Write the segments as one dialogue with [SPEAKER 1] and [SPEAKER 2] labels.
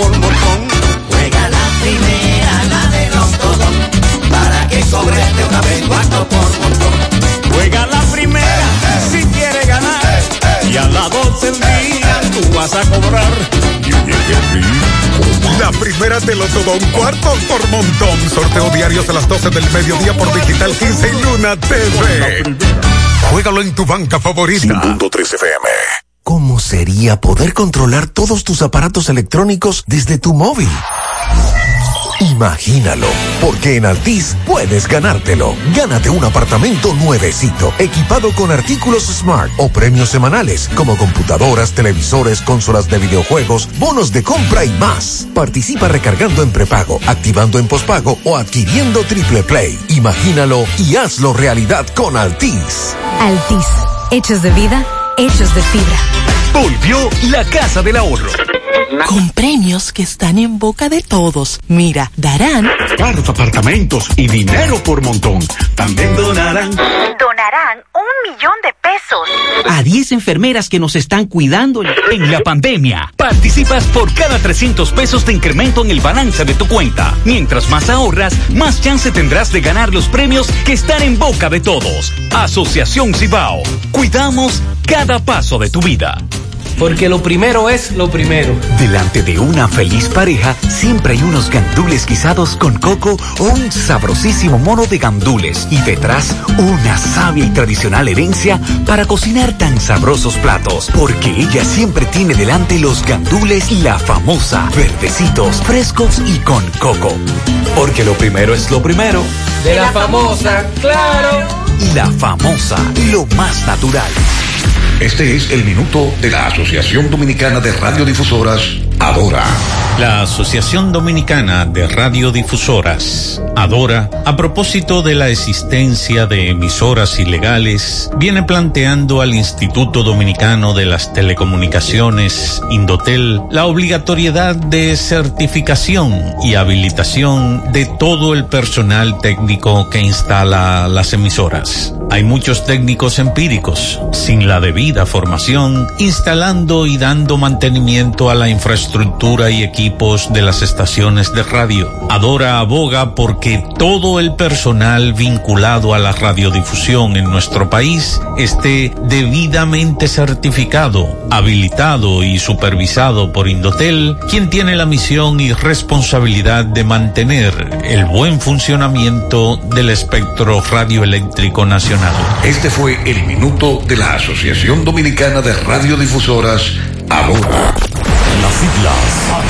[SPEAKER 1] por montón. Juega la primera, la de los todos, para que cobres de una vez 4 por montón. Juega la primera, si quieres ganar, y a las 12 del día tú vas a cobrar.
[SPEAKER 2] La primera te lo todo, un cuarto por montón. Sorteo diarios a las 12 del mediodía por Digital 15 y Luna TV. Juégalo en tu banca favorita.
[SPEAKER 3] 100.3 FM.
[SPEAKER 4] ¿Cómo sería poder controlar todos tus aparatos electrónicos desde tu móvil? Imagínalo, porque en Altis puedes ganártelo. Gánate un apartamento nuevecito, equipado con artículos Smart o premios semanales, como computadoras, televisores, consolas de videojuegos, bonos de compra y más. Participa recargando en prepago, activando en pospago o adquiriendo Triple Play. Imagínalo y hazlo realidad con Altis.
[SPEAKER 5] Altis, hechos de vida, hechos de fibra.
[SPEAKER 6] Volvió la Casa del Ahorro.
[SPEAKER 7] Con premios que están en boca de todos. Mira, darán
[SPEAKER 6] carros, apartamentos y dinero por montón. También donarán
[SPEAKER 8] 1 millón de pesos
[SPEAKER 9] a 10 enfermeras que nos están cuidando
[SPEAKER 6] en la pandemia. Participas por cada 300 pesos de incremento en el balance de tu cuenta. Mientras más ahorras, más chance tendrás de ganar los premios que están en boca de todos. Asociación Cibao. Cuidamos cada paso de tu vida.
[SPEAKER 10] Porque lo primero es lo primero.
[SPEAKER 6] Delante de una feliz pareja, siempre hay unos gandules guisados con coco o un sabrosísimo mono de gandules. Y detrás, una sabia y tradicional herencia para cocinar tan sabrosos platos. Porque ella siempre tiene delante los gandules La Famosa. Verdecitos, frescos y con coco. Porque lo primero es lo primero.
[SPEAKER 10] De La Famosa, claro.
[SPEAKER 6] Y La Famosa, lo más natural.
[SPEAKER 3] Este es el minuto de la Asociación Dominicana de Radiodifusoras, ADORA.
[SPEAKER 11] La Asociación Dominicana de Radiodifusoras, ADORA, a propósito de la existencia de emisoras ilegales, viene planteando al Instituto Dominicano de las Telecomunicaciones, Indotel, la obligatoriedad de certificación y habilitación de todo el personal técnico que instala las emisoras. Hay muchos técnicos empíricos, sin la debida formación, instalando y dando mantenimiento a la infraestructura y equipos de las estaciones de radio. ADORA aboga porque todo el personal vinculado a la radiodifusión en nuestro país esté debidamente certificado, habilitado y supervisado por Indotel, quien tiene la misión y responsabilidad de mantener el buen funcionamiento del espectro radioeléctrico nacional.
[SPEAKER 3] Este fue el minuto de la Asociación Dominicana de Radiodifusoras, ADORA.
[SPEAKER 12] Las siglas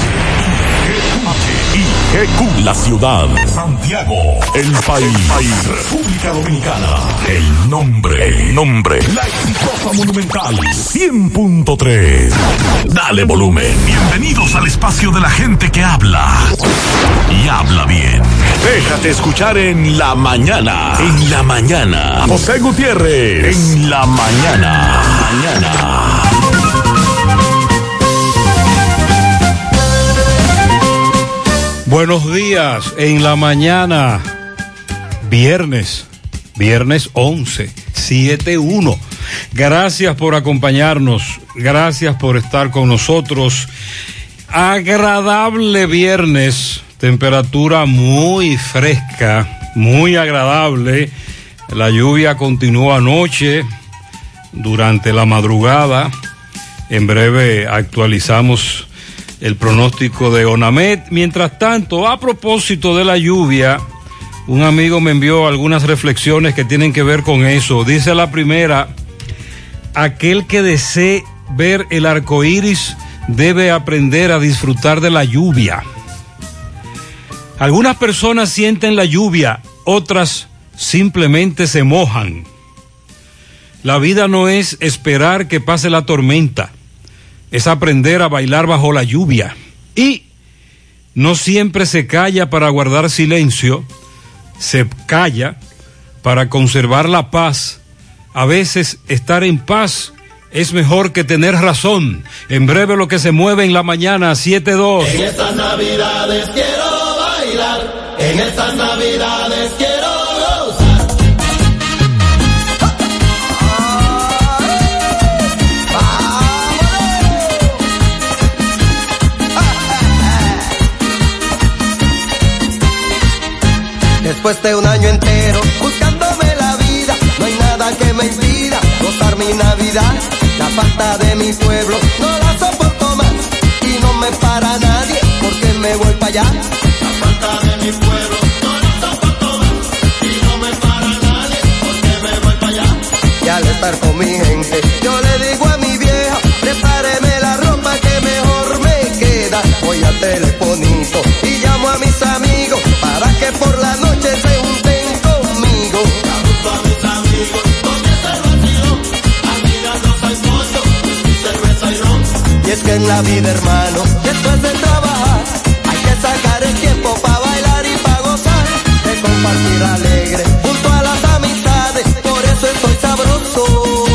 [SPEAKER 12] HIGQ, la ciudad, Santiago, el país, República Dominicana, el nombre, la exitosa Monumental 100.3. Dale volumen. Bienvenidos al espacio de la gente que habla y habla bien. Déjate escuchar en la mañana. En la mañana. José Gutiérrez. En la mañana.
[SPEAKER 13] Buenos días, en la mañana, viernes 11, 7-1. Gracias por acompañarnos, gracias por estar con nosotros. Agradable viernes, temperatura muy fresca, muy agradable. La lluvia continuó anoche, durante la madrugada. En breve actualizamos el pronóstico de ONAMED. Mientras tanto, a propósito de la lluvia, un amigo me envió algunas reflexiones que tienen que ver con eso. Dice la primera: aquel que desee ver el arco iris debe aprender a disfrutar de la lluvia. Algunas personas sienten la lluvia, otras simplemente se mojan. La vida no es esperar que pase la tormenta, es aprender a bailar bajo la lluvia. Y no siempre se calla para guardar silencio, se calla para conservar la paz. A veces estar en paz es mejor que tener razón. En breve lo que se mueve en la mañana, 7-2.
[SPEAKER 1] En estas navidades quiero bailar, en estas navidades quiero gozar.
[SPEAKER 14] Después de un año entero buscándome la vida, no hay nada que me impida gozar mi Navidad. La falta de mi pueblo no la soporto más y no me para nadie porque me voy para allá. La falta de mi pueblo no la soporto más y no me para nadie porque me voy para allá. Y al estar con mi gente yo le digo a mi vieja, prepáreme la ropa que mejor me queda. Voy al telefonito y llamo a mis amigos para que por la noche se junten conmigo. Saludo a mis amigos con ese vacío, amigas hay pollo y cerveza y ron. Y es que en la vida, hermano, después de trabajar hay que sacar el tiempo para bailar y para gozar, de compartir alegre junto a las amistades. Por eso estoy sabroso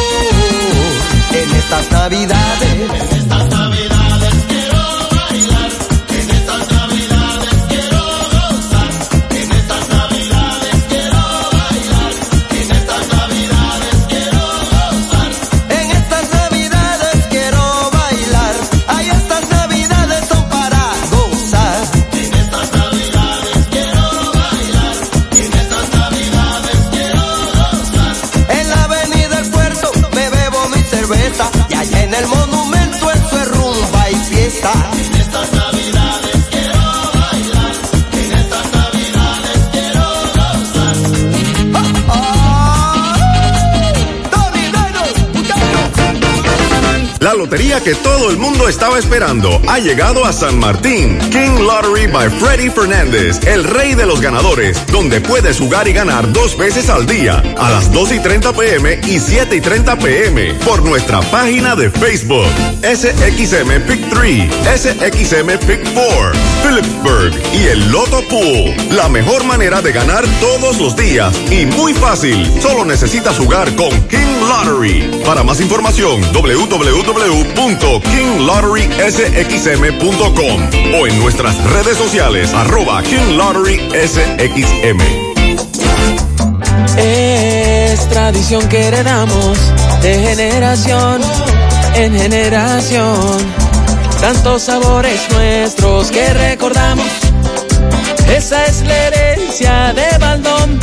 [SPEAKER 14] en estas navidades. En estas navidades quiero bailar, en estas navidades quiero gozar, en estas navidades quiero bailar, en estas navidades quiero gozar, en estas navidades quiero bailar. Ay, estas navidades son para gozar. En estas navidades quiero bailar, en estas navidades quiero gozar. En la avenida del puerto me bebo mi cerveza y allá en el monumento eso es rumba y fiesta. En estas navidades quiero bailar, en estas navidades quiero gozar.
[SPEAKER 15] La lotería que todo el mundo estaba esperando ha llegado a San Martín. King Lottery by Freddy Fernández, el rey de los ganadores, donde puedes jugar y ganar 2 veces al día, a las 2:30 p.m. y 7:30 p.m. por nuestra página de Facebook. SXM Pick 3, SXM Pick 4, Phillipsburg y el Lotto Pool. La mejor manera de ganar todos los días y muy fácil. Solo necesitas jugar con King Lottery. Para más información, www.kinglotterysxm.com o en nuestras redes sociales @KingLotterySXM.
[SPEAKER 16] Es tradición que heredamos de generación en generación. Tantos sabores nuestros que recordamos. Esa es la herencia de Baldón.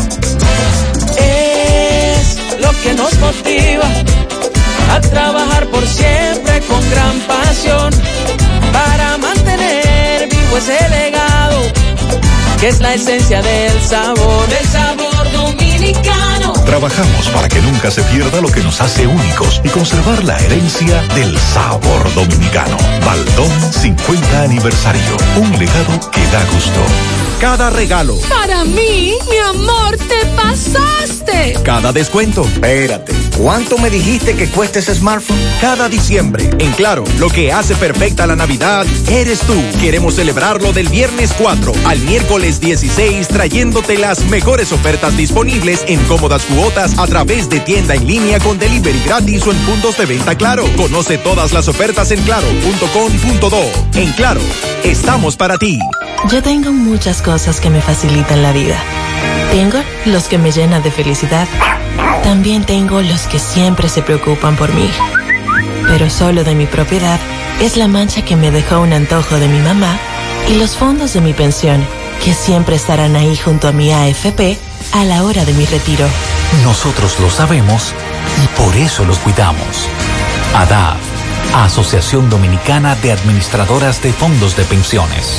[SPEAKER 16] Es lo que nos motiva a trabajar por siempre con gran pasión para mantener vivo ese legado que es la esencia del sabor dominicano.
[SPEAKER 3] Trabajamos para que nunca se pierda lo que nos hace únicos y conservar la herencia del sabor dominicano. Baldón 50 aniversario, un legado que da gusto.
[SPEAKER 17] Cada regalo.
[SPEAKER 18] Para mí, mi amor, te pasaste.
[SPEAKER 17] Cada descuento. Espérate, ¿cuánto me dijiste que cuesta ese smartphone? Cada diciembre, en Claro, lo que hace perfecta la Navidad eres tú. Queremos celebrarlo del viernes 4 al miércoles 16, trayéndote las mejores ofertas disponibles en cómodas cuotas a través de tienda en línea con delivery gratis o en puntos de venta Claro. Conoce todas las ofertas en claro.com.do. En Claro, estamos para ti.
[SPEAKER 19] Yo tengo muchas cosas que me facilitan la vida. Tengo los que me llenan de felicidad. También tengo los que siempre se preocupan por mí. Pero solo de mi propiedad es la mancha que me dejó un antojo de mi mamá y los fondos de mi pensión, que siempre estarán ahí junto a mi AFP a la hora de mi retiro.
[SPEAKER 6] Nosotros lo sabemos y por eso los cuidamos. ADAF, Asociación Dominicana de Administradoras de Fondos de Pensiones.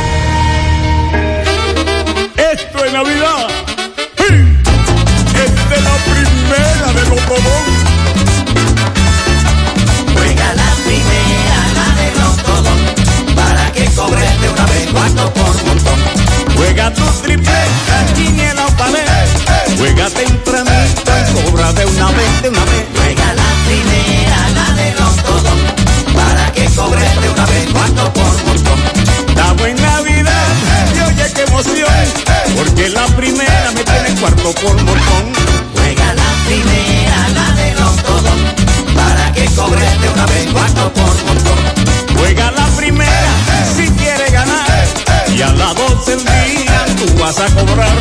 [SPEAKER 1] Esto es Navidad. Esta es la primera de los Todón.
[SPEAKER 20] Juega la primera, la de los Todón, para que cobres de una vez cuarto por montón.
[SPEAKER 1] Juega tu triple, quiniela o palé. Juega tempranito y cobra de una vez, de una vez.
[SPEAKER 20] Juega la primera, la de los Todón, para que cobres de una vez cuarto por montón.
[SPEAKER 1] Estamos en Navidad y oye qué emoción, porque la primera me tiene cuarto por montón.
[SPEAKER 20] Juega la primera, la de los Todón, para que cobres de una vez cuarto por montón.
[SPEAKER 1] Juega la primera si quieres ganar y a las 12 del día tú vas a cobrar.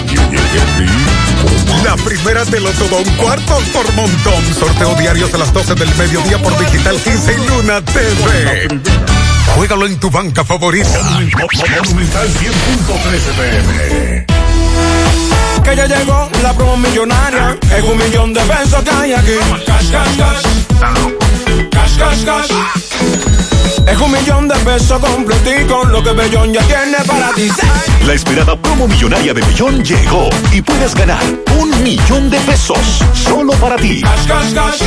[SPEAKER 2] La primera de los Todón, cuartos por montón. Sorteo diarios a las 12 del mediodía por Digital 15 y Luna TV. Juégalo en tu banca favorita.
[SPEAKER 12] Monumental 100.13 PM.
[SPEAKER 21] Que ya llegó la promo millonaria. Es $1,000,000 de pesos que hay aquí. Cash, cash, cash. Cash, cash, cash. Es $1,000,000 de pesos completico, lo que Bellón ya tiene para ti.
[SPEAKER 3] La esperada promo millonaria de Bellón llegó y puedes ganar $1,000,000 de pesos solo para ti.
[SPEAKER 21] Cash, cash, cash.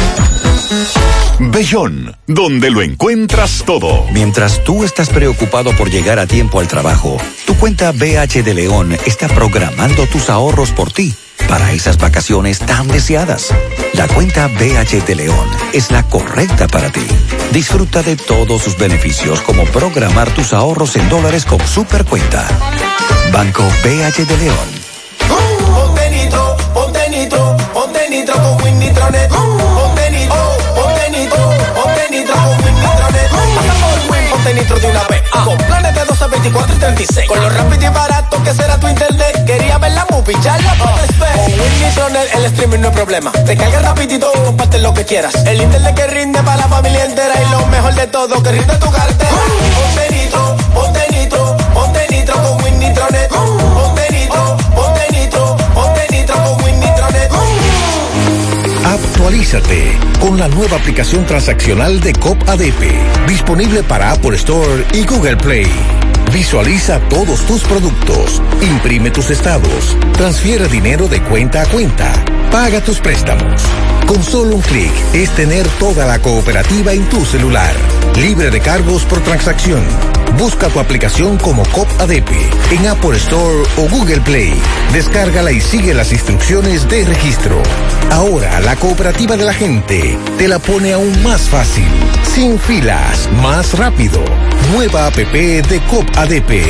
[SPEAKER 3] Bellón, donde lo encuentras todo.
[SPEAKER 22] Mientras tú estás preocupado por llegar a tiempo al trabajo, tu cuenta BH de León está programando tus ahorros por ti para esas vacaciones tan deseadas. La cuenta BH de León es la correcta para ti. Disfruta de todos sus beneficios como programar tus ahorros en dólares con Supercuenta. Banco BH de León.
[SPEAKER 14] Ponte nitro, ponte nitro, ponte nitro con Win Nitronet. Ponte nitro, ponte nitro, ponte nitro con Win Nitronet. Ponte nitro de una vez. Con planes de 12, 24 y 36. Con lo rápido y barato que será tu internet. Quería ver la movie, ya la puedes ver. Con Win Nitronet el streaming no es problema. Te carga rapidito, comparte lo que quieras. El internet que rinde para la familia entera. Y lo mejor de todo, que rinde tu cartera. Ponte nitro, ponte nitro, ponte nitro con Win Nitronet. Ponte nitro, ponte nitro, ponte nitro con Win Nitronet.
[SPEAKER 23] Actualízate con la nueva aplicación transaccional de COP ADP, disponible para Apple Store y Google Play. Visualiza todos tus productos, imprime tus estados, transfiere dinero de cuenta a cuenta, paga tus préstamos. Con solo un clic es tener toda la cooperativa en tu celular, libre de cargos por transacción. Busca tu aplicación como COP ADP en Apple Store o Google Play. Descárgala y sigue las instrucciones de registro. Ahora la cooperativa de la gente te la pone aún más fácil, sin filas, más rápido. Nueva app de COP ADP.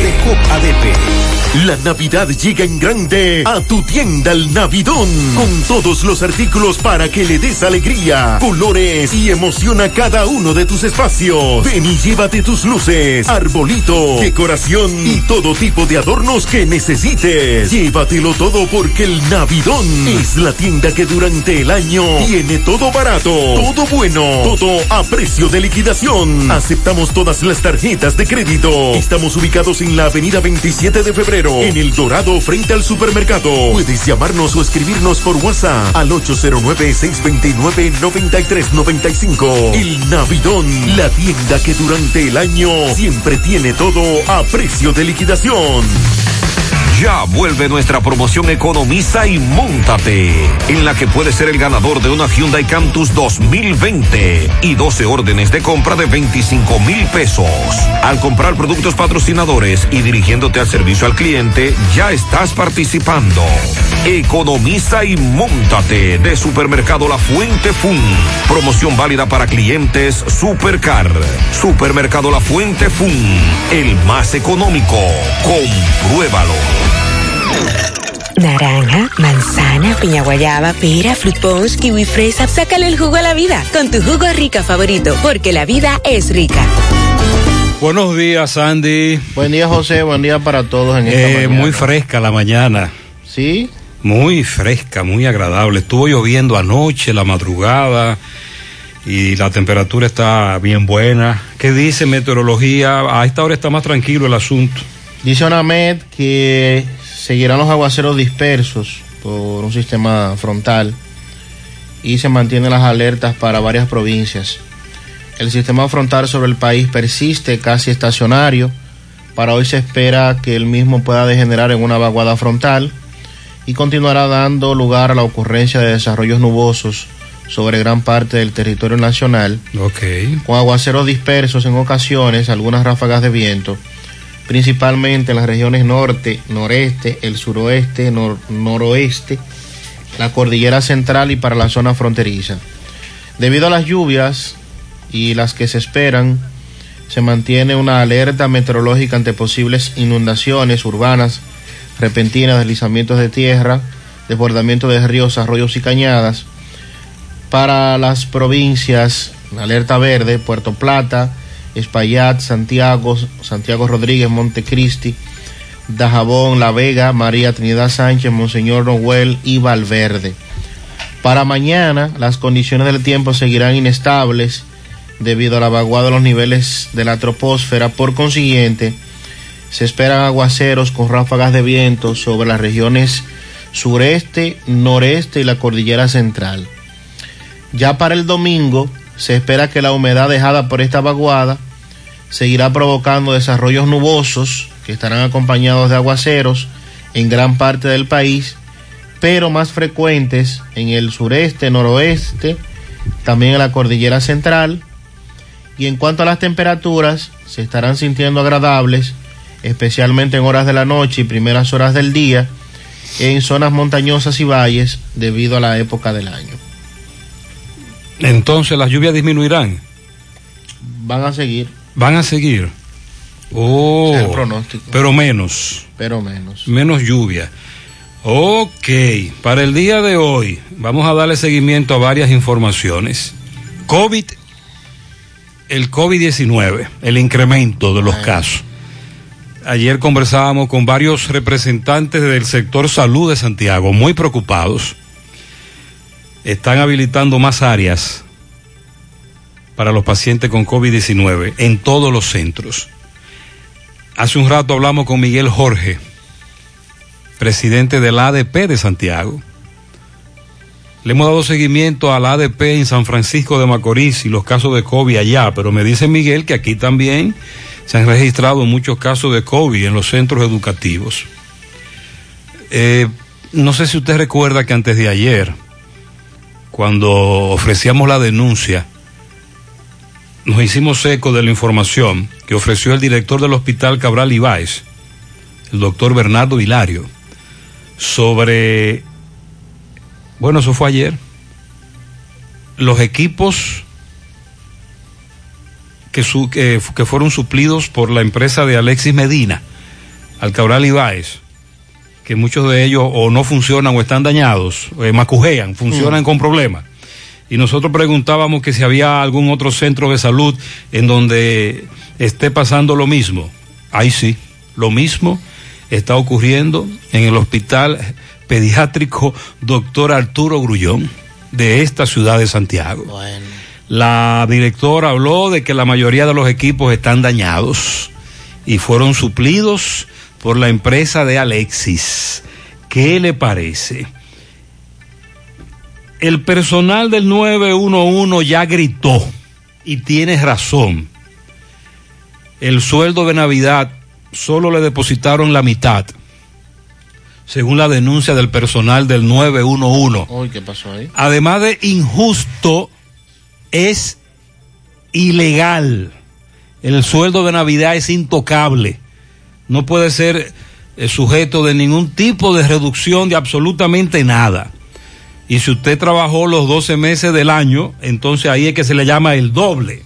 [SPEAKER 12] La Navidad llega en grande a tu tienda El Navidón, con todos los artículos para que le des alegría, colores y emoción a cada uno de tus espacios. Ven y llévate tus luces, arbolito, decoración y todo tipo de adornos que necesites. Llévatelo todo porque El Navidón es la tienda que durante el año tiene todo barato, todo bueno, todo a precio de liquidación. Aceptamos todas las tarjetas de crédito. Estamos ubicados en la avenida 27 de febrero, en El Dorado, frente al supermercado. Puedes llamarnos o escribirnos por WhatsApp al 809-629-9395. El Navidón, la tienda que durante el año siempre tiene todo a precio de liquidación.
[SPEAKER 24] Ya vuelve nuestra promoción Economiza y Móntate, en la que puedes ser el ganador de una Hyundai Cantus 2020 y 12 órdenes de compra de $25,000 pesos. Al comprar productos patrocinadores y dirigiéndote al servicio al cliente, ya estás participando. Economiza y Móntate de Supermercado La Fuente Fun. Promoción válida para clientes Supercar. Supermercado La Fuente Fun, el más económico. Compruébalo.
[SPEAKER 25] Naranja, manzana, piña guayaba, pera, fruit punch, kiwi fresa. Sácale el jugo a la vida con tu jugo rica favorito, porque la vida es rica.
[SPEAKER 13] Buenos días, Andy.
[SPEAKER 26] Buen día, José. Buen día para todos en esta mañana.
[SPEAKER 13] Muy fresca la mañana.
[SPEAKER 26] ¿Sí?
[SPEAKER 13] Muy fresca, muy agradable. Estuvo lloviendo anoche, la madrugada, y la temperatura está bien buena. ¿Qué dice meteorología? A esta hora está más tranquilo el asunto.
[SPEAKER 26] Dice ONAMED que seguirán los aguaceros dispersos por un sistema frontal y se mantienen las alertas para varias provincias. El sistema frontal sobre el país persiste casi estacionario. Para hoy se espera que el mismo pueda degenerar en una vaguada frontal y continuará dando lugar a la ocurrencia de desarrollos nubosos sobre gran parte del territorio nacional, con aguaceros dispersos en ocasiones, algunas ráfagas de viento, principalmente en las regiones norte, noreste, el suroeste, noroeste, la cordillera central y para la zona fronteriza. Debido a las lluvias y las que se esperan, se mantiene una alerta meteorológica ante posibles inundaciones urbanas, repentinas, deslizamientos de tierra, desbordamiento de ríos, arroyos y cañadas. Para las provincias, alerta verde, Puerto Plata, Espaillat, Santiago Rodríguez, Montecristi, Dajabón, La Vega, María Trinidad Sánchez, Monseñor Noel y Valverde. Para mañana, las condiciones del tiempo seguirán inestables debido a la vaguada de los niveles de la troposfera. Por consiguiente, Se esperan aguaceros con ráfagas de viento sobre las regiones sureste, noreste y la cordillera central. Ya para el domingo se espera que la humedad dejada por esta vaguada seguirá provocando desarrollos nubosos que estarán acompañados de aguaceros en gran parte del país, pero más frecuentes en el sureste, noroeste, también en la cordillera central. Y en cuanto a las temperaturas, se estarán sintiendo agradables, especialmente en horas de la noche y primeras horas del día, en zonas montañosas y valles, debido a la época del año.
[SPEAKER 13] Entonces, ¿las lluvias disminuirán?
[SPEAKER 26] Van a seguir.
[SPEAKER 13] ¿Van a seguir? Oh,
[SPEAKER 26] es el pronóstico.
[SPEAKER 13] Pero menos. Menos lluvia. Ok, para el día de hoy vamos a darle seguimiento a varias informaciones. El COVID-19, el incremento de los casos. Ayer conversábamos con varios representantes del sector salud de Santiago, muy preocupados. Están habilitando más áreas para los pacientes con COVID-19 en todos los centros. Hace un rato hablamos con Miguel Jorge, presidente del ADP de Santiago. Le hemos dado seguimiento al ADP en San Francisco de Macorís y los casos de COVID allá, pero me dice Miguel que aquí también se han registrado muchos casos de COVID en los centros educativos. No sé si usted recuerda que antes de ayer, cuando ofrecíamos la denuncia, nos hicimos eco de la información que ofreció el director del Hospital Cabral Ibáez, el doctor Bernardo Hilario, sobre, bueno, eso fue ayer, los equipos que fueron suplidos por la empresa de Alexis Medina al Cabral Ibáez, que muchos de ellos o no funcionan o están dañados, macujean, funcionan con problemas. Y nosotros preguntábamos que si había algún otro centro de salud en donde esté pasando lo mismo. Ahí sí, lo mismo está ocurriendo en el Hospital Pediátrico Dr. Arturo Grullón de esta ciudad de Santiago. Bueno. La directora habló de que la mayoría de los equipos están dañados y fueron suplidos por la empresa de Alexis. ¿Qué le parece? El personal del 911 ya gritó y tiene razón. El sueldo de Navidad solo le depositaron la mitad, según la denuncia del personal del 911.
[SPEAKER 26] Uy, ¿qué pasó ahí?
[SPEAKER 13] Además de injusto, es ilegal. El sueldo de Navidad es intocable. No puede ser sujeto de ningún tipo de reducción de absolutamente nada. Y si usted trabajó los 12 meses del año, entonces ahí es que se le llama el doble.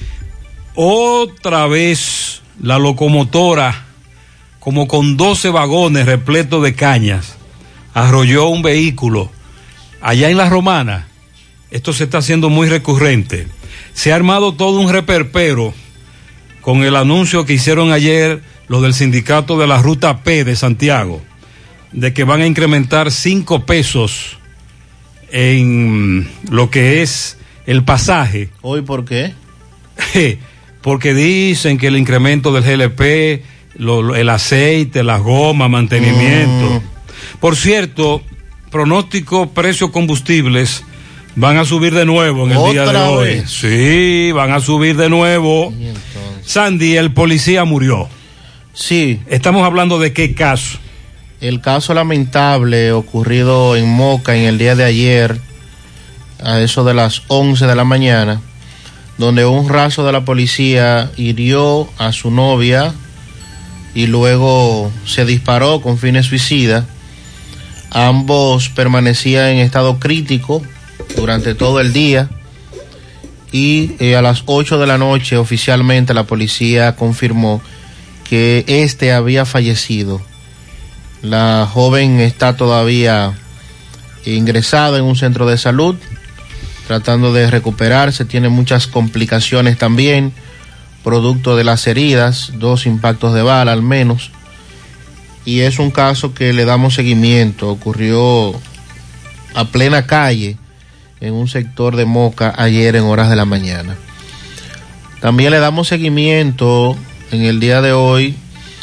[SPEAKER 13] Otra vez la locomotora, como con 12 vagones repletos de cañas, arrolló un vehículo allá en La Romana. Esto se está haciendo muy recurrente. Se ha armado todo un reperpero con el anuncio que hicieron ayer los del sindicato de la Ruta P de Santiago, de que van a incrementar 5 pesos en lo que es el pasaje.
[SPEAKER 26] ¿Hoy por qué?
[SPEAKER 13] Porque dicen que el incremento del GLP, el aceite, las gomas, mantenimiento. Por cierto, pronóstico, precios combustibles van a subir de nuevo en el día de hoy. ¿Vez? Sí, van a subir de nuevo. Sandy, el policía murió.
[SPEAKER 26] Sí.
[SPEAKER 13] Estamos hablando de qué caso.
[SPEAKER 26] El caso lamentable ocurrido en Moca en el día de ayer, a eso de las 11 de la mañana, donde un raso de la policía hirió a su novia y luego se disparó con fines suicidas. Ambos permanecían en estado crítico durante todo el día y a las 8 de la noche oficialmente la policía confirmó que este había fallecido. La joven está todavía ingresada en un centro de salud, tratando de recuperarse, tiene muchas complicaciones también, producto de las heridas, 2 impactos de bala al menos, y es un caso que le damos seguimiento. Ocurrió a plena calle en un sector de Moca ayer en horas de la mañana. También le damos seguimiento en el día de hoy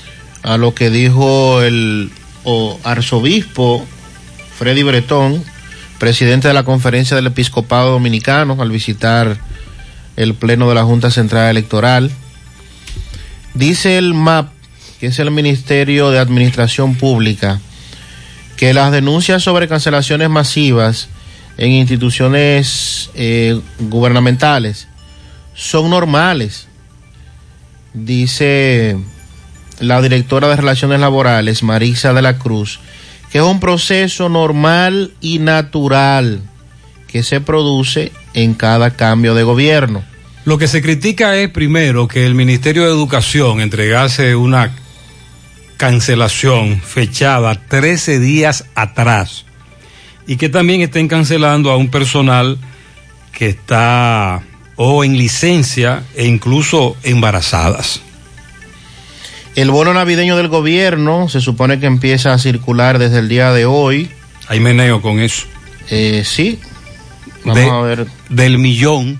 [SPEAKER 26] a lo que dijo el arzobispo Freddy Bretón, presidente de la Conferencia del Episcopado Dominicano, al visitar el Pleno de la Junta Central Electoral. Dice el MAP, que es el Ministerio de Administración Pública, que las denuncias sobre cancelaciones masivas en instituciones gubernamentales son normales. Dice la directora de Relaciones Laborales, Marisa de la Cruz, que es un proceso normal y natural que se produce en cada cambio de gobierno.
[SPEAKER 13] Lo que se critica es, primero, que el Ministerio de Educación entregase una cancelación fechada 13 días atrás y que también estén cancelando a un personal que está en licencia e incluso embarazadas.
[SPEAKER 26] El bono navideño del gobierno se supone que empieza a circular desde el día de hoy.
[SPEAKER 13] Hay meneo con eso.
[SPEAKER 26] Sí. Vamos a ver.
[SPEAKER 13] Del millón,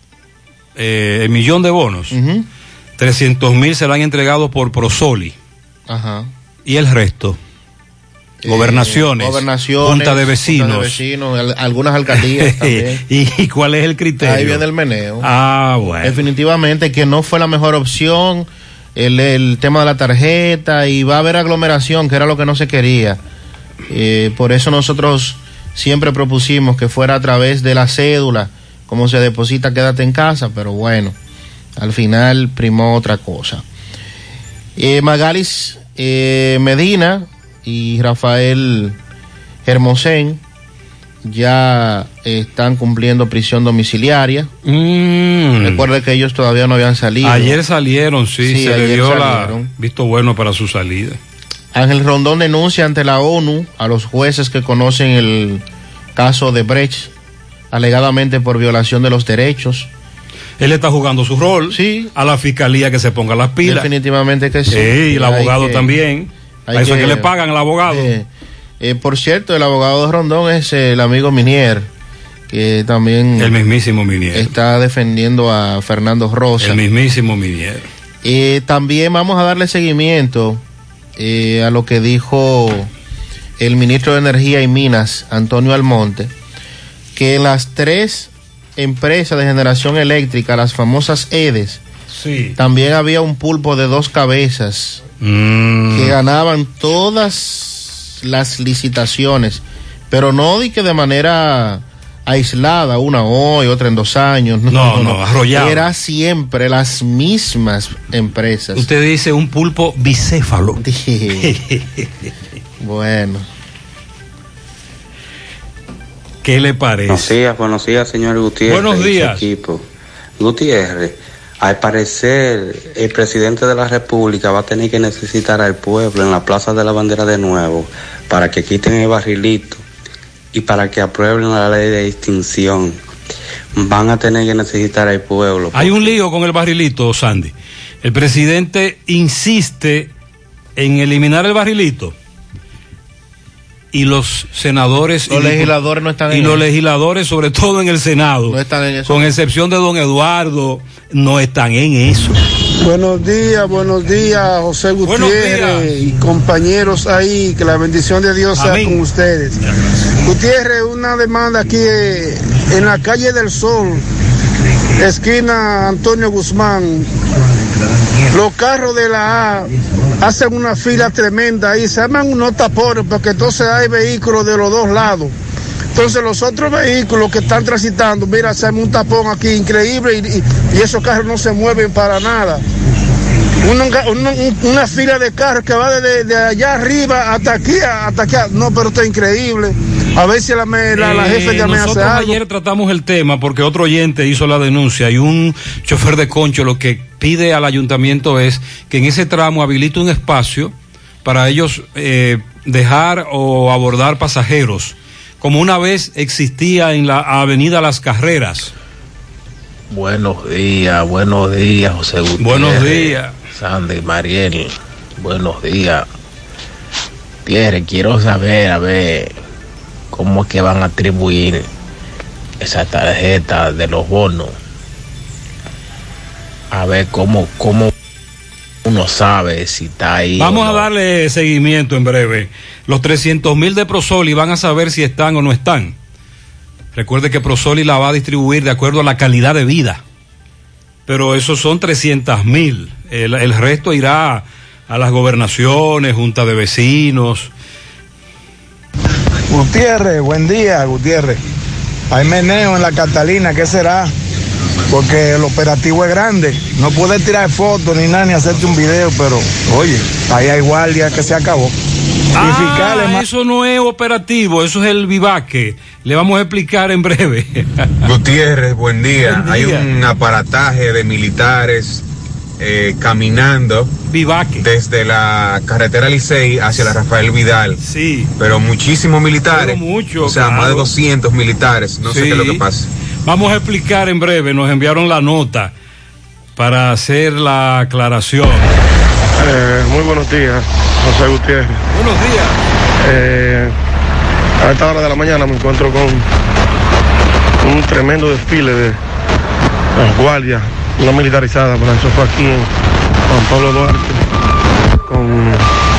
[SPEAKER 13] el millón de bonos, 300,000 serán entregados por Prosoli.
[SPEAKER 26] Ajá.
[SPEAKER 13] Y el resto, gobernaciones, junta de vecinos,
[SPEAKER 26] algunas alcaldías también.
[SPEAKER 13] ¿Y cuál es el criterio?
[SPEAKER 26] Ahí viene el meneo.
[SPEAKER 13] Bueno.
[SPEAKER 26] Definitivamente que no fue la mejor opción el tema de la tarjeta, y va a haber aglomeración, que era lo que no se quería. Por eso nosotros siempre propusimos que fuera a través de la cédula, como se deposita, quédate en casa, pero bueno, al final primó otra cosa. Magalis Medina y Rafael Hermosén ya están cumpliendo prisión domiciliaria. Recuerde que ellos todavía no habían salido.
[SPEAKER 13] Ayer salieron, sí, se le dio visto bueno para su salida.
[SPEAKER 26] Ángel Rondón denuncia ante la ONU a los jueces que conocen el caso de Brecht, alegadamente por violación de los derechos.
[SPEAKER 13] Él está jugando su rol.
[SPEAKER 26] Sí.
[SPEAKER 13] A la fiscalía que se ponga las pilas.
[SPEAKER 26] Definitivamente que sí.
[SPEAKER 13] Y el abogado también. A eso es que le pagan al abogado.
[SPEAKER 26] Por cierto, el abogado de Rondón es el amigo Minier, que también...
[SPEAKER 13] El mismísimo Minier.
[SPEAKER 26] Está defendiendo a Fernando Rosa.
[SPEAKER 13] El mismísimo Minier.
[SPEAKER 26] También vamos a darle seguimiento a lo que dijo el ministro de Energía y Minas, Antonio Almonte, que en las 3 empresas de generación eléctrica, las famosas EDES,
[SPEAKER 13] sí,
[SPEAKER 26] también había un pulpo de 2 cabezas que ganaban todas las licitaciones, pero no di que de manera aislada, una hoy, otra en 2 años.
[SPEAKER 13] No, arrollado.
[SPEAKER 26] Era siempre las mismas empresas.
[SPEAKER 13] Usted dice un pulpo bicéfalo.
[SPEAKER 26] Bueno.
[SPEAKER 13] ¿Qué le parece?
[SPEAKER 4] Buenos días, señor Gutiérrez.
[SPEAKER 13] Buenos días.
[SPEAKER 4] Equipo. Gutiérrez, al parecer, el presidente de la República va a tener que necesitar al pueblo en la Plaza de la Bandera de nuevo para que quiten el barrilito y para que aprueben la ley de extinción. Van a tener que necesitar al pueblo.
[SPEAKER 13] Hay un lío con el barrilito, Sandy. El presidente insiste en eliminar el barrilito y los senadores
[SPEAKER 26] los legisladores no están en
[SPEAKER 13] eso. Los legisladores, sobre todo en el Senado,
[SPEAKER 26] no están en eso,
[SPEAKER 13] con excepción de don Eduardo, no están en eso.
[SPEAKER 5] Buenos días, José Gutiérrez y compañeros ahí, que la bendición de Dios sea con ustedes. Gutiérrez, una demanda aquí en la calle del Sol, esquina Antonio Guzmán. Los carros de la A hacen una fila tremenda ahí, se arman unos tapones porque entonces hay vehículos de los 2 lados. Entonces los otros vehículos que están transitando, mira, se arma un tapón aquí increíble y esos carros no se mueven para nada. Una fila de carros que va de allá arriba hasta aquí, no, pero está increíble. A ver si la jefe ya me hace algo.
[SPEAKER 13] Ayer tratamos el tema porque otro oyente hizo la denuncia y un chofer de concho lo que pide al ayuntamiento es que en ese tramo habilite un espacio para ellos dejar o abordar pasajeros, como una vez existía en la avenida Las Carreras.
[SPEAKER 7] Buenos días, José Gutiérrez.
[SPEAKER 13] Buenos días.
[SPEAKER 7] Sandy, Mariel, buenos días. Gutiérrez, quiero saber, a ver, cómo es que van a atribuir esa tarjeta de los bonos. A ver cómo uno sabe si está ahí.
[SPEAKER 13] Vamos a darle seguimiento en breve. Los 300,000 de Prosoli van a saber si están o no están. Recuerde que Prosoli la va a distribuir de acuerdo a la calidad de vida. Pero esos son 300,000. El resto irá a las gobernaciones, junta de vecinos.
[SPEAKER 5] Gutiérrez, buen día, Gutiérrez. Hay meneo en la Catalina, ¿qué será? Porque el operativo es grande. No puedes tirar fotos ni nada, ni hacerte un video, pero, oye, ahí hay guardia que se acabó.
[SPEAKER 13] Eso no es operativo, eso es el vivaque. Le vamos a explicar en breve.
[SPEAKER 8] Gutiérrez, buen día. Hay un aparataje de militares caminando
[SPEAKER 13] vivaque
[SPEAKER 8] desde la carretera Licey hacia la Rafael Vidal.
[SPEAKER 13] Sí.
[SPEAKER 8] Pero muchísimos militares. O sea, más de 200 militares. No sé qué es lo que pasa.
[SPEAKER 13] Vamos a explicar en breve. Nos enviaron la nota para hacer la aclaración.
[SPEAKER 5] Muy buenos días, José Gutiérrez.
[SPEAKER 13] Buenos días.
[SPEAKER 5] A esta hora de la mañana me encuentro con un tremendo desfile de guardias, una militarizada, pero eso fue aquí en Juan Pablo Duarte, con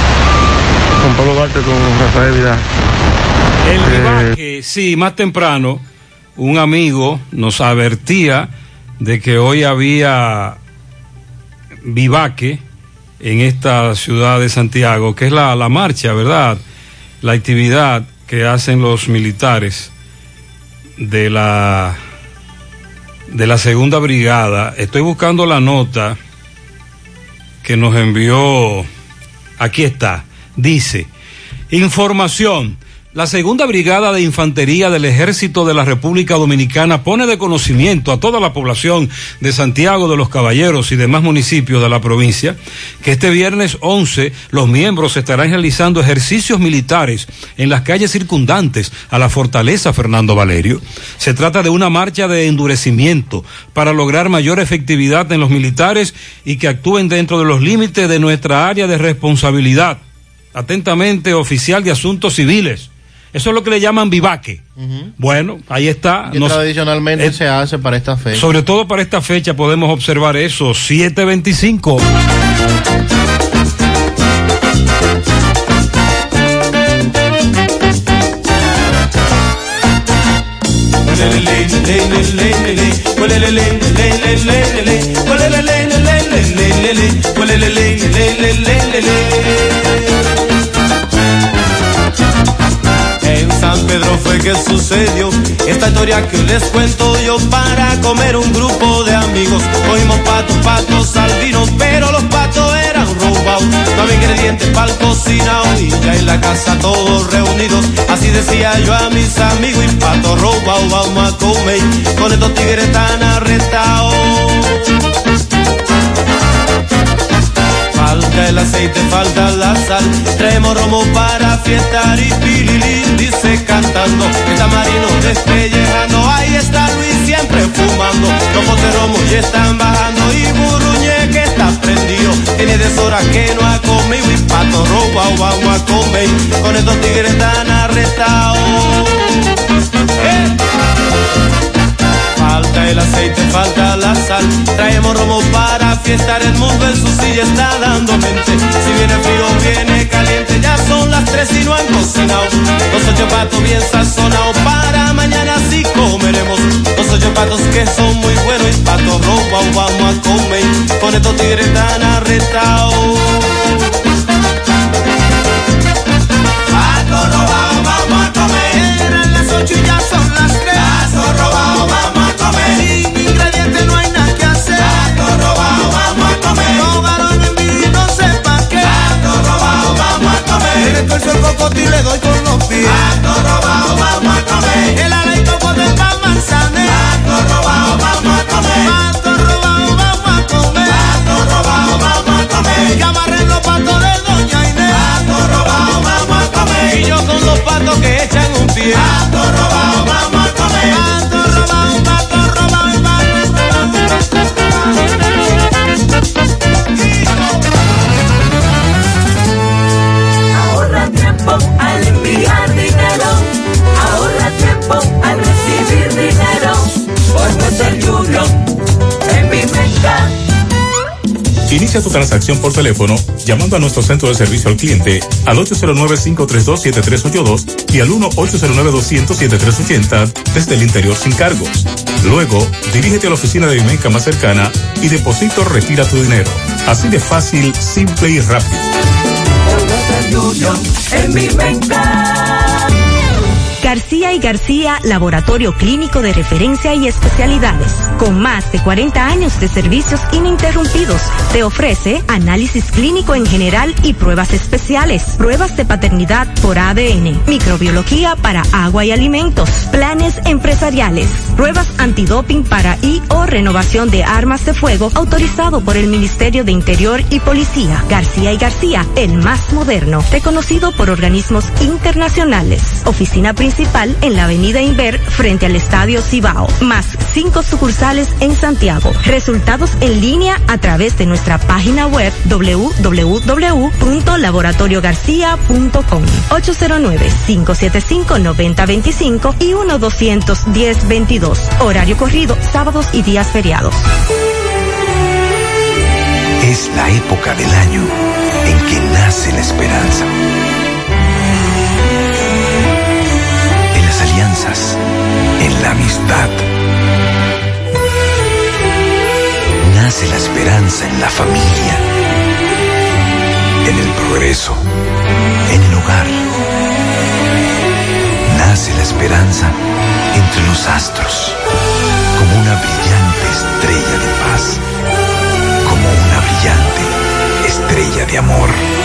[SPEAKER 5] Rafael Vidal.
[SPEAKER 13] El vivaque, sí, más temprano, un amigo nos advertía de que hoy había vivaque en esta ciudad de Santiago, que es la marcha, ¿verdad? La actividad que hacen los militares de la segunda brigada. Estoy buscando la nota que nos envió. Aquí está. Dice: información. La segunda brigada de infantería del Ejército de la República Dominicana pone de conocimiento a toda la población de Santiago de los Caballeros y demás municipios de la provincia que este viernes 11 los miembros estarán realizando ejercicios militares en las calles circundantes a la fortaleza Fernando Valerio. Se trata de una marcha de endurecimiento para lograr mayor efectividad en los militares y que actúen dentro de los límites de nuestra área de responsabilidad. Atentamente, oficial de Asuntos Civiles. Eso es lo que le llaman vivaque. Bueno, ahí está.
[SPEAKER 26] Que tradicionalmente se hace para esta fecha.
[SPEAKER 13] Sobre todo para esta fecha podemos observar eso. 7:25.
[SPEAKER 9] En San Pedro fue que sucedió esta historia que les cuento yo. Para comer un grupo de amigos cogimos patos al vino, pero los patos eran robados. No había ingredientes para el cocinado y ya en la casa todos reunidos. Así decía yo a mis amigos: y pato robado vamos a comer, con estos tigres tan arrestados. Falta el aceite, falta la sal, traemos romo para fiestar y pililín dice cantando, el tamarino despellejando, ahí está Luis siempre fumando, los botes romo ya están bajando y Buruñe que está prendido, tiene deshora que no ha comido y pato robado vamos a comer, con estos tigres tan arrestados. Falta el aceite, falta la sal, traemos romo para fiestar, el mundo en su silla está dando mente, si viene frío viene caliente, ya son las 3 y no han cocinado, los 8 patos bien sazonados, para mañana sí comeremos, los 8 patos que son muy buenos y patos robados vamos a comer, con estos tigres tan arrestados. Patos robados vamos a comer, eran las 8 y ya son las 3, patos robados vamos a comer, sin ingredientes no hay nada que hacer, patos robados vamos a comer, no garon en mí no sé pa' qué, patos robados vamos a comer, le retuerzo el cocote y le doy con los pies, patos robados vamos a comer, el ala y cocote pa' manzane, patos robados vamos a comer, patos robados vamos a comer, patos robados vamos a comer,
[SPEAKER 10] Inicia tu transacción por teléfono llamando a nuestro centro de servicio al cliente al 809-532-7382 y al 1-809-200-7380 desde el interior sin cargos. Luego, dirígete a la oficina de Vimenca más cercana y deposita o retira tu dinero. Así de fácil, simple y rápido.
[SPEAKER 11] En Vimenca.
[SPEAKER 15] García y García, laboratorio clínico de referencia y especialidades. Con más de 40 años de servicios ininterrumpidos, te ofrece análisis clínico en general y pruebas especiales, pruebas de paternidad por ADN, microbiología para agua y alimentos, planes empresariales, pruebas antidoping para y o renovación de armas de fuego autorizado por el Ministerio de Interior y Policía. García y García, el más moderno, reconocido por organismos internacionales. Oficina principal en la avenida Inver frente al Estadio Cibao, más 5 sucursales en Santiago. Resultados en línea a través de nuestra página web www.laboratoriogarcia.com 809-575-9025 y 1-210-22. Horario corrido, sábados y días feriados.
[SPEAKER 23] Es la época del año en que nace la esperanza. Alianzas, en la amistad. Nace la esperanza en la familia, en el progreso, en el hogar. Nace la esperanza entre los astros, como una brillante estrella de paz, como una brillante estrella de amor.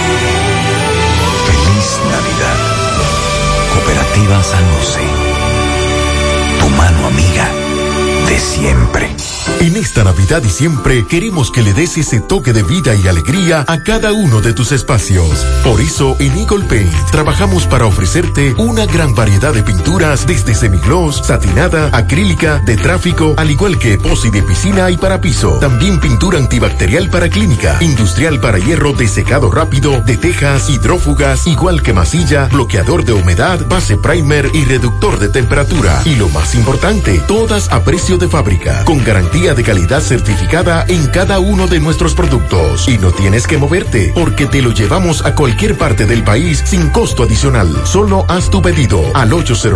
[SPEAKER 23] Feliz Navidad. Cooperativa San José, tu mano amiga de siempre.
[SPEAKER 16] En esta Navidad y siempre queremos que le des ese toque de vida y alegría a cada uno de tus espacios. Por eso en Eagle Paint trabajamos para ofrecerte una gran variedad de pinturas desde semigloss, satinada, acrílica, de tráfico, al igual que epoxi de piscina y para piso. También pintura antibacterial para clínica, industrial para hierro de secado rápido, de tejas, hidrófugas, igual que masilla, bloqueador de humedad, base primer y reductor de temperatura. Y lo más importante, todas a precio de fábrica, con garantía de calidad certificada en cada uno de nuestros productos. Y no tienes que moverte, porque te lo llevamos a cualquier parte del país sin costo adicional. Solo haz tu pedido al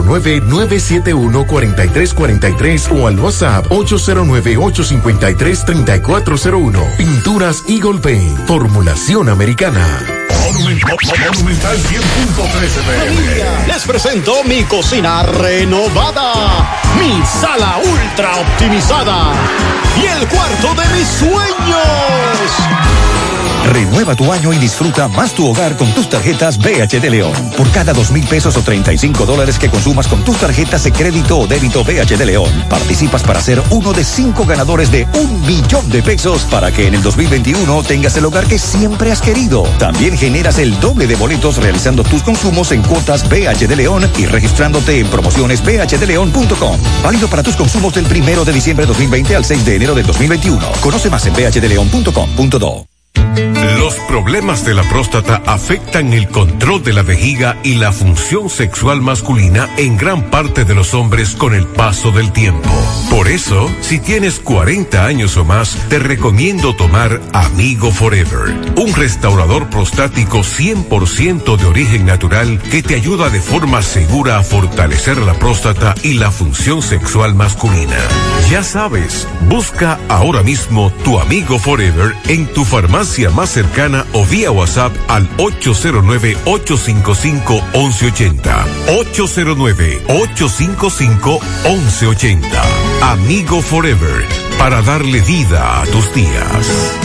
[SPEAKER 16] 809-971-4343 o al WhatsApp 809-853-3401. Pinturas Eagle Paint, formulación americana.
[SPEAKER 12] Monumental 100.13 PM.
[SPEAKER 17] Les presento mi cocina renovada, mi sala ultra optimizada y el cuarto de mis sueños.
[SPEAKER 22] Renueva tu año y disfruta más tu hogar con tus tarjetas BH de León. Por cada $2,000 o $35 que consumas con tus tarjetas de crédito o débito BH de León, participas para ser uno de 5 ganadores de $1 millón para que en el 2021 tengas el hogar que siempre has querido. También generas el doble de boletos realizando tus consumos en cuotas BH de León y registrándote en promocionesbhdeleon.com. Válido para tus consumos del 1 de diciembre de 2020 al 6 de enero del 2021. Conoce más en bhdeleon.com.do.
[SPEAKER 24] Los problemas de la próstata afectan el control de la vejiga y la función sexual masculina en gran parte de los hombres con el paso del tiempo. Por eso, si tienes 40 años o más, te recomiendo tomar Amigo Forever, un restaurador prostático 100% de origen natural que te ayuda de forma segura a fortalecer la próstata y la función sexual masculina. Ya sabes, busca ahora mismo tu Amigo Forever en tu farmacia más cercana o vía WhatsApp al 809-855-1180. 809-855-1180. Amigo Forever, para darle vida a tus días.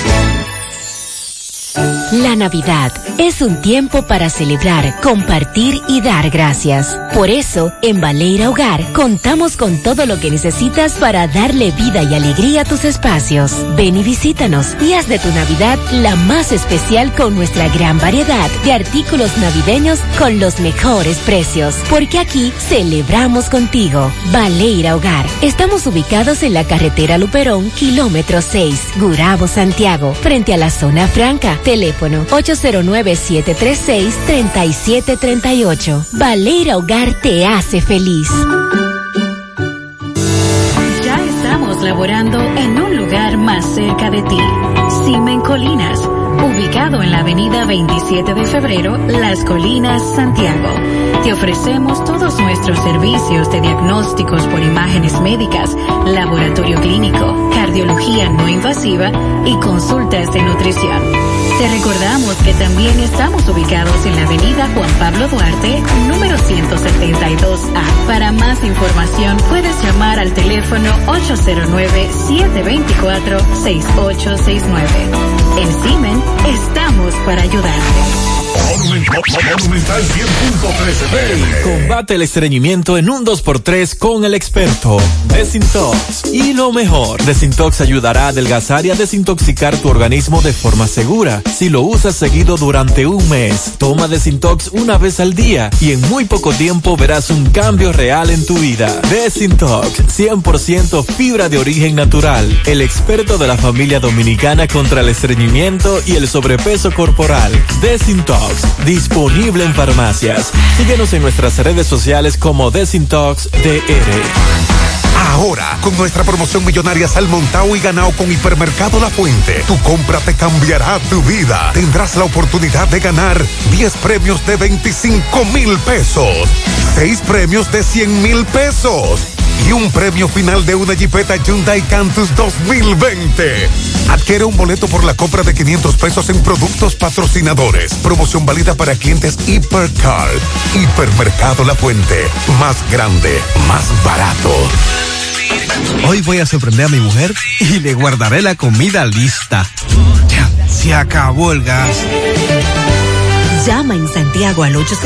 [SPEAKER 25] La Navidad es un tiempo para celebrar, compartir y dar gracias. Por eso, en Baleira Hogar contamos con todo lo que necesitas para darle vida y alegría a tus espacios. Ven y visítanos y haz de tu Navidad la más especial con nuestra gran variedad de artículos navideños con los mejores precios. Porque aquí celebramos contigo. Baleira Hogar. Estamos ubicados en la carretera Luperón, kilómetro 6, Gurabo, Santiago, frente a la zona franca. Teléfono 809-736-3738. Baleira Hogar te hace feliz.
[SPEAKER 18] Ya estamos laborando en un lugar más cerca de ti.
[SPEAKER 1] Simen Colinas, ubicado en la avenida 27 de febrero, Las Colinas, Santiago. Te ofrecemos todos nuestros servicios de diagnósticos por imágenes médicas, laboratorio clínico, cardiología no invasiva y consultas de nutrición. Te recordamos que también estamos ubicados en la avenida Juan Pablo Duarte, número 172A. Para más información puedes llamar al teléfono 809-724-6869. En Simen estamos para ayudarte.
[SPEAKER 12] Monumental 100.13.
[SPEAKER 2] Combate el estreñimiento en un 2x3 con el experto Desintox. Y lo mejor, Desintox ayudará a adelgazar y a desintoxicar tu organismo de forma segura. Si lo usas seguido durante un mes, toma Desintox una vez al día y en muy poco tiempo verás un cambio real en tu vida. Desintox, 100% fibra de origen natural. El experto de la familia dominicana contra el estreñimiento y el sobrepeso corporal. Desintox, disponible en farmacias. Síguenos en nuestras redes sociales como Desintox DR.
[SPEAKER 24] Ahora, con nuestra promoción millonaria Salmontao y Ganao con Hipermercado La Fuente, tu compra te cambiará tu vida. Tendrás la oportunidad de ganar 10 premios de 25,000 pesos, 6 premios de 100,000 pesos y un premio final de una Jeepeta Hyundai Cantus 2020. Adquiere un boleto por la compra de 500 pesos en productos patrocinadores. Promoción válida para clientes Hipercar. Hipermercado La Fuente. Más grande, más barato.
[SPEAKER 6] Hoy voy a sorprender a mi mujer y le guardaré la comida lista. Ya, se acabó el gas.
[SPEAKER 15] Llama en Santiago al 809-226-0202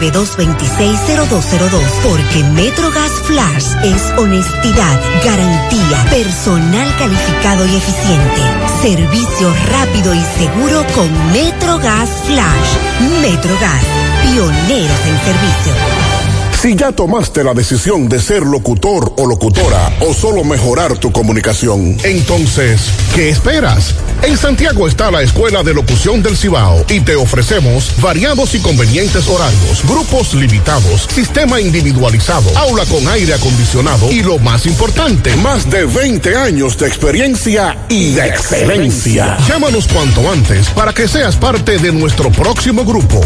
[SPEAKER 15] porque MetroGas Flash es honestidad, garantía, personal calificado y eficiente, servicio rápido y seguro con MetroGas Flash. MetroGas, pioneros en servicio.
[SPEAKER 18] Si ya tomaste la decisión de ser locutor o locutora o solo mejorar tu comunicación, entonces, ¿qué esperas? En Santiago está la Escuela de Locución del Cibao y te ofrecemos variados y convenientes horarios, grupos limitados, sistema individualizado, aula con aire acondicionado y lo más importante, más de 20 años de experiencia y de excelencia. Llámanos cuanto antes para que seas parte de nuestro próximo grupo.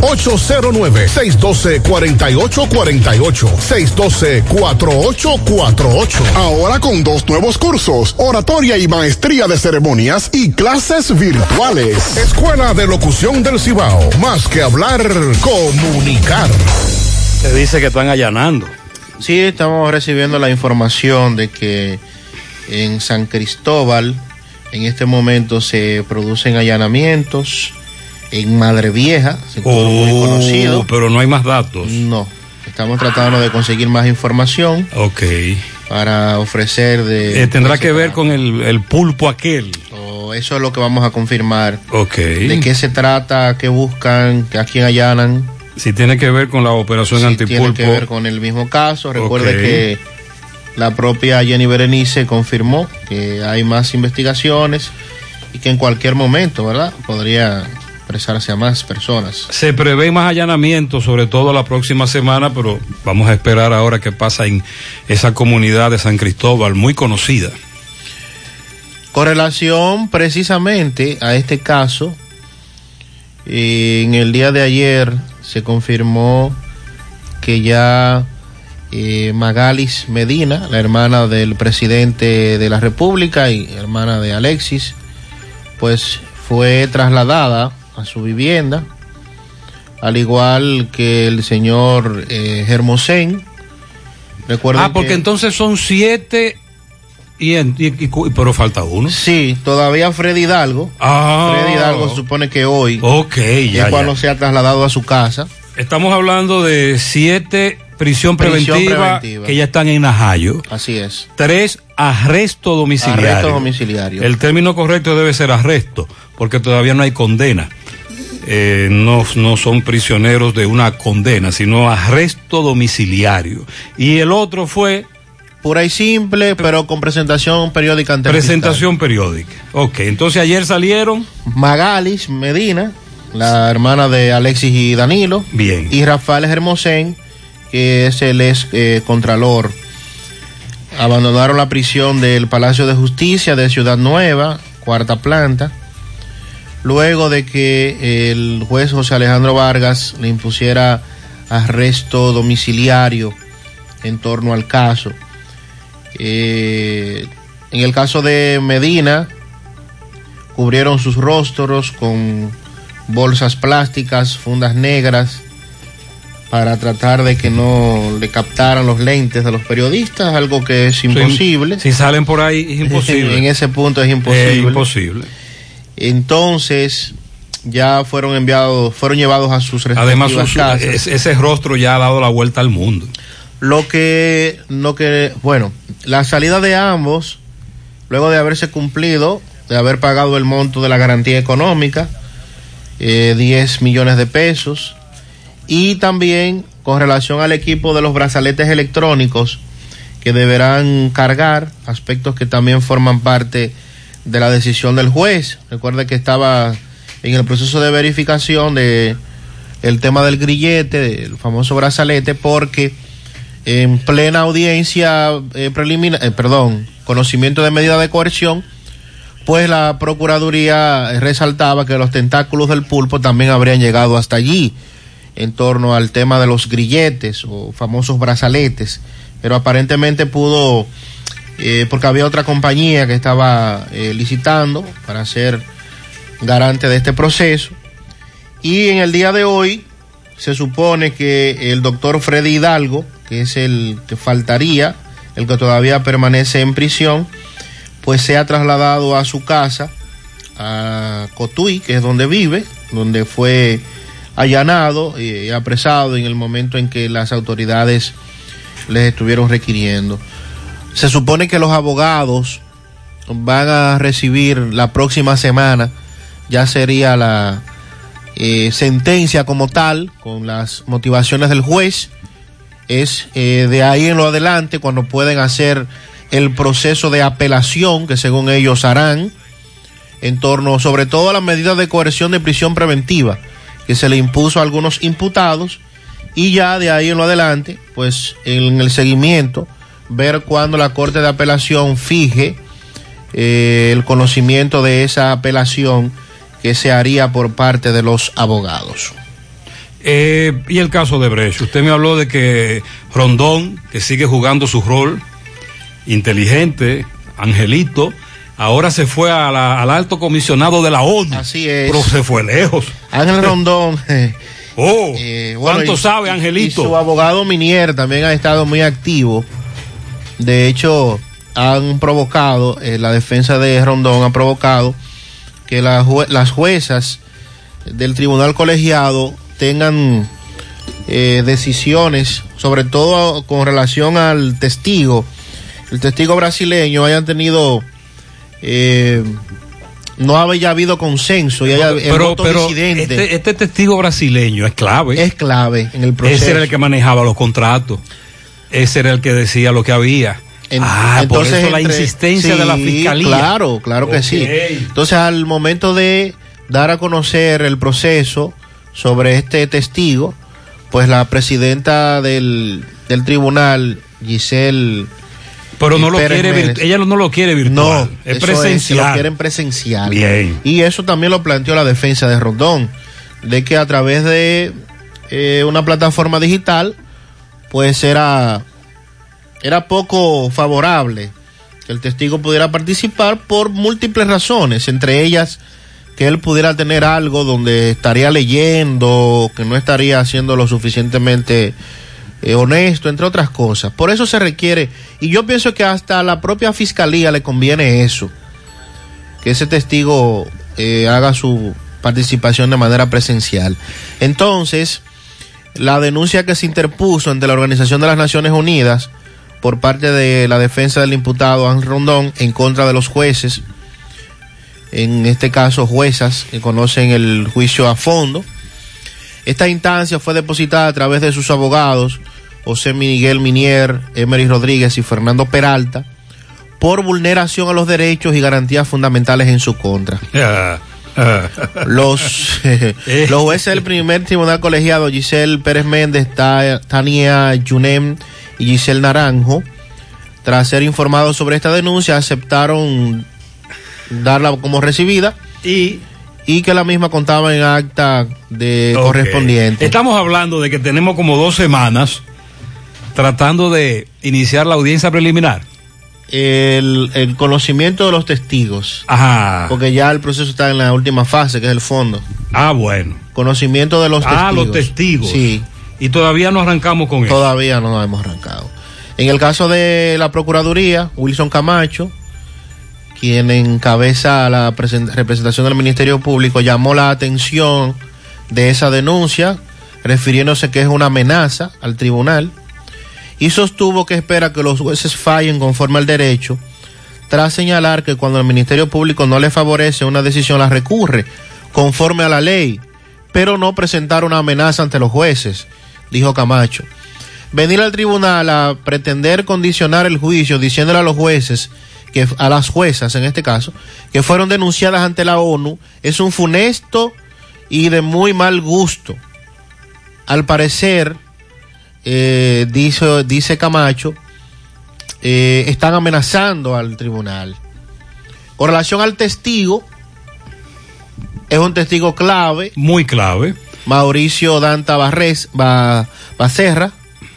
[SPEAKER 18] 809-612-4848. 612-4848. Ahora con 2 nuevos cursos, oratoria y maestría de ceremonias y clases virtuales. Escuela de Locución del Cibao. Más que hablar, comunicar.
[SPEAKER 13] Se dice que están allanando.
[SPEAKER 26] Sí, estamos recibiendo la información de que en San Cristóbal en este momento se producen allanamientos. En Madre Vieja, sector muy conocido.
[SPEAKER 13] Pero no hay más datos.
[SPEAKER 26] No. Estamos tratando de conseguir más información.
[SPEAKER 13] Ok.
[SPEAKER 26] Para ofrecer de...
[SPEAKER 13] ¿Tendrá que ver con el pulpo aquel?
[SPEAKER 26] Eso es lo que vamos a confirmar.
[SPEAKER 13] Ok.
[SPEAKER 26] ¿De qué se trata? ¿Qué buscan? ¿A quién allanan?
[SPEAKER 13] Si tiene que ver con la operación antipulpo.
[SPEAKER 26] Tiene que ver con el mismo caso. Recuerde que la propia Jenny Berenice confirmó que hay más investigaciones y que en cualquier momento, ¿verdad?, podría expresarse a más personas.
[SPEAKER 13] Se prevé más allanamientos, sobre todo la próxima semana, pero vamos a esperar ahora qué pasa en esa comunidad de San Cristóbal, muy conocida.
[SPEAKER 26] Con relación precisamente a este caso, en el día de ayer se confirmó que ya Magalis Medina, la hermana del presidente de la República y hermana de Alexis, pues fue trasladada a su vivienda, al igual que el señor Hermosén. Recuerden
[SPEAKER 13] porque entonces son 7 pero falta uno.
[SPEAKER 26] Sí, todavía Freddy Hidalgo. Freddy Hidalgo supone que hoy es cuando se ha trasladado a su casa.
[SPEAKER 13] Estamos hablando de 7 prisión preventiva que ya están en Najayo.
[SPEAKER 26] Así es.
[SPEAKER 13] 3 arresto domiciliario. El término correcto debe ser arresto, porque todavía no hay condena. No son prisioneros de una condena, sino arresto domiciliario. Y el otro fue
[SPEAKER 26] pura y simple, pero con presentación periódica ante el
[SPEAKER 13] presentación periódica. Ok, entonces ayer salieron
[SPEAKER 26] Magalis Medina, la hermana de Alexis y Danilo.
[SPEAKER 13] Bien.
[SPEAKER 26] Y Rafael Hermosén, que es el ex contralor. Abandonaron la prisión del Palacio de Justicia de Ciudad Nueva, 4ª planta, luego de que el juez José Alejandro Vargas le impusiera arresto domiciliario en torno al caso. En el caso de Medina, cubrieron sus rostros con bolsas plásticas, fundas negras, para tratar de que no le captaran los lentes de los periodistas, algo que es imposible.
[SPEAKER 13] Si salen por ahí es imposible.
[SPEAKER 26] En ese punto es imposible.
[SPEAKER 13] Imposible.
[SPEAKER 26] Entonces ya fueron llevados a sus respectivas casas.
[SPEAKER 13] Ese rostro ya ha dado la vuelta al mundo.
[SPEAKER 26] Bueno, la salida de ambos, luego de haberse cumplido, de haber pagado el monto de la garantía económica, 10 millones de pesos, y también con relación al equipo de los brazaletes electrónicos que deberán cargar, aspectos que también forman parte de la decisión del juez. Recuerde que estaba en el proceso de verificación de el tema del grillete, el famoso brazalete, porque en plena audiencia conocimiento de medida de coerción, pues la Procuraduría resaltaba que los tentáculos del pulpo también habrían llegado hasta allí, en torno al tema de los grilletes o famosos brazaletes, pero aparentemente pudo, porque había otra compañía que estaba licitando para ser garante de este proceso, y en el día de hoy se supone que el doctor Freddy Hidalgo, que es el que faltaría, el que todavía permanece en prisión, pues sea trasladado a su casa, a Cotuí, que es donde vive, donde fue allanado y apresado en el momento en que las autoridades les estuvieron requiriendo. Se supone que los abogados van a recibir la próxima semana, ya sería la sentencia como tal, con las motivaciones del juez. Es de ahí en lo adelante cuando pueden hacer el proceso de apelación que según ellos harán en torno sobre todo a las medidas de coerción de prisión preventiva que se le impuso a algunos imputados, y ya de ahí en lo adelante, pues en el seguimiento, ver cuándo la Corte de Apelación fije el conocimiento de esa apelación que se haría por parte de los abogados.
[SPEAKER 13] Y el caso de Brecht, usted me habló de que Rondón, que sigue jugando su rol inteligente, angelito, ahora se fue al alto comisionado de la ONU.
[SPEAKER 26] Así es.
[SPEAKER 13] Pero se fue lejos.
[SPEAKER 26] Ángel Rondón.
[SPEAKER 13] ¿Cuánto sabe, Angelito?
[SPEAKER 26] Y su abogado Minier también ha estado muy activo. De hecho, han provocado, la defensa de Rondón ha provocado que las juezas del tribunal colegiado tengan decisiones, sobre todo con relación al testigo. El testigo brasileño hayan tenido... no había habido consenso y haya el voto disidente.
[SPEAKER 13] Este testigo brasileño es clave.
[SPEAKER 26] Es clave en el proceso.
[SPEAKER 13] Ese era el que manejaba los contratos. Ese era el que decía lo que había. Entonces, por eso la insistencia de la fiscalía.
[SPEAKER 26] Claro que sí. Entonces, al momento de dar a conocer el proceso sobre este testigo, pues la presidenta del tribunal, Giselle...
[SPEAKER 13] Pero no lo quiere, ella no lo quiere virtual,
[SPEAKER 26] no,
[SPEAKER 13] es presencial.
[SPEAKER 26] Lo quieren presencial.
[SPEAKER 13] Bien.
[SPEAKER 26] Y eso también lo planteó la defensa de Rondón, de que a través de una plataforma digital, pues era poco favorable que el testigo pudiera participar por múltiples razones, entre ellas que él pudiera tener algo donde estaría leyendo, que no estaría haciendo lo suficientemente honesto, entre otras cosas. Por eso se requiere, y yo pienso que hasta a la propia fiscalía le conviene eso, que ese testigo haga su participación de manera presencial. Entonces, la denuncia que se interpuso ante la Organización de las Naciones Unidas por parte de la defensa del imputado Ángel Rondón en contra de los jueces, en este caso juezas que conocen el juicio a fondo. Esta instancia fue depositada a través de sus abogados, José Miguel Minier, Emery Rodríguez y Fernando Peralta, por vulneración a los derechos y garantías fundamentales en su contra. Los jueces del primer tribunal colegiado, Giselle Pérez Méndez, Tania Yunem y Giselle Naranjo, tras ser informados sobre esta denuncia, aceptaron darla como recibida y que la misma contaba en acta correspondiente.
[SPEAKER 13] Estamos hablando de que tenemos como 2 semanas tratando de iniciar la audiencia preliminar.
[SPEAKER 26] El conocimiento de los testigos.
[SPEAKER 13] Ajá.
[SPEAKER 26] Porque ya el proceso está en la última fase, que es el fondo.
[SPEAKER 13] Bueno.
[SPEAKER 26] Conocimiento de los testigos.
[SPEAKER 13] Los testigos.
[SPEAKER 26] Sí.
[SPEAKER 13] Y todavía no arrancamos con eso.
[SPEAKER 26] Todavía no hemos arrancado. En el caso de la Procuraduría, Wilson Camacho, quien encabeza la representación del Ministerio Público, llamó la atención de esa denuncia, refiriéndose que es una amenaza al tribunal, y sostuvo que espera que los jueces fallen conforme al derecho, tras señalar que cuando el Ministerio Público no le favorece una decisión, la recurre conforme a la ley, pero no presentar una amenaza ante los jueces, dijo Camacho. Venir al tribunal a pretender condicionar el juicio, diciéndole a los jueces, a las juezas en este caso, que fueron denunciadas ante la ONU, es un funesto y de muy mal gusto. Al parecer, dice Camacho, están amenazando al tribunal. Con relación al testigo, es un testigo clave.
[SPEAKER 13] Muy clave.
[SPEAKER 26] Mauricio Danta Bacerra.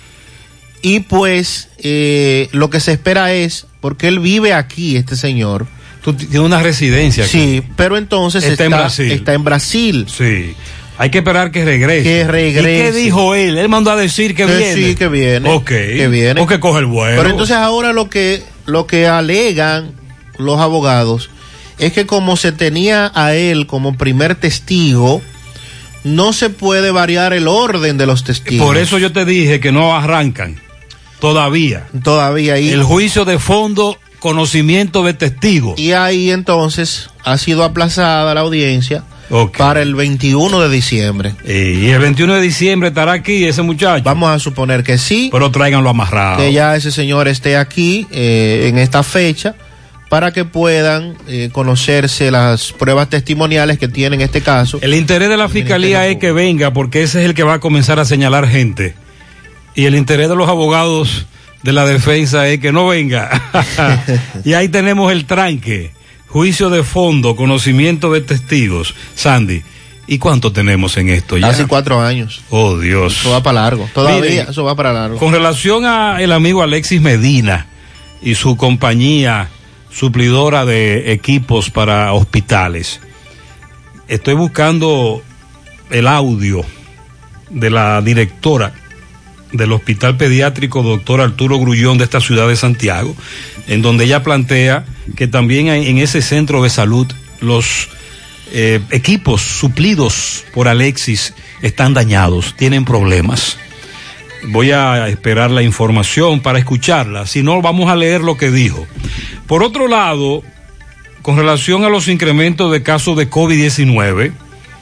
[SPEAKER 26] Y pues lo que se espera es, porque él vive aquí, este señor.
[SPEAKER 13] Tiene una residencia aquí.
[SPEAKER 26] Sí, pero entonces está en Brasil.
[SPEAKER 13] Sí. Hay que esperar que regrese.
[SPEAKER 26] ¿Y qué
[SPEAKER 13] dijo él? Él mandó a decir que viene.
[SPEAKER 26] Sí, que viene.
[SPEAKER 13] Ok.
[SPEAKER 26] Que viene.
[SPEAKER 13] O que coge el vuelo.
[SPEAKER 26] Pero entonces ahora lo que alegan los abogados es que como se tenía a él como primer testigo, no se puede variar el orden de los testigos.
[SPEAKER 13] Por eso yo te dije que no arrancan. Todavía.
[SPEAKER 26] El
[SPEAKER 13] juicio de fondo, conocimiento de testigos.
[SPEAKER 26] Y ahí entonces ha sido aplazada la audiencia para el 21 de diciembre.
[SPEAKER 13] Y el 21 de diciembre estará aquí ese muchacho.
[SPEAKER 26] Vamos a suponer que sí.
[SPEAKER 13] Pero tráiganlo amarrado.
[SPEAKER 26] Que ya ese señor esté aquí en esta fecha para que puedan conocerse las pruebas testimoniales que tiene en este caso.
[SPEAKER 13] El interés de la fiscalía es que venga, porque ese es el que va a comenzar a señalar gente. Y el interés de los abogados de la defensa es que no venga. Y ahí tenemos el tranque. Juicio de fondo, conocimiento de testigos. Sandy, ¿y cuánto tenemos en esto ya?
[SPEAKER 26] Hace 4 años.
[SPEAKER 13] Oh, Dios.
[SPEAKER 26] Eso va para largo. Todavía. Miren, eso va para largo.
[SPEAKER 13] Con relación a el amigo Alexis Medina y su compañía suplidora de equipos para hospitales, estoy buscando el audio de la directora del Hospital Pediátrico Dr. Arturo Grullón de esta ciudad de Santiago, en donde ella plantea que también en ese centro de salud los equipos suplidos por Alexis están dañados, tienen problemas. Voy a esperar la información para escucharla, si no vamos a leer lo que dijo. Por otro lado, con relación a los incrementos de casos de COVID-19,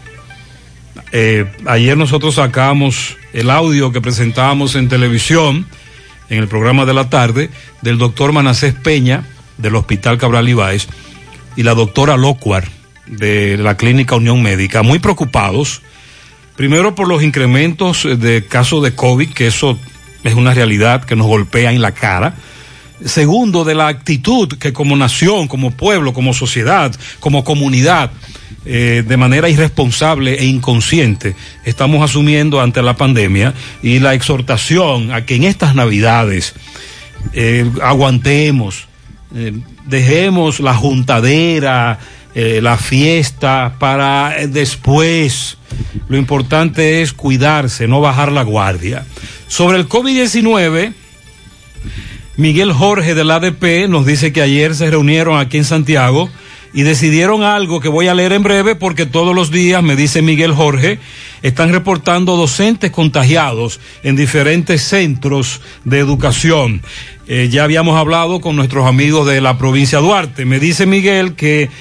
[SPEAKER 13] ayer nosotros sacamos el audio que presentábamos en televisión, en el programa de la tarde, del doctor Manasés Peña, del Hospital Cabral Ibáez, y la doctora Locuar, de la Clínica Unión Médica, muy preocupados, primero por los incrementos de casos de COVID, que eso es una realidad que nos golpea en la cara. Segundo, de la actitud que como nación, como pueblo, como sociedad, como comunidad, de manera irresponsable e inconsciente estamos asumiendo ante la pandemia, y la exhortación a que en estas Navidades aguantemos, dejemos la juntadera, la fiesta para después. Lo importante es cuidarse, no bajar la guardia. Sobre el COVID-19, Miguel Jorge del ADP nos dice que ayer se reunieron aquí en Santiago y decidieron algo que voy a leer en breve, porque todos los días, me dice Miguel Jorge, están reportando docentes contagiados en diferentes centros de educación. Ya habíamos hablado con nuestros amigos de la provincia de Duarte. Me dice Miguel que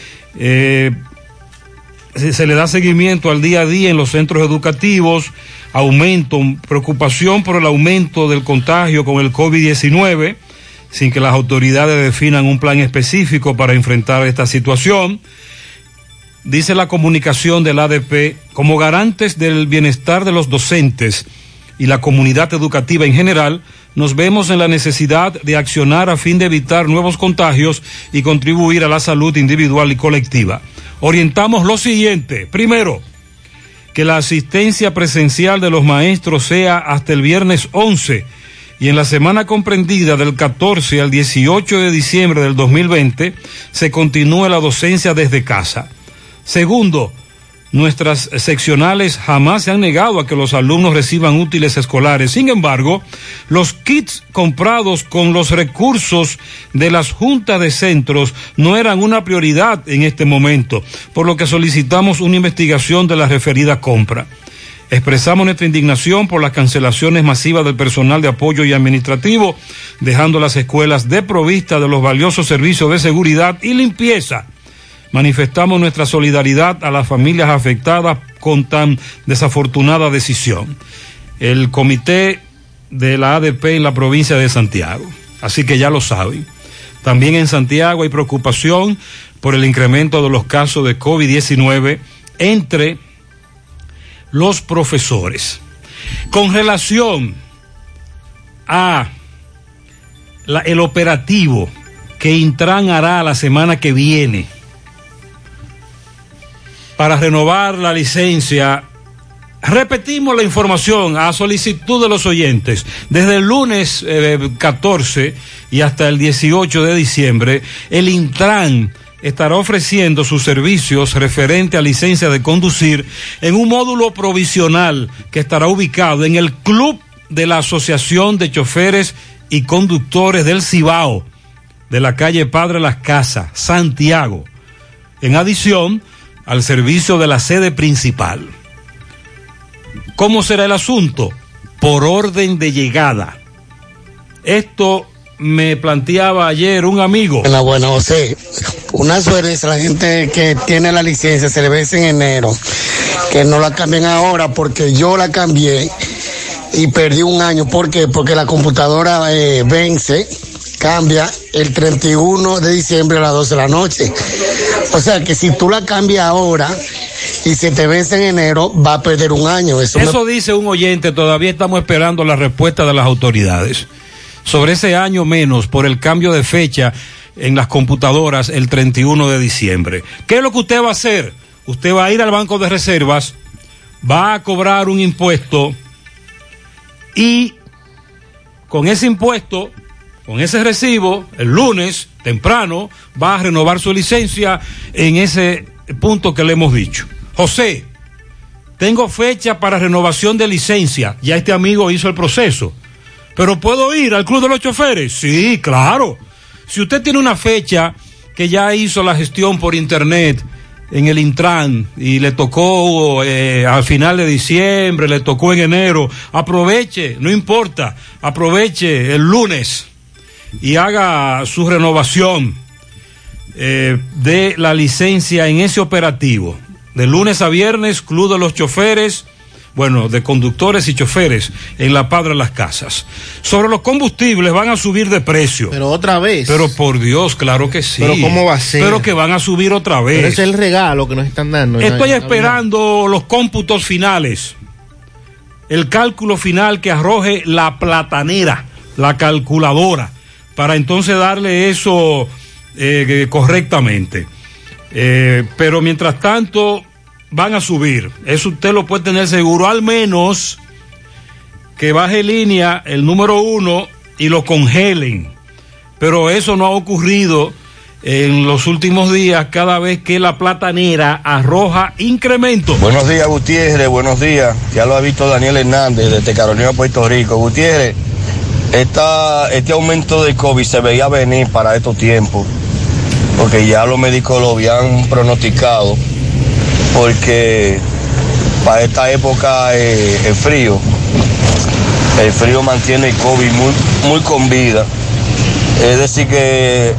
[SPEAKER 13] se le da seguimiento al día a día en los centros educativos, preocupación por el aumento del contagio con el COVID-19, sin que las autoridades definan un plan específico para enfrentar esta situación. Dice la comunicación del ADP, como garantes del bienestar de los docentes y la comunidad educativa en general, nos vemos en la necesidad de accionar a fin de evitar nuevos contagios y contribuir a la salud individual y colectiva. orientamos lo siguiente. Primero, que la asistencia presencial de los maestros sea hasta el viernes 11 y en la semana comprendida del 14 al 18 de diciembre del 2020 se continúe la docencia desde casa. Segundo, nuestras seccionales jamás se han negado a que los alumnos reciban útiles escolares. Sin embargo, los kits comprados con los recursos de las juntas de centros no eran una prioridad en este momento, por lo que solicitamos una investigación de la referida compra. Expresamos nuestra indignación por las cancelaciones masivas del personal de apoyo y administrativo, dejando las escuelas desprovistas de los valiosos servicios de seguridad y limpieza. Manifestamos nuestra solidaridad a las familias afectadas con tan desafortunada decisión. El comité de la ADP en la provincia de Santiago. Así que ya lo saben. También en Santiago hay preocupación por el incremento de los casos de COVID-19 entre los profesores. Con relación a el operativo que Intran hará la semana que viene para renovar la licencia, repetimos la información a solicitud de los oyentes. Desde el lunes 14 y hasta el 18 de diciembre, el Intran estará ofreciendo sus servicios referente a licencia de conducir en un módulo provisional que estará ubicado en el Club de la Asociación de Choferes y Conductores del Cibao, de la calle Padre Las Casas, Santiago, en adición al servicio de la sede principal. ¿Cómo será el asunto? Por orden de llegada. Esto me planteaba ayer un amigo.
[SPEAKER 5] Bueno, José, una suerte a la gente que tiene la licencia, se le vence en enero, que no la cambien ahora, porque yo la cambié y perdí un año. ¿Por qué? Porque la computadora cambia el 31 de diciembre a las 12 de la noche. O sea que si tú la cambias ahora y se te vence en enero, va a perder un año.
[SPEAKER 13] Eso dice un oyente, todavía estamos esperando la respuesta de las autoridades sobre ese año menos por el cambio de fecha en las computadoras el 31 de diciembre. ¿Qué es lo que usted va a hacer? Usted va a ir al banco de reservas, va a cobrar un impuesto y con ese impuesto, con ese recibo, el lunes temprano va a renovar su licencia en ese punto que le hemos dicho. José, tengo fecha para renovación de licencia. Ya este amigo hizo el proceso. ¿Pero puedo ir al Club de los Choferes? Sí, claro. Si usted tiene una fecha que ya hizo la gestión por internet en el Intran y le tocó al final de diciembre, le tocó en enero, aproveche, no importa, aproveche el lunes y haga su renovación de la licencia en ese operativo. De lunes a viernes, Club de los Choferes, bueno, de conductores y choferes en la Padre Las Casas. Sobre los combustibles van a subir de precio.
[SPEAKER 26] Pero otra vez.
[SPEAKER 13] Pero por Dios, claro que sí.
[SPEAKER 26] Pero ¿cómo va a ser?
[SPEAKER 13] Pero que van a subir otra vez.
[SPEAKER 26] Pero ese es el regalo que nos están dando.
[SPEAKER 13] Estoy esperando los cómputos finales. El cálculo final que arroje la platanera, la calculadora, para entonces darle eso correctamente. Pero mientras tanto van a subir, eso usted lo puede tener seguro, al menos que baje línea el número 1 y lo congelen, pero eso no ha ocurrido en los últimos días cada vez que la platanera arroja incremento.
[SPEAKER 3] Buenos días, Gutiérrez, buenos días, ya lo ha visto Daniel Hernández desde Carolina, Puerto Rico. Gutiérrez, este aumento de COVID se veía venir para estos tiempos, porque ya los médicos lo habían pronosticado, porque para esta época el frío mantiene el COVID muy con vida. Es decir que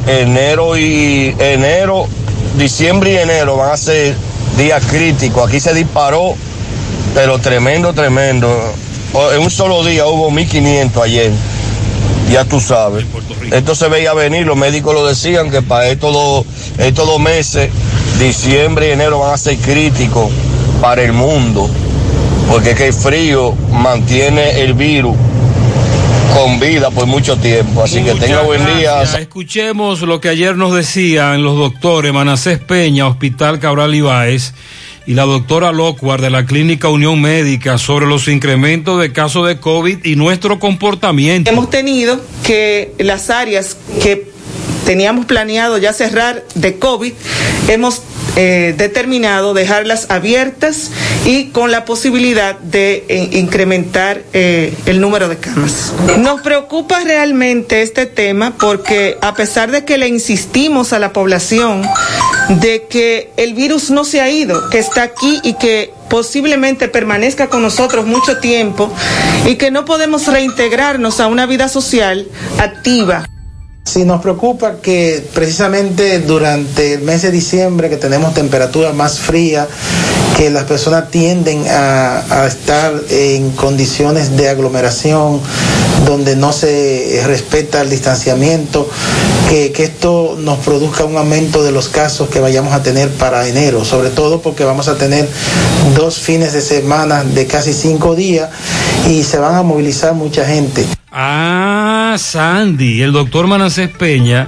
[SPEAKER 3] diciembre y enero van a ser días críticos. Aquí se disparó, pero tremendo. En un solo día hubo 1.500 ayer. Ya tú sabes. Esto se veía venir, los médicos lo decían, que para estos dos meses, diciembre y enero, van a ser críticos para el mundo, porque es que el frío mantiene el virus con vida por mucho tiempo. Así que tenga buen día.
[SPEAKER 13] Escuchemos lo que ayer nos decían los doctores Manasés Peña, Hospital Cabral Ibáez, y la doctora Locuar de la Clínica Unión Médica sobre los incrementos de casos de COVID y nuestro comportamiento.
[SPEAKER 4] Hemos tenido que las áreas que teníamos planeado ya cerrar de COVID, hemos determinado dejarlas abiertas y con la posibilidad de incrementar el número de camas. Nos preocupa realmente este tema porque a pesar de que le insistimos a la población de que el virus no se ha ido, que está aquí y que posiblemente permanezca con nosotros mucho tiempo y que no podemos reintegrarnos a una vida social activa.
[SPEAKER 7] Sí, nos preocupa que precisamente durante el mes de diciembre, que tenemos temperaturas más frías, que las personas tienden a estar en condiciones de aglomeración, donde no se respeta el distanciamiento, que esto nos produzca un aumento de los casos que vayamos a tener para enero, sobre todo porque vamos a tener 2 fines de semana de casi 5 días y se van a movilizar mucha gente.
[SPEAKER 13] Ah, Sandy, el doctor Manasés Peña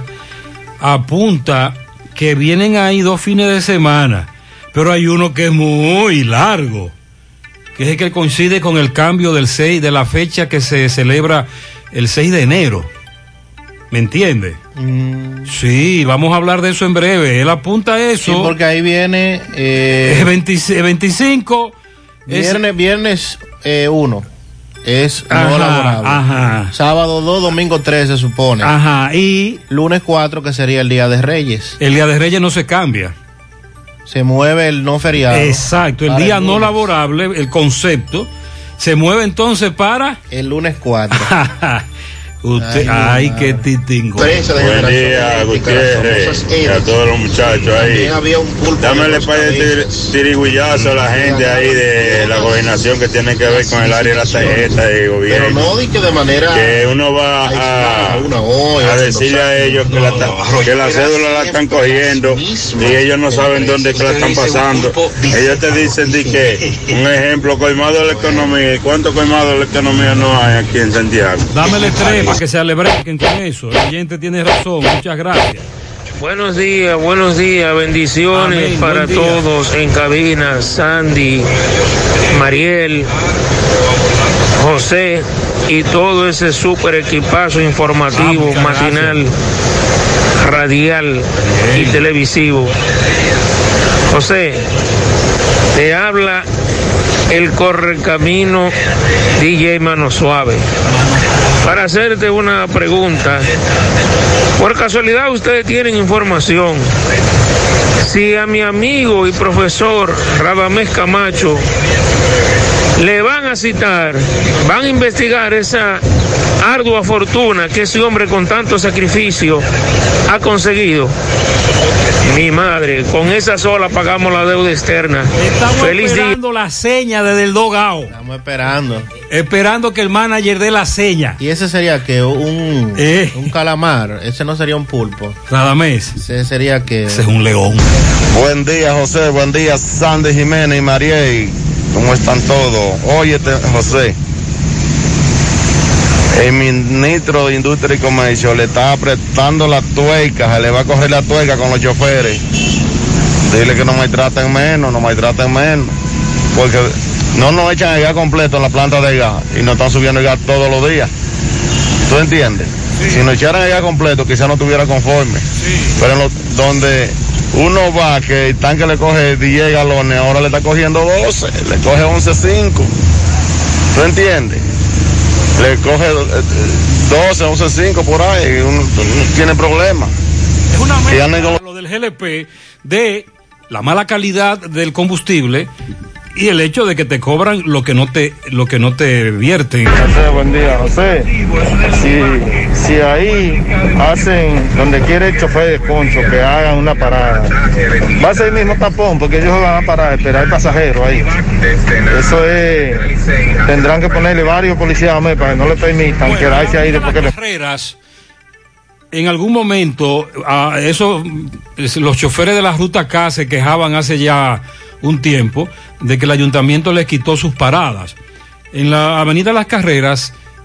[SPEAKER 13] apunta que vienen ahí 2 fines de semana, pero hay uno que es muy largo, que es el que coincide con el cambio del 6, de la fecha que se celebra el 6 de enero. ¿Me entiende? Sí, vamos a hablar de eso en breve. Él apunta eso.
[SPEAKER 26] Sí, porque ahí viene...
[SPEAKER 13] es 25...
[SPEAKER 26] Viernes 1. Es no laborable.
[SPEAKER 13] Ajá.
[SPEAKER 26] Sábado 2, domingo 3 se supone.
[SPEAKER 13] Ajá. Y
[SPEAKER 26] lunes 4, que sería el Día de Reyes.
[SPEAKER 13] El Día de Reyes no se cambia.
[SPEAKER 26] Se mueve el no feriado.
[SPEAKER 13] Exacto, el día no laborable, el concepto, se mueve entonces para...
[SPEAKER 26] el lunes 4.
[SPEAKER 13] Usted, ay, qué titingo.
[SPEAKER 14] Buen día, Gutiérrez, y a todos los muchachos ahí. Dámele para el tirigüillazo a la gente ahí de la gobernación que tiene que ver con el área de la tarjeta de gobierno. Pero no di que de manera... Que uno va a decirle a ellos que la cédula la están cogiendo y ellos no saben dónde que la están pasando. Ellos te dicen de que, un ejemplo, colmado de la economía. ¿Cuántos colmados de la economía no hay aquí en Santiago?
[SPEAKER 13] Dámele 3 para que se alebrequen con eso. El oyente tiene razón, muchas gracias.
[SPEAKER 19] Buenos días, bendiciones. Amén, para todos en cabina, Sandy, Mariel, José y todo ese super equipazo informativo, matinal, radial y televisivo. José, te habla el correcamino DJ Mano Suave. Para hacerte una pregunta, por casualidad ustedes tienen información si a mi amigo y profesor Radamés Camacho le van a citar, van a investigar esa ardua fortuna que ese hombre con tanto sacrificio ha conseguido. Mi madre, con esa sola pagamos la deuda externa.
[SPEAKER 13] Estamos esperando la seña desde el dogao.
[SPEAKER 26] Estamos esperando.
[SPEAKER 13] Esperando que el manager dé la seña.
[SPEAKER 26] ¿Y ese sería que un calamar? Ese no sería un pulpo.
[SPEAKER 13] Nada más.
[SPEAKER 26] Ese sería que...
[SPEAKER 13] Ese es un león.
[SPEAKER 3] Buen día, José. Buen día, Sandy Jiménez y Mariel. ¿Cómo están todos? Óyete, José. El ministro de Industria y Comercio le está apretando la tuerca, se le va a coger la tuerca con los choferes. Dile que no maltraten menos, porque no nos echan el gas completo en la planta de gas y nos están subiendo el gas todos los días. ¿Tú entiendes? Sí. Si nos echaran el gas completo quizás no estuviera conforme. Sí. Pero donde uno va, que el tanque le coge 10 galones, ahora le está cogiendo 12, le coge 11.5. ¿Tú entiendes? Le coge 12, 11.5 por ahí, uno tiene problemas.
[SPEAKER 13] Es una mezcla lo del GLP de la mala calidad del combustible y el hecho de que te cobran lo que no te vierten.
[SPEAKER 7] José, buen día, José. Si ahí hacen donde quiere el chofer de Concho que hagan una parada, va a ser el mismo tapón porque ellos van a parar a esperar pasajeros ahí. Eso es, tendrán que ponerle varios policías para que no le permitan quedarse ahí después que
[SPEAKER 13] carreras. En algún momento, los choferes de la ruta K se quejaban hace ya un tiempo de que el ayuntamiento les quitó sus paradas. En la avenida Las Carreras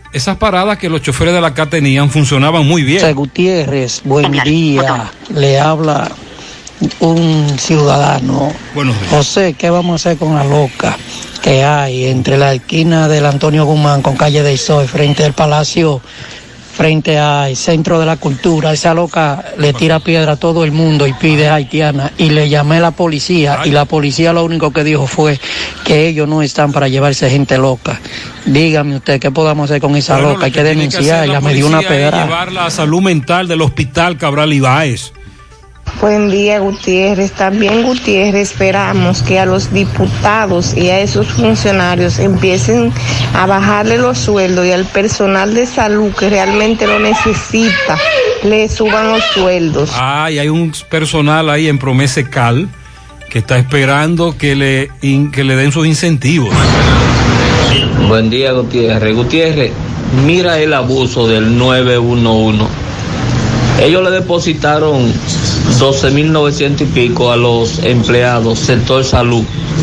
[SPEAKER 13] esas paradas que los choferes de la CAT tenían funcionaban muy bien.
[SPEAKER 8] José Gutiérrez, buen día. Le habla un ciudadano.
[SPEAKER 13] Buenos días.
[SPEAKER 8] José, ¿qué vamos a hacer con la loca que hay entre la esquina del Antonio Guzmán con calle de Isoy, frente al Palacio, frente al Centro de la Cultura? Esa loca le tira piedra a todo el mundo y pide haitiana, y le llamé a la policía y la policía lo único que dijo fue que ellos no están para llevarse gente loca. Dígame usted, ¿qué podamos hacer con esa loca? Hay que denunciarla, me dio una pedrada.
[SPEAKER 13] Llevarla a salud mental del Hospital Cabral Ibáez.
[SPEAKER 9] Buen día, Gutiérrez. También, Gutiérrez, esperamos que a los diputados y a esos funcionarios empiecen a bajarle los sueldos, y al personal de salud que realmente lo necesita, le suban los sueldos.
[SPEAKER 13] Y hay un personal ahí en Promesecal que está esperando que le den sus incentivos.
[SPEAKER 10] Buen día, Gutiérrez. Gutiérrez, mira el abuso del 911. Ellos le depositaron 12.900 y pico a los empleados, sector salud.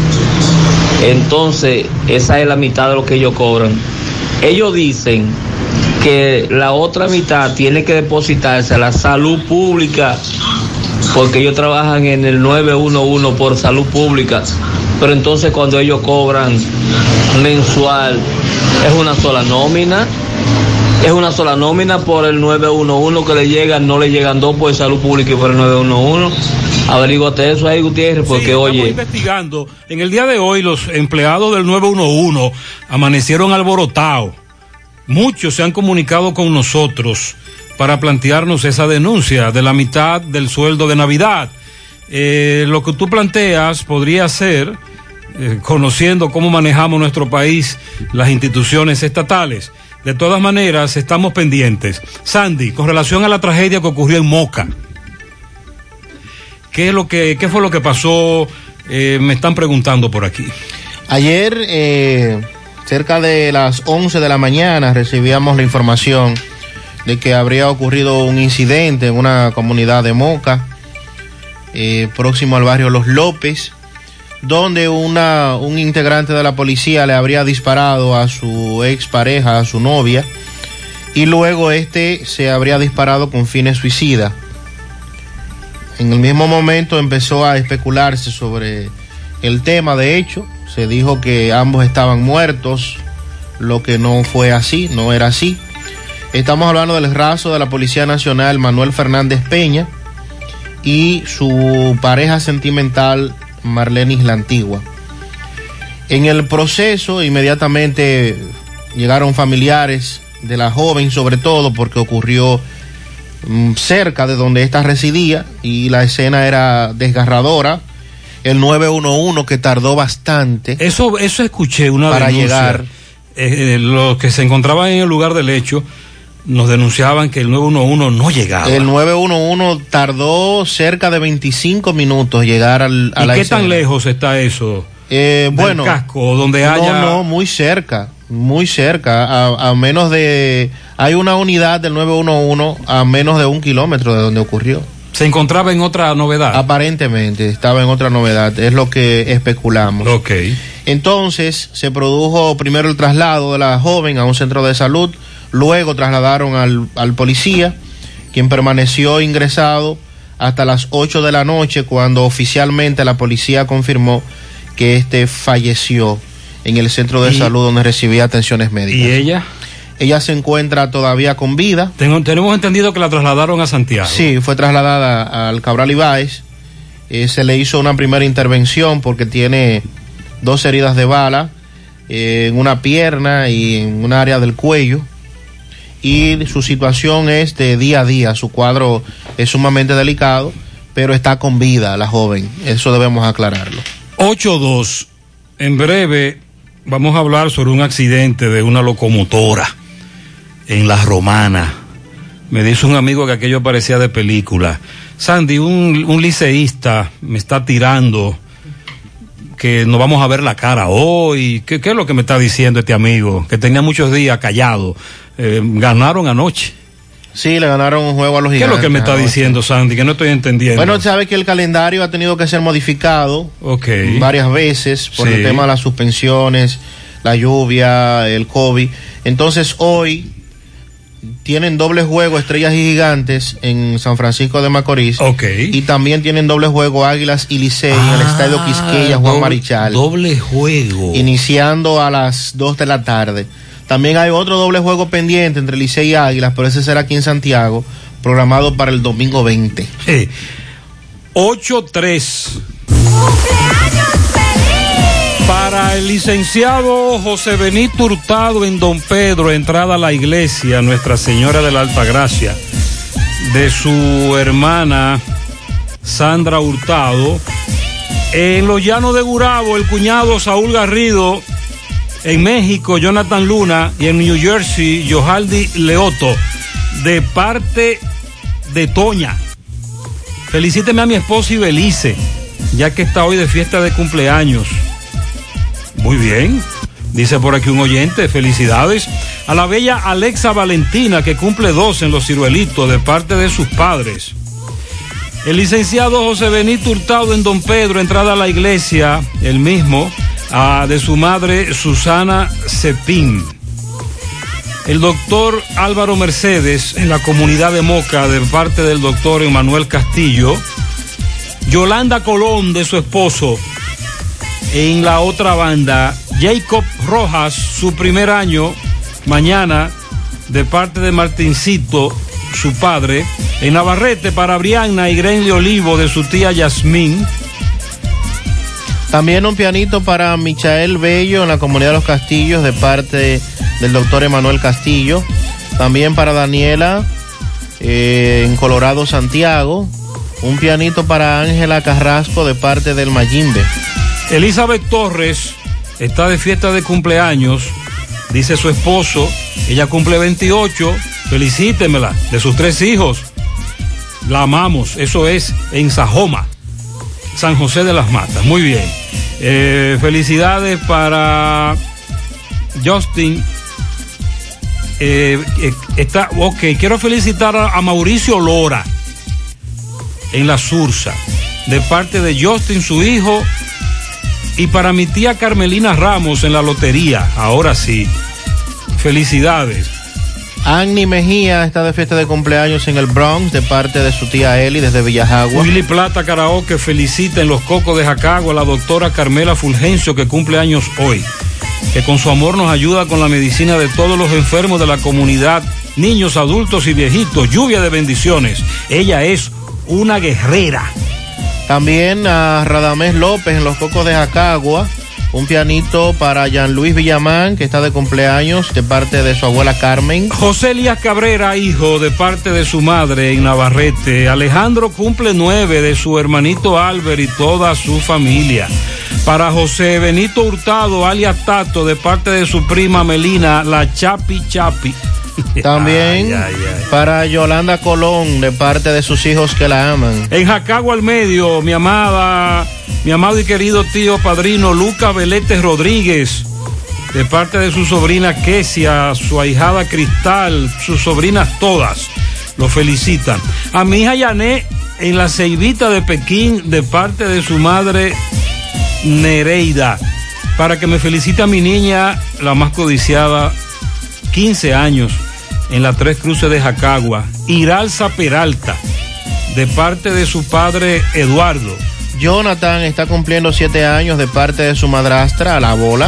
[SPEAKER 10] Entonces, esa es la mitad de lo que ellos cobran. Ellos dicen que la otra mitad tiene que depositarse a la salud pública, porque ellos trabajan en el 911 por salud pública. Pero entonces cuando ellos cobran mensual, es una sola nómina. Es una sola nómina por el 911 que le llegan, no le llegan dos por salud pública y por el 911. Averíguate eso ahí, Gutiérrez, porque
[SPEAKER 13] estamos
[SPEAKER 10] oye...
[SPEAKER 13] investigando. En el día de hoy, los empleados del 911 amanecieron alborotados. Muchos se han comunicado con nosotros para plantearnos esa denuncia de la mitad del sueldo de Navidad. Lo que tú planteas podría ser, conociendo cómo manejamos nuestro país, las instituciones estatales. De todas maneras, estamos pendientes. Sandy, con relación a la tragedia que ocurrió en Moca, ¿qué fue lo que pasó? Me están preguntando por aquí.
[SPEAKER 26] Ayer, cerca de las 11 de la mañana, recibíamos la información de que habría ocurrido un incidente en una comunidad de Moca, próximo al barrio Los López, donde un integrante de la policía le habría disparado a su expareja, a su novia, y luego se habría disparado con fines suicidas. En el mismo momento empezó a especularse sobre el tema. De hecho, se dijo que ambos estaban muertos, lo que no fue así, no era así. Estamos hablando del raso de la Policía Nacional, Manuel Fernández Peña, y su pareja sentimental, Marlenis La Antigua. En el proceso, inmediatamente llegaron familiares de la joven, sobre todo porque ocurrió cerca de donde ésta residía y la escena era desgarradora. El 911 que tardó bastante.
[SPEAKER 13] Eso escuché una
[SPEAKER 26] para
[SPEAKER 13] denuncia.
[SPEAKER 26] Llegar.
[SPEAKER 13] Los que se encontraban en el lugar del hecho nos denunciaban que el 911 no llegaba.
[SPEAKER 26] El 911 tardó cerca de 25 minutos llegar a la escena.
[SPEAKER 13] ¿Y qué tan lejos está eso?
[SPEAKER 26] Bueno,
[SPEAKER 13] del casco, donde haya...
[SPEAKER 26] No, muy cerca, a menos de... Hay una unidad del 911 a menos de 1 kilómetro de donde ocurrió.
[SPEAKER 13] ¿Se encontraba en otra novedad?
[SPEAKER 26] Aparentemente estaba en otra novedad, es lo que especulamos.
[SPEAKER 13] Ok.
[SPEAKER 26] Entonces se produjo primero el traslado de la joven a un centro de salud. Luego trasladaron al policía, quien permaneció ingresado hasta las 8 de la noche, cuando oficialmente la policía confirmó que falleció en el centro de salud donde recibía atenciones médicas.
[SPEAKER 13] ¿Y ella?
[SPEAKER 26] Ella se encuentra todavía con vida.
[SPEAKER 13] Tenemos entendido que la trasladaron a Santiago.
[SPEAKER 26] Sí, fue trasladada al Cabral Ibáez. Se le hizo una primera intervención porque tiene 2 heridas de bala en una pierna y en un área del cuello. Y su situación es de día a día, su cuadro es sumamente delicado, pero está con vida la joven, eso debemos aclararlo.
[SPEAKER 13] 8-2, en breve vamos a hablar sobre un accidente de una locomotora en La Romana. Me dice un amigo que aquello parecía de película. Sandy, un liceísta me está tirando que nos vamos a ver la cara hoy. ¿Qué es lo que me está diciendo este amigo? Que tenía muchos días callado. Ganaron anoche.
[SPEAKER 26] Sí, le ganaron un juego a los
[SPEAKER 13] ¿Qué
[SPEAKER 26] Gigantes.
[SPEAKER 13] es lo que me está diciendo Sandy? Que no estoy entendiendo.
[SPEAKER 26] Bueno, sabe que el calendario ha tenido que ser modificado varias veces por el tema de las suspensiones, la lluvia, el COVID. Entonces hoy tienen doble juego Estrellas y Gigantes en San Francisco de Macorís. Y también tienen doble juego Águilas y Licey en el Estadio Quisqueya Juan Marichal.
[SPEAKER 13] Doble juego.
[SPEAKER 26] Iniciando a las 2 de la tarde. También hay otro doble juego pendiente entre Licey y Águilas, pero ese será aquí en Santiago, programado para el domingo 20.
[SPEAKER 13] 8-3. Para el licenciado José Benito Hurtado en Don Pedro, entrada a la iglesia Nuestra Señora de la Altagracia, de su hermana Sandra Hurtado. En los Llanos de Gurabo, el cuñado Saúl Garrido. En México, Jonathan Luna. Y en New Jersey, Yohaldi Leoto, de parte de Toña. Felicíteme a mi esposa Ibelice, ya que está hoy de fiesta de cumpleaños. Muy bien, dice por aquí un oyente, felicidades. A la bella Alexa Valentina, que cumple 2 en Los Ciruelitos, de parte de sus padres. El licenciado José Benito Hurtado en Don Pedro, entrada a la iglesia, el mismo, de su madre Susana Cepín. El doctor Álvaro Mercedes en la comunidad de Moca, de parte del doctor Emanuel Castillo. Yolanda Colón, de su esposo. En la otra banda, Jacob Rojas, su primer año, mañana, de parte de Martincito, su padre. En Navarrete, para Brianna y Grenly Olivo, de su tía Yasmín.
[SPEAKER 26] También un pianito para Michael Bello en la comunidad de Los Castillos, de parte del doctor Emanuel Castillo. También para Daniela en Colorado, Santiago. Un pianito para Ángela Carrasco, de parte del Mayimbe.
[SPEAKER 13] Elizabeth Torres está de fiesta de cumpleaños, dice su esposo. Ella cumple 28, felicítemela, de sus 3 hijos. La amamos, eso es en Sajoma, San José de las Matas. Muy bien. Felicidades para Justin. Quiero felicitar a Mauricio Lora en La Sursa, de parte de Justin, su hijo, y para mi tía Carmelina Ramos en la lotería. Ahora sí, felicidades.
[SPEAKER 26] Annie Mejía está de fiesta de cumpleaños en el Bronx, de parte de su tía Eli, desde Villajagua.
[SPEAKER 13] Willy Plata Karaoke felicita en Los Cocos de Jacagua a la doctora Carmela Fulgencio, que cumple años hoy, que con su amor nos ayuda con la medicina de todos los enfermos de la comunidad, niños, adultos y viejitos. Lluvia de bendiciones. Ella es una guerrera.
[SPEAKER 26] También a Radamés López en Los Cocos de Jacagua. Un pianito para Jean Luis Villamán, que está de cumpleaños, de parte de su abuela Carmen.
[SPEAKER 13] José Elías Cabrera, hijo, de parte de su madre en Navarrete. Alejandro cumple 9, de su hermanito Albert y toda su familia. Para José Benito Hurtado, alias Tato, de parte de su prima Melina, la Chapi Chapi.
[SPEAKER 26] También para Yolanda Colón, de parte de sus hijos que la aman.
[SPEAKER 13] En Jacagua al Medio, mi amado y querido tío padrino Luca Veletes Rodríguez, de parte de su sobrina Kesia, su ahijada Cristal, sus sobrinas todas, lo felicitan. A mi hija Yané en la Ceibita de Pekín, de parte de su madre Nereida, para que me felicite a mi niña, la más codiciada, 15 años, en la Tres Cruces de Jacagua. Iralza Peralta, de parte de su padre Eduardo.
[SPEAKER 26] Jonathan está cumpliendo 7 años, de parte de su madrastra, a la bola.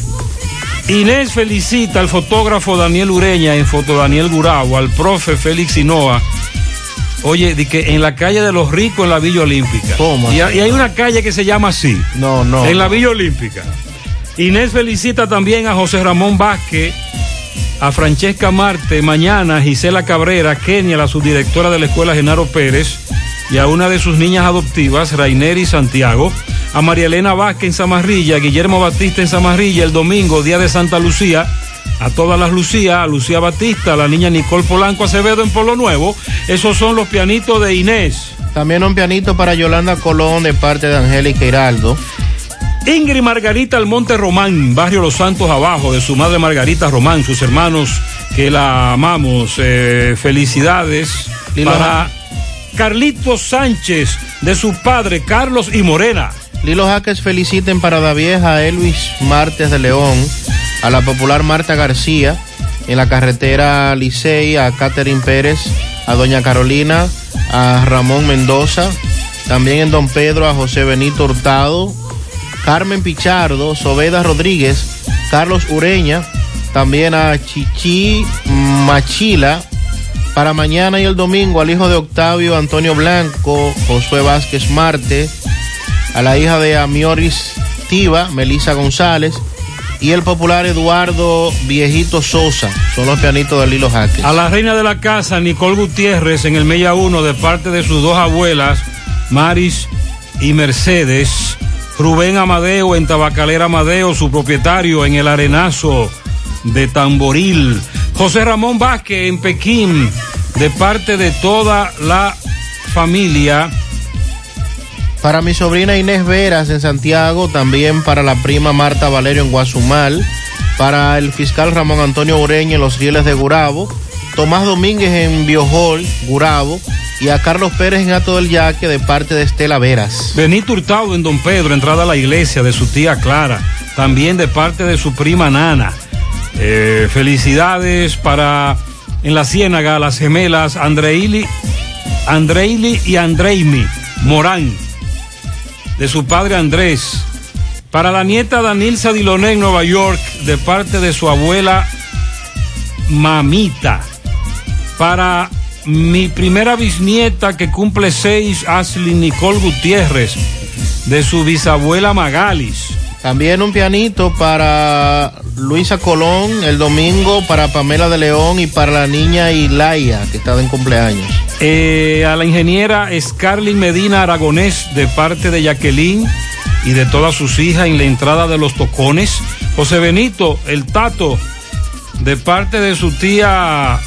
[SPEAKER 13] Inés felicita al fotógrafo Daniel Ureña en Foto Daniel Gurabo, al profe Félix Hinoa. Oye, de que en la calle de los ricos, en la Villa Olímpica.
[SPEAKER 26] ¿Cómo?
[SPEAKER 13] Y hay una calle que se llama así.
[SPEAKER 26] No.
[SPEAKER 13] En la Villa Olímpica. Inés felicita también a José Ramón Vázquez, a Francesca Marte, mañana Gisela Cabrera, Kenia, la subdirectora de la escuela Genaro Pérez, y a una de sus niñas adoptivas, Raineri Santiago, a María Elena Vázquez en Zamarrilla, a Guillermo Batista en Zamarrilla, el domingo, día de Santa Lucía, a todas las Lucía, a Lucía Batista, a la niña Nicole Polanco Acevedo en Polo Nuevo. Esos son los pianitos de Inés.
[SPEAKER 26] También un pianito para Yolanda Colón, de parte de Angélica Hiraldo.
[SPEAKER 13] Ingrid Margarita Almonte Román, barrio Los Santos Abajo, de su madre Margarita Román, sus hermanos que la amamos. Felicidades para Carlitos Sánchez, de su padre Carlos y Morena.
[SPEAKER 26] Lilo Jaques feliciten para la vieja Elvis Martes de León, a la popular Marta García, en la carretera Licey, a Catherine Pérez, a doña Carolina, a Ramón Mendoza, también en Don Pedro a José Benito Hurtado, Carmen Pichardo, Soveda Rodríguez, Carlos Ureña, también a Chichi Machila. Para mañana y el domingo al hijo de Octavio, Antonio Blanco, Josué Vázquez Marte, a la hija de Amioris Tiva, Melisa González, y el popular Eduardo Viejito Sosa. Son los pianitos de Lilo Jaques.
[SPEAKER 13] A la reina de la casa, Nicole Gutiérrez, en el Mella 1, de parte de sus dos abuelas, Maris y Mercedes. Rubén Amadeo en Tabacalera Amadeo, su propietario en el Arenazo de Tamboril. José Ramón Vázquez en Pekín, de parte de toda la familia.
[SPEAKER 26] Para mi sobrina Inés Veras en Santiago, también para la prima Marta Valerio en Guazumal, para el fiscal Ramón Antonio Ureña en Los Rieles de Gurabo, Tomás Domínguez en Biojol, Gurabo, y a Carlos Pérez en Hato del Yaque, de parte de Estela Veras.
[SPEAKER 13] Benito Hurtado en Don Pedro, entrada a la iglesia de su tía Clara, también de parte de su prima Nana. Felicidades para en la Ciénaga, las gemelas Andreili y Andreimi Morán, de su padre Andrés. Para la nieta Danilza Diloné en Nueva York, de parte de su abuela Mamita. Para mi primera bisnieta que cumple 6, Ashley Nicole Gutiérrez, de su bisabuela Magalis.
[SPEAKER 26] También un pianito para Luisa Colón el domingo, para Pamela de León y para la niña Ilaya, que está en cumpleaños.
[SPEAKER 13] A la ingeniera Scarlett Medina Aragonés, de parte de Jacqueline y de todas sus hijas, en la entrada de Los Tocones. José Benito, el Tato, de parte de su tía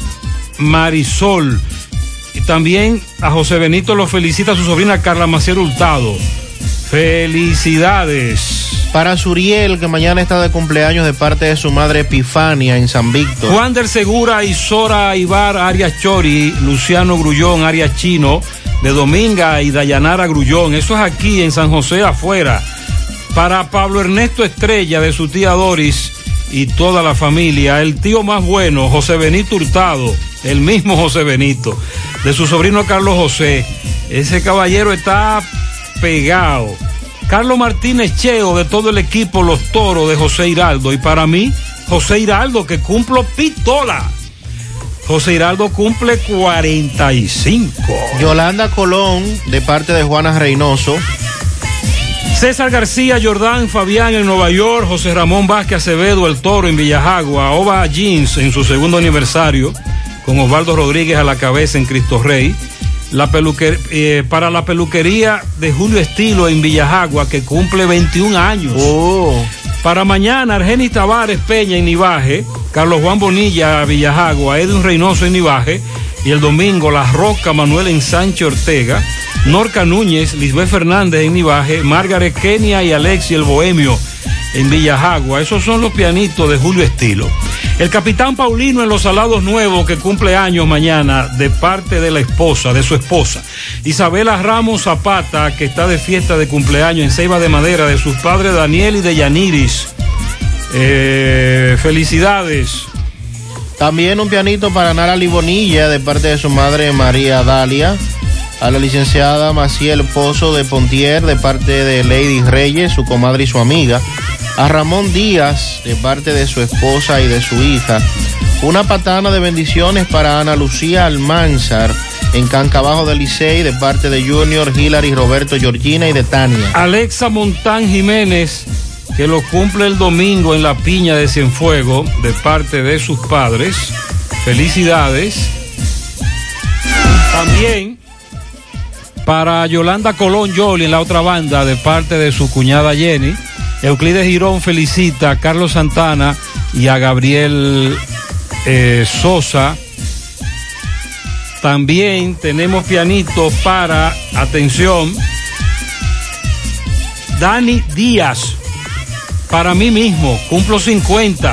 [SPEAKER 13] Marisol. Y también a José Benito lo felicita su sobrina Carla Maciel Hurtado. Felicidades.
[SPEAKER 26] Para Suriel, que mañana está de cumpleaños, de parte de su madre Epifania en San Víctor.
[SPEAKER 13] Juan del Segura y Sora Ibar, Arias Chori, Luciano Grullón, Arias Chino, de Dominga y Dayanara Grullón. Eso es aquí en San José afuera. Para Pablo Ernesto Estrella, de su tía Doris y toda la familia. El tío más bueno, José Benito Hurtado, el mismo José Benito, de su sobrino Carlos José. Ese caballero está pegado. Carlos Martínez Cheo, de todo el equipo Los Toros, de José Hiraldo. Y para mí, José Hiraldo, que cumplo pistola. José Hiraldo cumple 45.
[SPEAKER 26] Yolanda Colón, de parte de Juana Reynoso.
[SPEAKER 13] César García Jordán Fabián en Nueva York. José Ramón Vázquez Acevedo, el Toro, en Villajagua. Ova Jeans en su segundo aniversario, con Osvaldo Rodríguez a la cabeza en Cristo Rey. Para la peluquería de Julio Estilo en Villajagua, que cumple 21 años. Para mañana, Argenis Tavares Peña en Nivaje, Carlos Juan Bonilla Villajagua, Edwin Reynoso en Nivaje, y el domingo La Roca Manuel en Sánchez Ortega, Norca Núñez, Lisbeth Fernández en Nivaje, Margaret Kenia y Alexi el Bohemio en Villajagua. Esos son los pianitos de Julio Estilo. El capitán Paulino en Los Salados Nuevos, que cumple años mañana, de parte de la esposa, de su esposa. Isabela Ramos Zapata, que está de fiesta de cumpleaños en Ceiba de Madera, de sus padres Daniel y de Yaniris. Felicidades.
[SPEAKER 26] También un pianito para Nara Libonilla, de parte de su madre María Dalia. A la licenciada Maciel Pozo de Pontier, de parte de Lady Reyes, su comadre y su amiga. A Ramón Díaz, de parte de su esposa y de su hija. Una patana de bendiciones para Ana Lucía Almanzar, en Cancabajo del Licey, de parte de Junior, Hilary, Roberto, Georgina y de Tania.
[SPEAKER 13] Alexa Montán Jiménez, que lo cumple el domingo en la Piña de Cienfuego, de parte de sus padres. Felicidades. También para Yolanda Colón Yoli en la otra banda, de parte de su cuñada Jenny. Euclides Girón felicita a Carlos Santana y a Gabriel Sosa. También tenemos pianito para, atención, Dani Díaz. Para mí mismo, cumplo 50.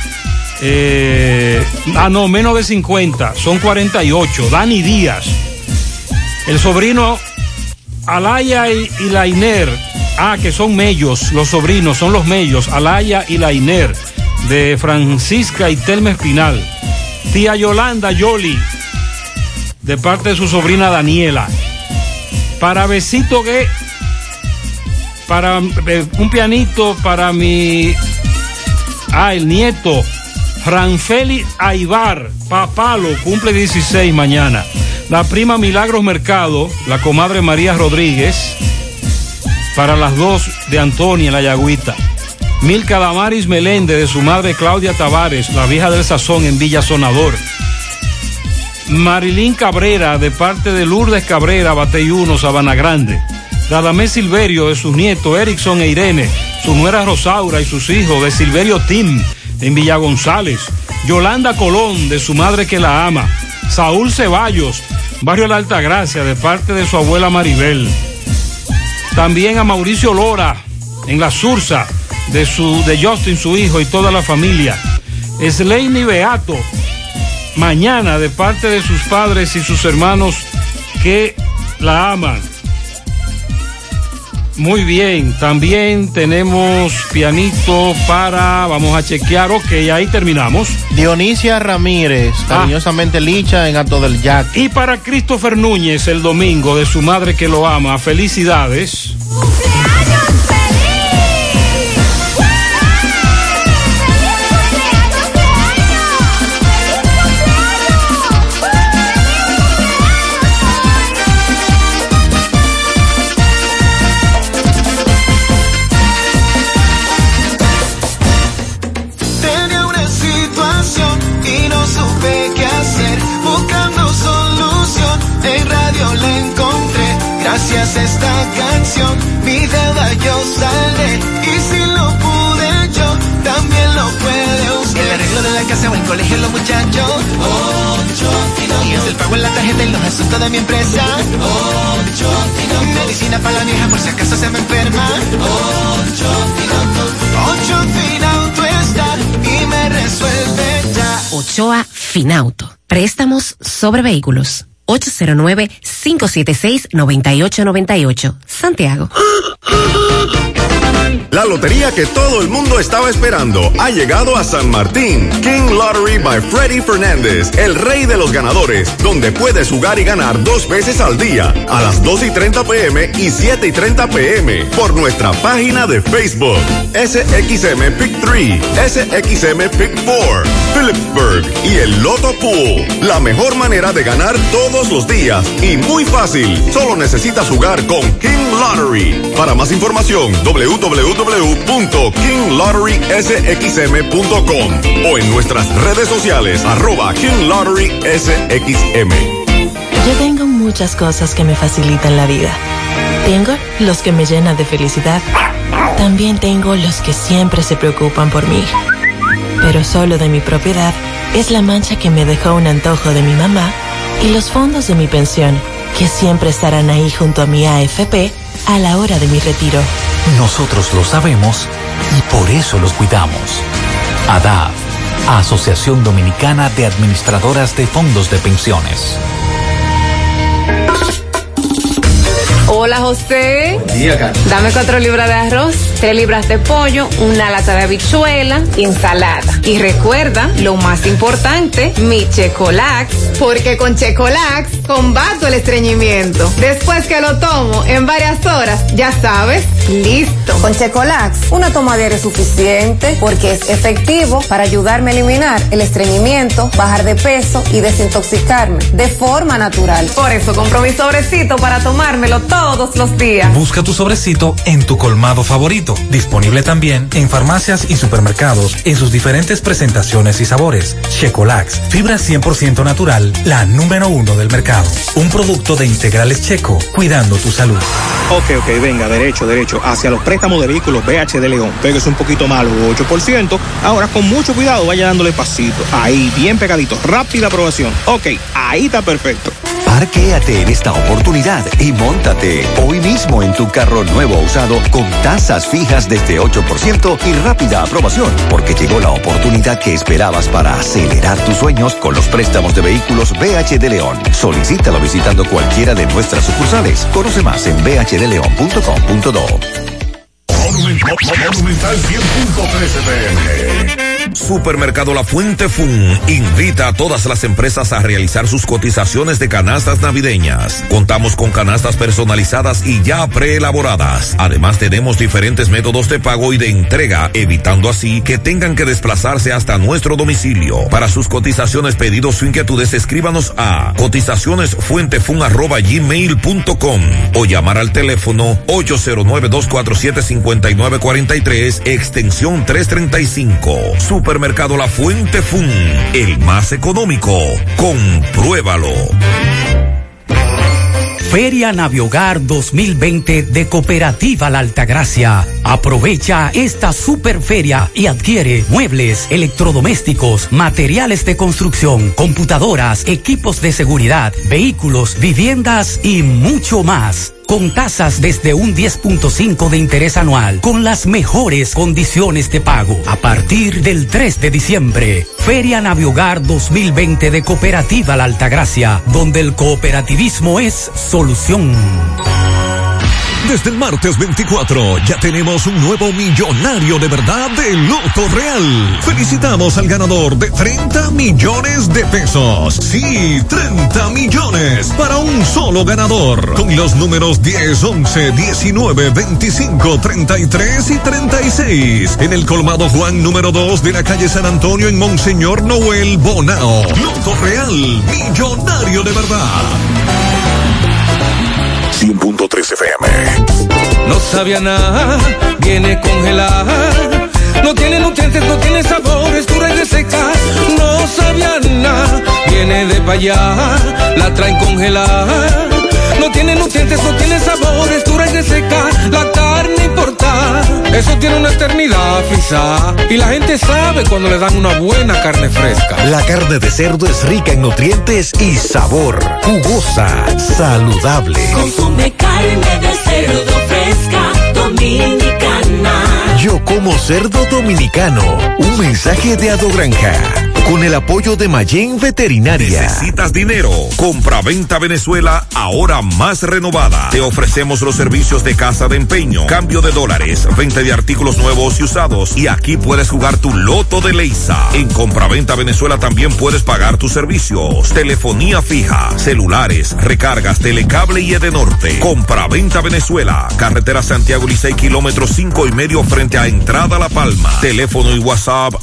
[SPEAKER 13] Menos de 50, son 48. Dani Díaz. El sobrino Alaya y Lainer. Que son Mellos, los sobrinos son los Mellos, Alaya y Lainer, de Francisca y Telma Espinal. Tía Yolanda Yoli, de parte de su sobrina Daniela. Para Besito que, para un pianito para mi, el nieto, Franfeli Aibar, Papalo, cumple 16 mañana. La prima Milagros Mercado, la comadre María Rodríguez, para las dos de Antonia en la Yagüita. Milka Damaris Meléndez, de su madre Claudia Tavares, la vieja del sazón en Villa Sonador. Marilín Cabrera, de parte de Lourdes Cabrera, Batey 1, Sabana Grande. Radamés Silverio, de sus nietos Erickson e Irene, su nuera Rosaura y sus hijos, de Silverio Tim, en Villa González. Yolanda Colón, de su madre que la ama. Saúl Ceballos, barrio La Altagracia, de parte de su abuela Maribel. También a Mauricio Lora, en La Sursa, de Justin, su hijo, y toda la familia. Sleini Beato, mañana, de parte de sus padres y sus hermanos que la aman. Muy bien, también tenemos pianito para, vamos a chequear, ok, ahí terminamos.
[SPEAKER 26] Dionisia Ramírez, cariñosamente Licha, en Alto del Yaque.
[SPEAKER 13] Y para Christopher Núñez, el domingo, de su madre que lo ama, felicidades.
[SPEAKER 11] Gracias a esta canción, mi deuda yo saldré. Y si lo pude yo, también lo puede usted. El arreglo de la casa o el colegio los muchachos. 8 y es el pago en la tarjeta y los asuntos de mi empresa. 8 medicina para la vieja por si acaso se me enferma. 8 Finauto está y me resuelve ya.
[SPEAKER 16] Ochoa Finauto. Préstamos sobre vehículos. 809-576-9898. Santiago.
[SPEAKER 17] La lotería que todo el mundo estaba esperando ha llegado a San Martín. King Lottery by Freddy Fernández, el rey de los ganadores, donde puedes jugar y ganar 2 veces al día, a las 2:30 p.m. y 7:30 p.m. por nuestra página de Facebook. SXM Pick 3, SXM Pick 4, Phillipsburg y el Lotto Pool. La mejor manera de ganar todos los días y muy fácil. Solo necesitas jugar con King Lottery. Para más información, www.kinglotterysxm.com o en nuestras redes sociales @KingLotterySXM.
[SPEAKER 20] Yo tengo muchas cosas que me facilitan la vida. Tengo los que me llenan de felicidad. También tengo los que siempre se preocupan por mí. Pero solo de mi propiedad es la mancha que me dejó un antojo de mi mamá y los fondos de mi pensión, que siempre estarán ahí junto a mi AFP a la hora de mi retiro.
[SPEAKER 21] Nosotros lo sabemos y por eso los cuidamos. ADAF, Asociación Dominicana de Administradoras de Fondos de Pensiones.
[SPEAKER 23] Hola, José.
[SPEAKER 26] Buen día, Carlos.
[SPEAKER 23] Dame 4 libras de arroz, 3 libras de pollo, una lata de habichuela, ensalada. Y recuerda, lo más importante, mi Checolax, porque con Checolax combato el estreñimiento. Después que lo tomo en varias horas, ya sabes, listo.
[SPEAKER 27] Con Checolax, una toma diaria es suficiente porque es efectivo para ayudarme a eliminar el estreñimiento, bajar de peso y desintoxicarme de forma natural.
[SPEAKER 23] Por eso compro mi sobrecito para tomármelo todos los días.
[SPEAKER 21] Busca tu sobrecito en tu colmado favorito. Disponible también en farmacias y supermercados en sus diferentes presentaciones y sabores. Checolax, fibra 100% natural, la número 1 del mercado. Un producto de Integrales Checo, cuidando tu salud.
[SPEAKER 28] Ok, venga, derecho, hacia los préstamos de vehículos BH de León. Péguese un poquito malo, 8%. Ahora, con mucho cuidado, vaya dándole pasito. Ahí, bien pegadito, rápida aprobación. Ok, ahí está perfecto.
[SPEAKER 22] Parquéate en esta oportunidad y móntate hoy mismo en tu carro nuevo o usado con tasas fijas desde 8% y rápida aprobación, porque llegó la oportunidad que esperabas para acelerar tus sueños con los préstamos de vehículos BH de León. Solicítalo visitando cualquiera de nuestras sucursales. Conoce más en bhdeleon.com.do.
[SPEAKER 12] Monumental 100.13 PM.
[SPEAKER 1] Supermercado La Fuente Fun invita a todas las empresas a realizar sus cotizaciones de canastas navideñas. Contamos con canastas personalizadas y ya preelaboradas. Además, tenemos diferentes métodos de pago y de entrega, evitando así que tengan que desplazarse hasta nuestro domicilio. Para sus cotizaciones, pedidos o inquietudes, escríbanos a cotizacionesfuentefun@gmail.com o llamar al teléfono 809-247-5943, extensión 335. Supermercado La Fuente Fun, el más económico. Compruébalo.
[SPEAKER 2] Feria Naviogar 2020 de Cooperativa La Altagracia. Aprovecha esta superferia y adquiere muebles, electrodomésticos, materiales de construcción, computadoras, equipos de seguridad, vehículos, viviendas y mucho más. Con tasas desde un 10.5 de interés anual, con las mejores condiciones de pago. A partir del 3 de diciembre, Feria Naviogar 2020 de Cooperativa La Altagracia, donde el cooperativismo es solución.
[SPEAKER 12] Desde el martes 24 ya tenemos un nuevo millonario de verdad de Loto Real. Felicitamos al ganador de 30 millones de pesos. Sí, 30 millones para un solo ganador. Con los números 10, 11, 19, 25, 33 y 36. En el colmado Juan número 2 de la calle San Antonio en Monseñor Noel Bonao. Loto Real, millonario de verdad. 100.3 FM.
[SPEAKER 5] No sabía nada, viene congelada. No tiene nutrientes, no tiene sabor, es dura y reseca. No sabía nada, viene de pa' allá, la traen congelada. No tiene nutrientes, no tiene sabor, es dura y reseca. La carne importada, eso tiene una eternidad frisada. Y la gente sabe cuando le dan una buena carne fresca.
[SPEAKER 6] La carne de cerdo es rica en nutrientes y sabor, jugosa, saludable.
[SPEAKER 11] Consume carne de cerdo fresca, dominicana.
[SPEAKER 6] Yo como cerdo dominicano. Un mensaje de Ado Granja. Con el apoyo de Mayen Veterinaria.
[SPEAKER 1] ¿Necesitas dinero? Compra-venta Venezuela, ahora más renovada. Te ofrecemos los servicios de casa de empeño, cambio de dólares, venta de artículos nuevos y usados. Y aquí puedes jugar tu loto de Leisa. En Compra-venta Venezuela también puedes pagar tus servicios. Telefonía fija, celulares, recargas, telecable y Edenorte. Compra-venta Venezuela. Carretera Santiago Licey, kilómetros 5.5 frente a Entrada La Palma. Teléfono y WhatsApp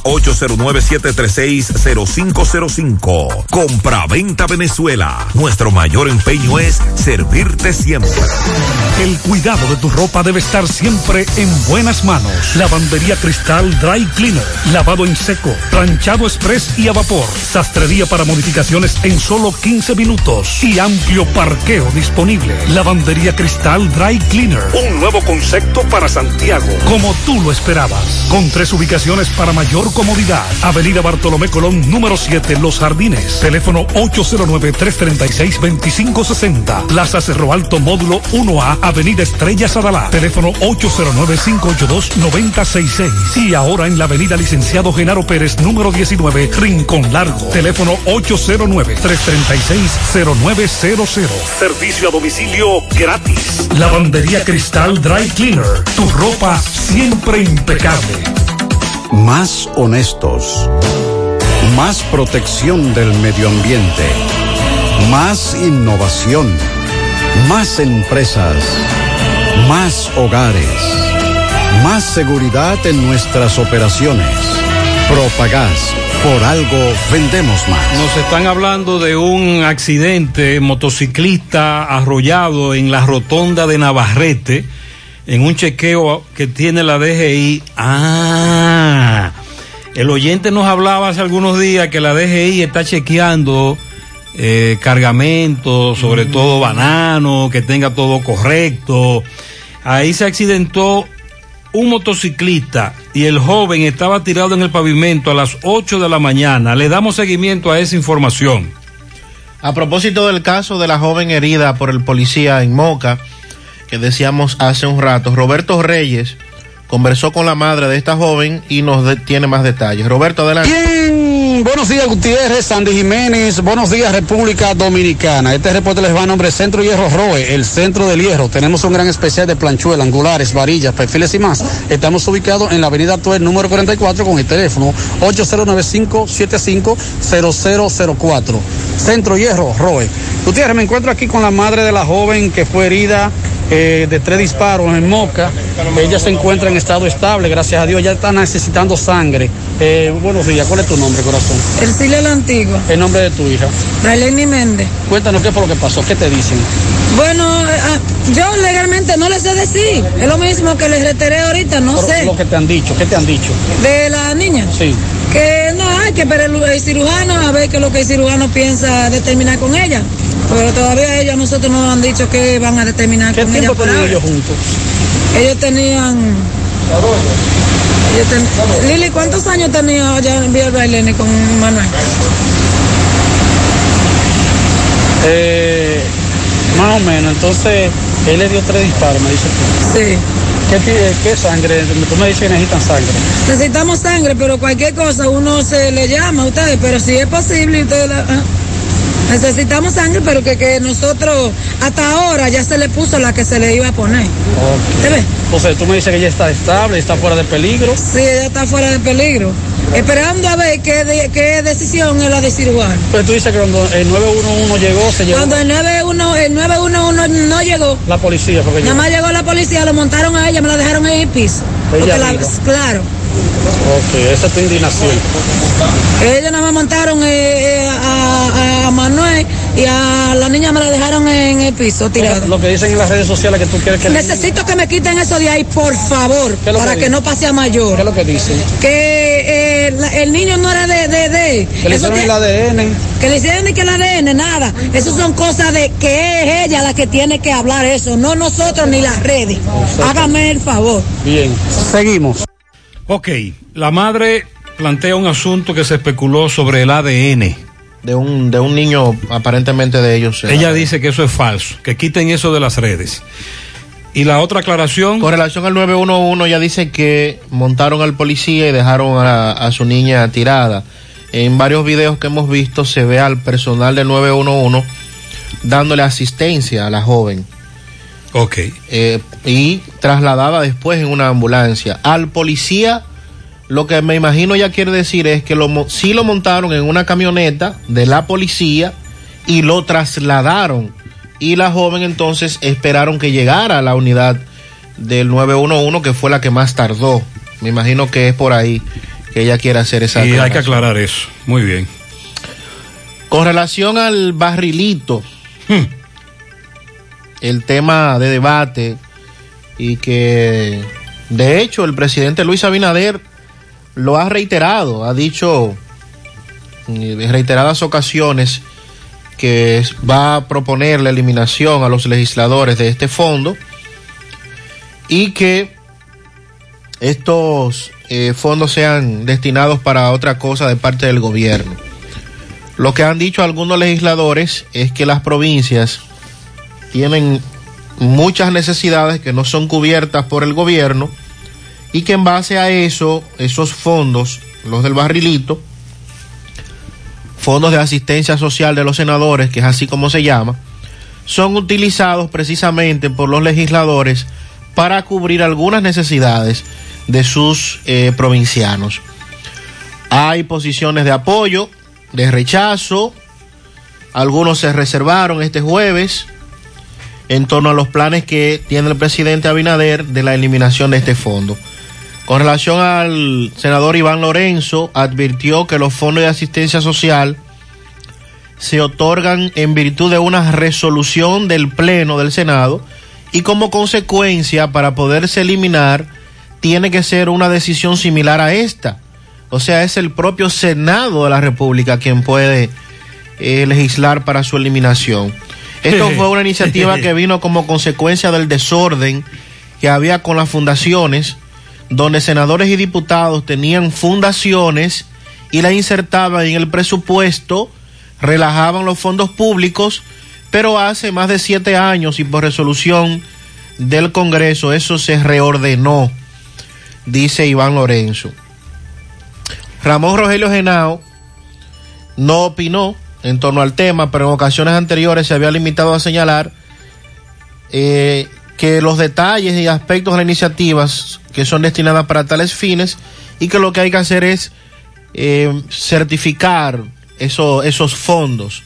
[SPEAKER 1] 809-736-0505. Compra-venta Venezuela. Nuestro mayor empeño es servirte siempre.
[SPEAKER 15] El cuidado de tu ropa debe estar siempre en buenas manos. Lavandería Cristal Dry Cleaner. Lavado en seco, planchado express y a vapor. Sastrería para modificaciones en solo 15 minutos. Y amplio parqueo disponible. Lavandería Cristal Dry Cleaner. Un nuevo concepto para Santiago, como tú lo esperabas. Con 3 ubicaciones para mayor comodidad. Avenida Bartolomé Colón, número 7, Los Jardines. Teléfono 809-336-2560. Plaza Cerro Alto, módulo 1A, Avenida Estrella Sadalá. Teléfono 809-582-9066. Y ahora en la Avenida Licenciado Genaro Pérez, número 19, Rincón Largo. Teléfono 809-336-0900. Servicio a domicilio gratis. Lavandería Cristal Dry Cleaner. Tu ropa siempre impecable.
[SPEAKER 18] Más honestos. Más protección del medio ambiente. Más innovación. Más empresas. Más hogares. Más seguridad en nuestras operaciones. Propagás. Por algo vendemos más.
[SPEAKER 13] Nos están hablando de un accidente, motociclista arrollado en la rotonda de Navarrete, en un chequeo que tiene la DGI. El oyente nos hablaba hace algunos días que la DGI está chequeando cargamentos, sobre todo banano, que tenga todo correcto. Ahí se accidentó un motociclista y el joven estaba tirado en el pavimento a las 8 de la mañana. Le damos seguimiento a esa información.
[SPEAKER 26] A propósito del caso de la joven herida por el policía en Moca, que decíamos hace un rato, Roberto Reyes conversó con la madre de esta joven y nos tiene más detalles. Roberto, adelante.
[SPEAKER 24] Bien,
[SPEAKER 3] Buenos días, Gutiérrez, Sandy Jiménez. Buenos días, República Dominicana. Este reporte les va a nombre Centro Hierro Roe, el centro del hierro. Tenemos un gran especial de planchuelas, angulares, varillas, perfiles y más. Estamos ubicados en la avenida Tuer, número 44, con el teléfono 8095750004. Centro Hierro Roe. Gutiérrez, me encuentro aquí con la madre de la joven que fue herida de 3 disparos en Moca. Ella se encuentra en estado estable, gracias a Dios. Ya está necesitando sangre. Buenos días, ¿cuál es tu nombre, corazón?
[SPEAKER 4] Ercilia la Antigua.
[SPEAKER 3] El nombre de tu hija.
[SPEAKER 4] Raileni Méndez.
[SPEAKER 3] Cuéntanos qué fue lo que pasó, qué te dicen.
[SPEAKER 4] Bueno, yo legalmente no le sé decir. Es lo mismo que les reiteré ahorita, no sé.
[SPEAKER 3] Lo que te han dicho, ¿qué te han dicho?
[SPEAKER 4] De la niña.
[SPEAKER 3] Sí.
[SPEAKER 4] Que no hay que ver el cirujano, a ver qué es lo que el cirujano piensa determinar con ella. Pero todavía ellos, nosotros nos han dicho que van a determinar con ella.
[SPEAKER 3] ¿Qué tiempo tenían ellos juntos?
[SPEAKER 4] Ellos tenían... Lili, ¿cuántos años tenía ya Vía Raileni con Manuel?
[SPEAKER 3] Más o menos, entonces él le dio 3 disparos, me dice tú.
[SPEAKER 4] Sí.
[SPEAKER 3] ¿Qué sangre? Tú me dices que necesitan sangre.
[SPEAKER 4] Necesitamos sangre, pero cualquier cosa uno se le llama a ustedes, pero si es posible, ustedes necesitamos sangre, pero que nosotros hasta ahora ya se le puso la que se le iba a poner.
[SPEAKER 3] Okay.
[SPEAKER 4] ¿Te ves?
[SPEAKER 3] Entonces tú me dices que ella está estable, está fuera de peligro.
[SPEAKER 4] Sí, ella está fuera de peligro. Esperando a ver qué decisión es la de cirujano.
[SPEAKER 3] Pero tú dices que cuando el 911 llegó, se llevó.
[SPEAKER 4] Cuando el 911 no llegó.
[SPEAKER 3] La policía, porque
[SPEAKER 4] nada más llegó la policía, lo montaron a ella, me la dejaron en el piso. Claro.
[SPEAKER 3] Ok, esa es tu indignación.
[SPEAKER 4] Ellos nada más montaron a Manuel y a la niña me la dejaron en el piso tirada.
[SPEAKER 3] Lo que dicen en las redes sociales que tú quieres que...
[SPEAKER 4] Necesito que me quiten eso de ahí, por favor, para que no pase a mayor.
[SPEAKER 3] ¿Qué es lo que dicen?
[SPEAKER 4] Que el niño no era de
[SPEAKER 3] que le hicieron el ADN.
[SPEAKER 4] Que le hicieron ni que el ADN, nada. Eso son cosas de que es ella la que tiene que hablar eso, no nosotros ni las redes. Hágame el favor.
[SPEAKER 3] Bien, seguimos.
[SPEAKER 13] Ok, la madre plantea un asunto que se especuló sobre el ADN.
[SPEAKER 26] De un niño aparentemente de ellos.
[SPEAKER 13] Ella dice que eso es falso, que quiten eso de las redes. Y la otra aclaración...
[SPEAKER 26] Con relación al 911, ella dice que montaron al policía y dejaron a su niña tirada. En varios videos que hemos visto se ve al personal del 911 dándole asistencia a la joven.
[SPEAKER 13] Ok.
[SPEAKER 26] Y trasladada después en una ambulancia. Al policía, lo que me imagino ella quiere decir es que sí lo montaron en una camioneta de la policía y lo trasladaron. Y la joven entonces esperaron que llegara a la unidad del 911, que fue la que más tardó. Me imagino que es por ahí que ella quiere hacer esa
[SPEAKER 13] aclaración. Y hay que aclarar eso. Muy bien.
[SPEAKER 26] Con relación al barrilito, el tema de debate, y que de hecho el presidente Luis Abinader lo ha reiterado, ha dicho en reiteradas ocasiones que va a proponer la eliminación a los legisladores de este fondo y que estos fondos sean destinados para otra cosa de parte del gobierno. Lo que han dicho algunos legisladores es que las provincias tienen muchas necesidades que no son cubiertas por el gobierno y que en base a eso, esos fondos, los del barrilito, fondos de asistencia social de los senadores, que es así como se llama, son utilizados precisamente por los legisladores para cubrir algunas necesidades de sus provincianos. Hay posiciones de apoyo, de rechazo, algunos se reservaron este jueves en torno a los planes que tiene el presidente Abinader de la eliminación de este fondo. Con relación al senador Iván Lorenzo, advirtió que los fondos de asistencia social se otorgan en virtud de una resolución del Pleno del Senado y como consecuencia, para poderse eliminar, tiene que ser una decisión similar a esta. O sea, es el propio Senado de la República quien puede legislar para su eliminación. Esto fue una iniciativa que vino como consecuencia del desorden que había con las fundaciones, donde senadores y diputados tenían fundaciones y la insertaban en el presupuesto, relajaban los fondos públicos, pero hace más de 7 años y por resolución del Congreso eso se reordenó, dice Iván Lorenzo. Ramón Rogelio Genao no opinó en torno al tema, pero en ocasiones anteriores se había limitado a señalar que los detalles y aspectos de las iniciativas que son destinadas para tales fines y que lo que hay que hacer es certificar esos fondos.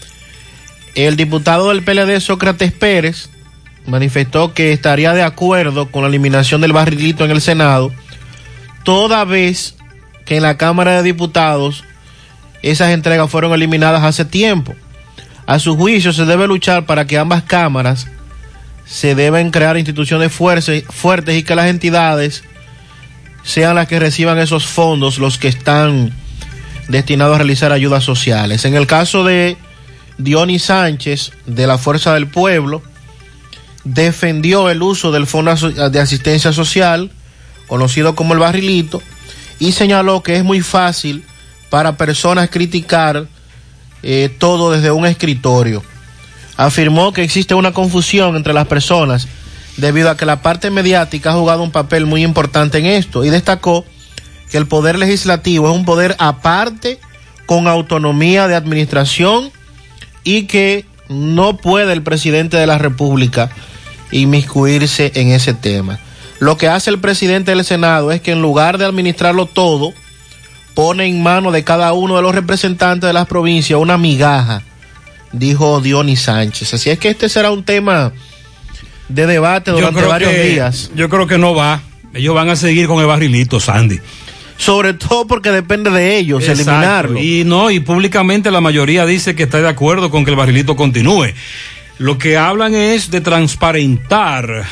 [SPEAKER 26] El diputado del PLD, Sócrates Pérez, manifestó que estaría de acuerdo con la eliminación del barrilito en el Senado, toda vez que en la Cámara de Diputados esas entregas fueron eliminadas hace tiempo. A su juicio, se debe luchar para que ambas cámaras se deben crear instituciones fuertes y que las entidades sean las que reciban esos fondos, los que están destinados a realizar ayudas sociales. En el caso de Dionis Sánchez, de la Fuerza del Pueblo, defendió el uso del Fondo de Asistencia Social, conocido como el barrilito, y señaló que es muy fácil para personas criticar todo desde un escritorio. Afirmó que existe una confusión entre las personas debido a que la parte mediática ha jugado un papel muy importante en esto, y destacó que el poder legislativo es un poder aparte con autonomía de administración y que no puede el presidente de la República inmiscuirse en ese tema. Lo que hace el presidente del Senado es que en lugar de administrarlo todo, pone en manos de cada uno de los representantes de las provincias una migaja, dijo Dionis Sánchez. Así es que este será un tema de debate durante varios días.
[SPEAKER 13] Yo creo que no va. Ellos van a seguir con el barrilito, Sandy.
[SPEAKER 26] Sobre todo porque depende de ellos. Exacto. Eliminarlo.
[SPEAKER 13] Y públicamente la mayoría dice que está de acuerdo con que el barrilito continúe. Lo que hablan es de transparentar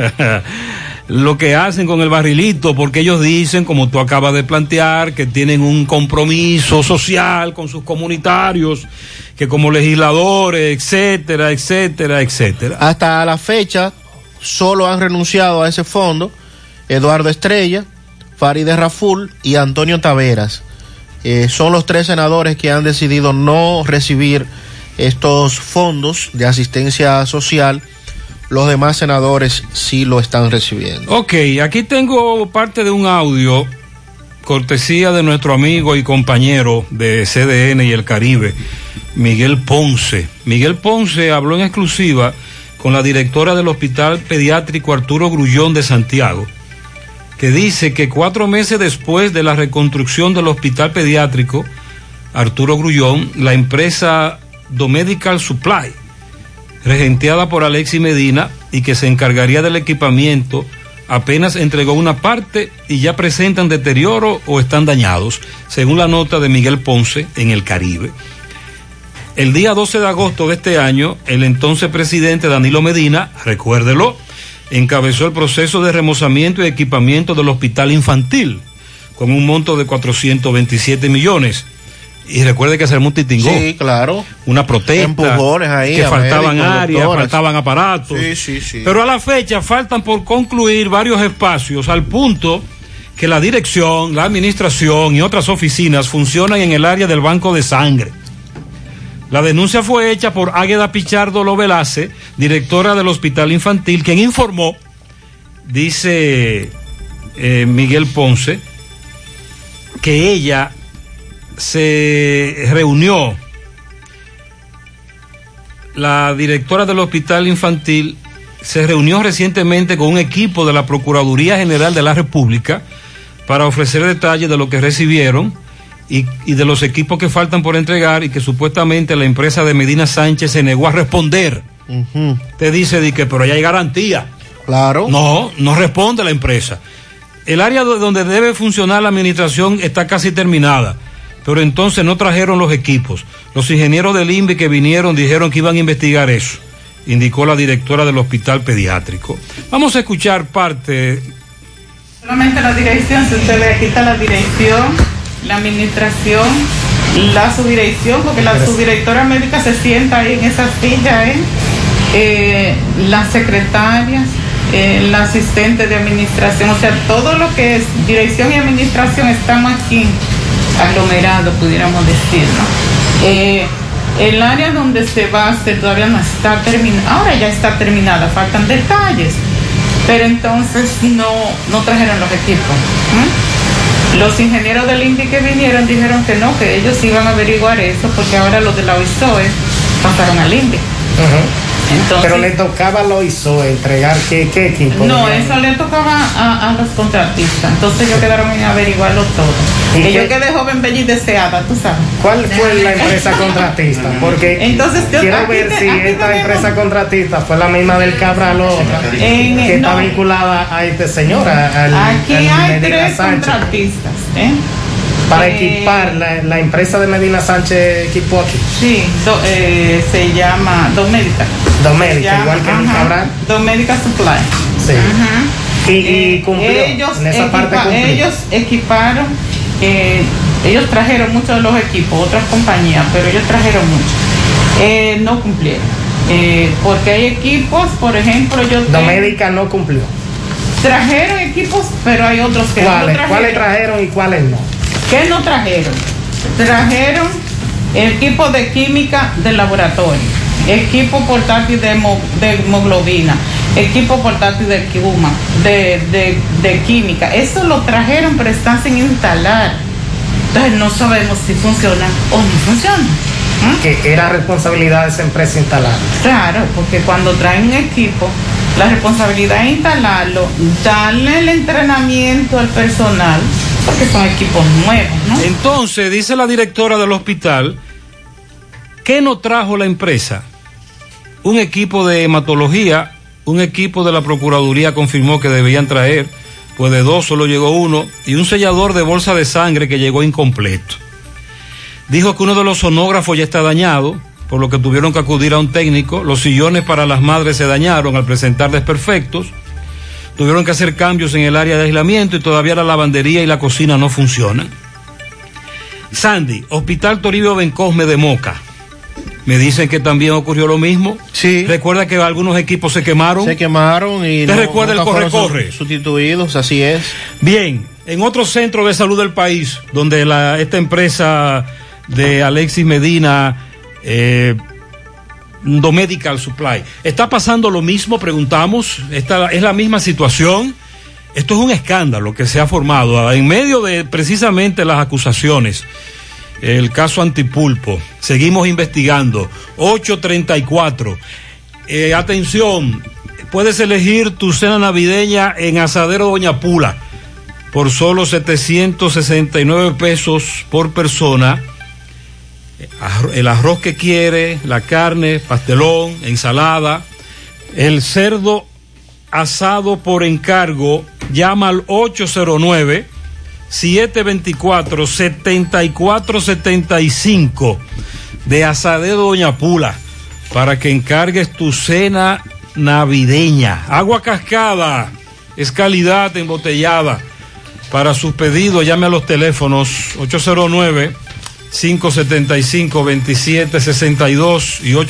[SPEAKER 13] lo que hacen con el barrilito, porque ellos dicen, como tú acabas de plantear, que tienen un compromiso social con sus comunitarios, que como legisladores, etcétera, etcétera, etcétera.
[SPEAKER 26] Hasta la fecha solo han renunciado a ese fondo Eduardo Estrella, Farideh Raful y Antonio Taveras. Son los 3 senadores que han decidido no recibir estos fondos de asistencia social. Los demás senadores sí lo están recibiendo.
[SPEAKER 13] Ok, aquí tengo parte de un audio, cortesía de nuestro amigo y compañero de CDN y el Caribe, Miguel Ponce. Miguel Ponce habló en exclusiva con la directora del Hospital Pediátrico Arturo Grullón de Santiago, que dice que 4 meses después de la reconstrucción del Hospital Pediátrico Arturo Grullón, la empresa Domedical Supply, regenteada por Alexis Medina y que se encargaría del equipamiento, apenas entregó una parte y ya presentan deterioro o están dañados, según la nota de Miguel Ponce en el Caribe. El día 12 de agosto de este año, el entonces presidente Danilo Medina, recuérdelo, encabezó el proceso de remozamiento y equipamiento del hospital infantil con un monto de 427 millones. Y recuerde que se armó un titingó.
[SPEAKER 26] Sí, claro.
[SPEAKER 13] Una protesta.
[SPEAKER 26] Empujones ahí.
[SPEAKER 13] Que faltaban áreas, faltaban aparatos.
[SPEAKER 26] Sí.
[SPEAKER 13] Pero a la fecha faltan por concluir varios espacios, al punto que la dirección, la administración y otras oficinas funcionan en el área del banco de sangre. La denuncia fue hecha por Águeda Pichardo Lovelace, directora del Hospital Infantil, quien informó, dice Miguel Ponce, que ella se reunió, la directora del Hospital Infantil se reunió recientemente con un equipo de la Procuraduría General de la República para ofrecer detalles de lo que recibieron y de los equipos que faltan por entregar, y que supuestamente la empresa de Medina Sánchez se negó a responder. Te dice que pero ya hay garantía.
[SPEAKER 26] Claro.
[SPEAKER 13] No responde la empresa. El área donde debe funcionar la administración está casi terminada, pero entonces no trajeron los equipos. Los ingenieros del INVI que vinieron dijeron que iban a investigar eso, indicó la directora del hospital pediátrico. Vamos a escuchar parte.
[SPEAKER 7] Solamente la dirección, si usted ve, aquí está la dirección, la administración, la subdirección, porque la subdirectora médica se sienta ahí en esa silla, las secretarias, la asistente de administración, o sea, todo lo que es dirección y administración estamos aquí aglomerado, pudiéramos decir, ¿no? El área donde se va a hacer todavía no está terminada, ahora ya está terminada, faltan detalles, pero entonces no trajeron los equipos. Los ingenieros del INDI que vinieron dijeron que no, que ellos iban a averiguar eso, porque ahora los de la OISOE pasaron al INDI. Entonces,
[SPEAKER 8] pero le tocaba a la OISOE entregar qué equipo.
[SPEAKER 7] No, eso le tocaba a los contratistas. Entonces ellos quedaron en averiguarlo todo. Y yo quedé joven, bella y deseada, tú sabes.
[SPEAKER 8] ¿Cuál fue la empresa contratista? Porque
[SPEAKER 7] entonces,
[SPEAKER 8] quiero ver si esta empresa contratista fue la misma del Cabral o otra que está vinculada a este señor.
[SPEAKER 7] Aquí hay tres contratistas.
[SPEAKER 8] Para equipar, la empresa de Medina Sánchez equipó aquí.
[SPEAKER 7] Sí, se llama Domédica.
[SPEAKER 8] Domédica, igual que en Cabral.
[SPEAKER 7] Domédica Supply.
[SPEAKER 8] Sí. Y cumplió.
[SPEAKER 7] Ellos equiparon, ellos trajeron muchos de los equipos, otras compañías, pero ellos trajeron mucho. No cumplieron. Porque hay equipos, por ejemplo,
[SPEAKER 8] Domédica no cumplió.
[SPEAKER 7] Trajeron equipos, pero hay otros que no trajeron.
[SPEAKER 8] ¿Cuáles trajeron y cuáles no?
[SPEAKER 7] ¿Qué no trajeron? Trajeron equipo de química del laboratorio, equipo portátil de hemoglobina, equipo portátil de química. Eso lo trajeron, pero están sin instalar. Entonces no sabemos si funciona o no funciona.
[SPEAKER 8] Que era responsabilidad de esa empresa instalarlo.
[SPEAKER 7] Claro, porque cuando traen un equipo, la responsabilidad es instalarlo, darle el entrenamiento al personal, porque son equipos nuevos, ¿no?
[SPEAKER 13] Entonces, dice la directora del hospital, ¿qué no trajo la empresa? Un equipo de hematología, un equipo de la Procuraduría confirmó que debían traer, pues de 2 solo llegó 1, y un sellador de bolsa de sangre que llegó incompleto. Dijo que uno de los sonógrafos ya está dañado, por lo que tuvieron que acudir a un técnico. Los sillones para las madres se dañaron al presentar desperfectos. Tuvieron que hacer cambios en el área de aislamiento y todavía la lavandería y la cocina no funcionan. Sandy, Hospital Toribio Bencosme de Moca. Me dicen que también ocurrió lo mismo.
[SPEAKER 26] Sí.
[SPEAKER 13] Recuerda que algunos equipos se quemaron.
[SPEAKER 26] Se quemaron y
[SPEAKER 13] ¿te recuerda el corre-corre?
[SPEAKER 26] Sustituidos, así es.
[SPEAKER 13] Bien, en otro centro de salud del país, donde esta empresa de Alexis Medina, Domedical Supply, ¿está pasando lo mismo? Preguntamos. ¿Es la misma situación? Esto es un escándalo que se ha formado en medio de precisamente las acusaciones. El caso Antipulpo. Seguimos investigando. 8:34. Atención, puedes elegir tu cena navideña en Asadero Doña Pula por solo 769 pesos por persona. El arroz que quiere, la carne, pastelón, ensalada, el cerdo asado por encargo. Llama al 809-724-7475 de Asadero Doña Pula para que encargues tu cena navideña. Agua Cascada es calidad embotellada. Para sus pedidos llame a los teléfonos 809-575-2762 y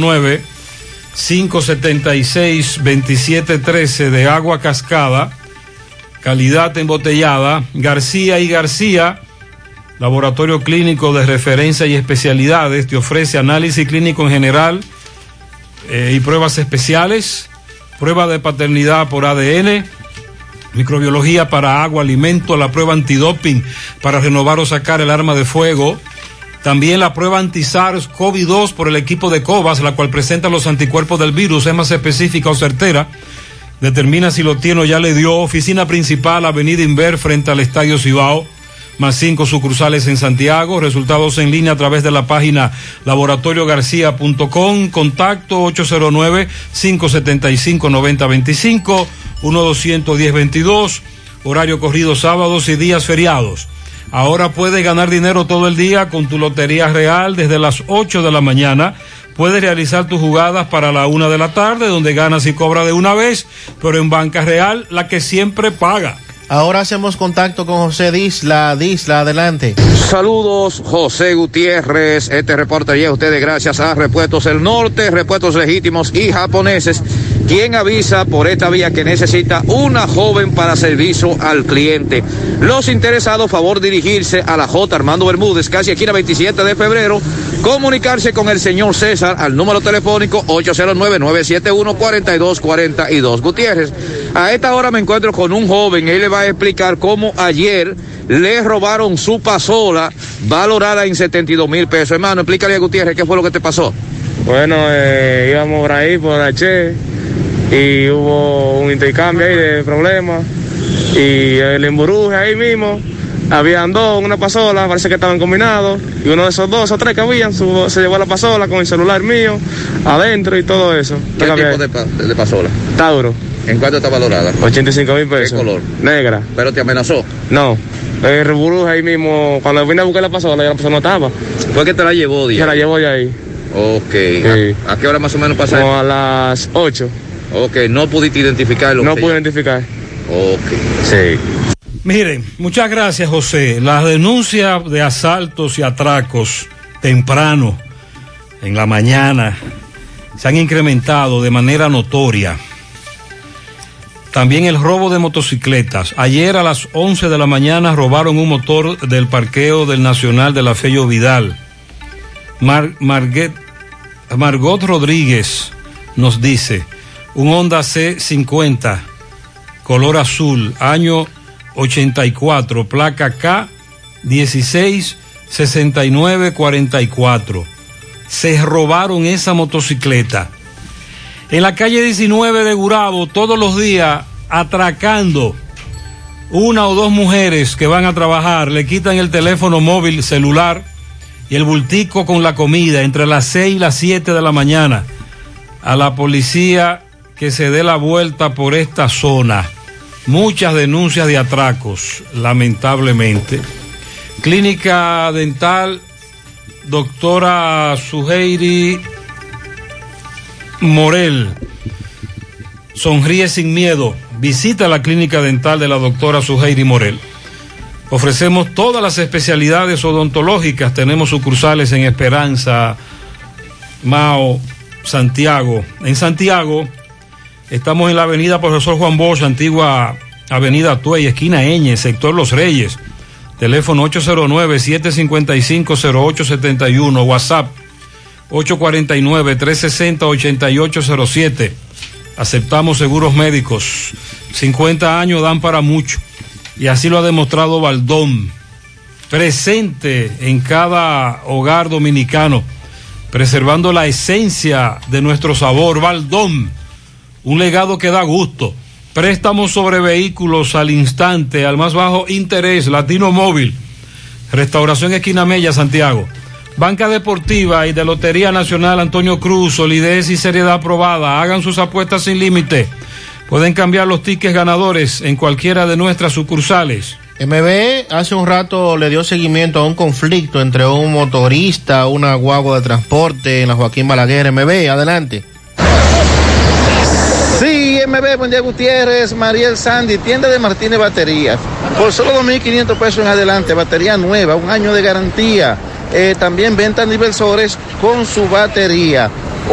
[SPEAKER 13] 809-576-2713 de Agua Cascada, calidad embotellada. García y García, laboratorio clínico de referencia y especialidades, te ofrece análisis clínico en general y pruebas especiales, prueba de paternidad por ADN, microbiología para agua, alimento, la prueba antidoping para renovar o sacar el arma de fuego. También la prueba anti-SARS-CoV-2 por el equipo de COVAS, la cual presenta los anticuerpos del virus, es más específica o certera. Determina si lo tiene o ya le dio. Oficina principal, Avenida Inver, frente al Estadio Cibao, más 5 sucursales en Santiago. Resultados en línea a través de la página laboratoriogarcia.com. Contacto 809-575-9025, 1-210-22. Horario corrido sábados y días feriados. Ahora puedes ganar dinero todo el día con tu Lotería Real desde las 8 de la mañana. Puedes realizar tus jugadas para la 1 de la tarde, donde ganas y cobras de una vez, pero en Banca Real, la que siempre paga.
[SPEAKER 26] Ahora hacemos contacto con José Disla. Disla, adelante.
[SPEAKER 9] Saludos, José Gutiérrez. Este reporte llega a ustedes gracias a Repuestos El Norte, repuestos legítimos y japoneses, quien avisa por esta vía que necesita una joven para servicio al cliente. Los interesados, favor dirigirse a la J. Armando Bermúdez, casi esquina 27 de febrero, comunicarse con el señor César al número telefónico 809-971-4242. Gutiérrez, a esta hora me encuentro con un joven, él le va a explicar cómo ayer le robaron su pasola valorada en 72,000 pesos. Hermano, explícale a Gutiérrez qué fue lo que te pasó.
[SPEAKER 10] Bueno, íbamos por ahí, por H, y hubo un intercambio ahí de problemas, y el emburuje ahí mismo, habían dos, una pasola, parece que estaban combinados, y uno de esos dos o tres que habían, se llevó la pasola con el celular mío, adentro y todo eso.
[SPEAKER 9] ¿Qué tipo de pasola?
[SPEAKER 10] Tauro.
[SPEAKER 9] ¿En cuánto está valorada?
[SPEAKER 10] 85,000 pesos.
[SPEAKER 9] ¿Qué color?
[SPEAKER 10] Negra.
[SPEAKER 9] ¿Pero te amenazó?
[SPEAKER 10] No. El reburuje ahí mismo, cuando vine a buscar la pasola, ya la pasola no estaba.
[SPEAKER 9] ¿Fue que te la llevó, Díaz?
[SPEAKER 10] Se la llevó de ahí.
[SPEAKER 9] Ok.
[SPEAKER 10] Sí.
[SPEAKER 9] ¿A qué hora más o menos pasa?
[SPEAKER 10] Como a las 8.
[SPEAKER 9] Ok, ¿no pudiste identificarlo?
[SPEAKER 10] No pude identificar.
[SPEAKER 9] Ok.
[SPEAKER 10] Sí.
[SPEAKER 13] Miren, muchas gracias, José. Las denuncias de asaltos y atracos temprano, en la mañana, se han incrementado de manera notoria. También el robo de motocicletas. Ayer a las 11 de la mañana robaron un motor del parqueo del Nacional de la Fello Vidal. Margot Rodríguez nos dice, un Honda C50, color azul, año 84, placa K166944. Se robaron esa motocicleta. En la calle 19 de Gurabo, todos los días, atracando una o dos mujeres que van a trabajar, le quitan el teléfono móvil celular y el bultico con la comida entre las 6 y las 7 de la mañana. A la policía que se dé la vuelta por esta zona. Muchas denuncias de atracos, lamentablemente. Clínica Dental, doctora Suheiri Morel. Sonríe sin miedo. Visita la clínica dental de la doctora Suheiri Morel. Ofrecemos todas las especialidades odontológicas. Tenemos sucursales en Esperanza, Mao, Santiago. En Santiago estamos en la avenida Profesor Juan Bosch, antigua avenida Tuey, esquina Eñe, sector Los Reyes. Teléfono 809-755-0871, WhatsApp 849-360-8807. Aceptamos seguros médicos. 50 años dan para mucho. Y así lo ha demostrado Baldón. Presente en cada hogar dominicano, preservando la esencia de nuestro sabor. Baldón, un legado que da gusto. Préstamos sobre vehículos al instante, al más bajo interés. Latino Móvil. Restauración Esquina Mella, Santiago. Banca Deportiva y de Lotería Nacional Antonio Cruz, solidez y seriedad aprobada. Hagan sus apuestas sin límite. Pueden cambiar los tickets ganadores en cualquiera de nuestras sucursales.
[SPEAKER 26] MB hace un rato le dio seguimiento a un conflicto entre un motorista, una guagua de transporte en la Joaquín Balaguer. MB, adelante.
[SPEAKER 14] Sí, MB, buen día Gutiérrez, Mariel Sandy, tienda de Martínez Baterías. Por solo 2.500 pesos en adelante, batería nueva, un año de garantía. También venta de inversores con su batería.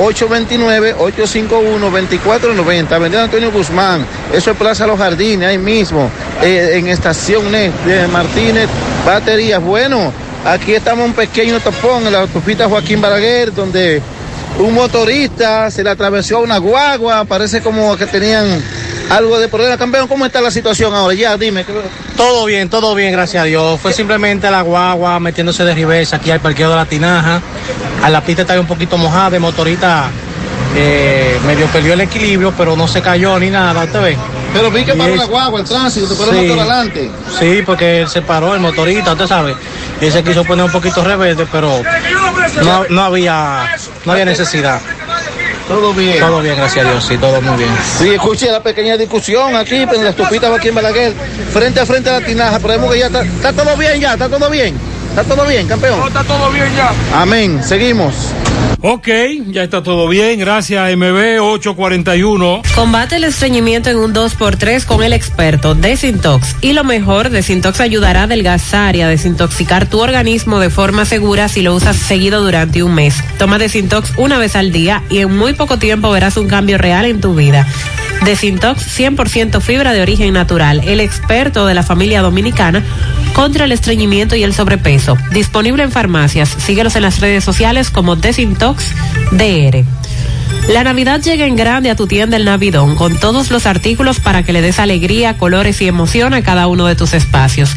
[SPEAKER 14] 829-851-2490, Avenida Antonio Guzmán, eso es Plaza Los Jardines, ahí mismo, en Estación de Martínez Baterías. Bueno, aquí estamos en un pequeño tapón en la autopista Joaquín Balaguer, donde un motorista se le atravesó a una guagua, parece como que tenían algo de problema. Campeón, ¿cómo está la situación ahora? Ya, dime.
[SPEAKER 8] Todo bien, gracias a Dios. Fue simplemente la guagua metiéndose de reversa aquí al parqueo de la Tinaja. A la pista estaba un poquito mojada, el motorista medio perdió el equilibrio, pero no se cayó ni nada, ¿usted ve?
[SPEAKER 14] Pero vi que paró la guagua, el tránsito, te paró el motor adelante.
[SPEAKER 8] Sí, porque él se paró el motorista, usted sabe. Él se quiso poner un poquito reverde, pero no había necesidad.
[SPEAKER 14] Todo bien.
[SPEAKER 8] Todo bien, gracias a Dios, sí, todo muy bien.
[SPEAKER 14] Sí, escuché la pequeña discusión aquí en la estupita Joaquín Balaguer, frente a frente a la Tinaja, pero vemos que ya está todo bien ya, está todo bien. ¿Está todo bien, campeón?
[SPEAKER 16] No, está todo bien ya.
[SPEAKER 14] Amén, seguimos.
[SPEAKER 13] Ok, ya está todo bien, gracias MB 841.
[SPEAKER 23] Combate el estreñimiento en un 2x3 con el experto Desintox. Y lo mejor, Desintox ayudará a adelgazar y a desintoxicar tu organismo de forma segura si lo usas seguido durante un mes. Toma Desintox una vez al día y en muy poco tiempo verás un cambio real en tu vida. Desintox 100% fibra de origen natural, el experto de la familia dominicana contra el estreñimiento y el sobrepeso. Disponible en farmacias. Síguelos en las redes sociales como Desintox DR. La Navidad llega en grande a tu tienda El Navidón, con todos los artículos para que le des alegría, colores y emoción a cada uno de tus espacios.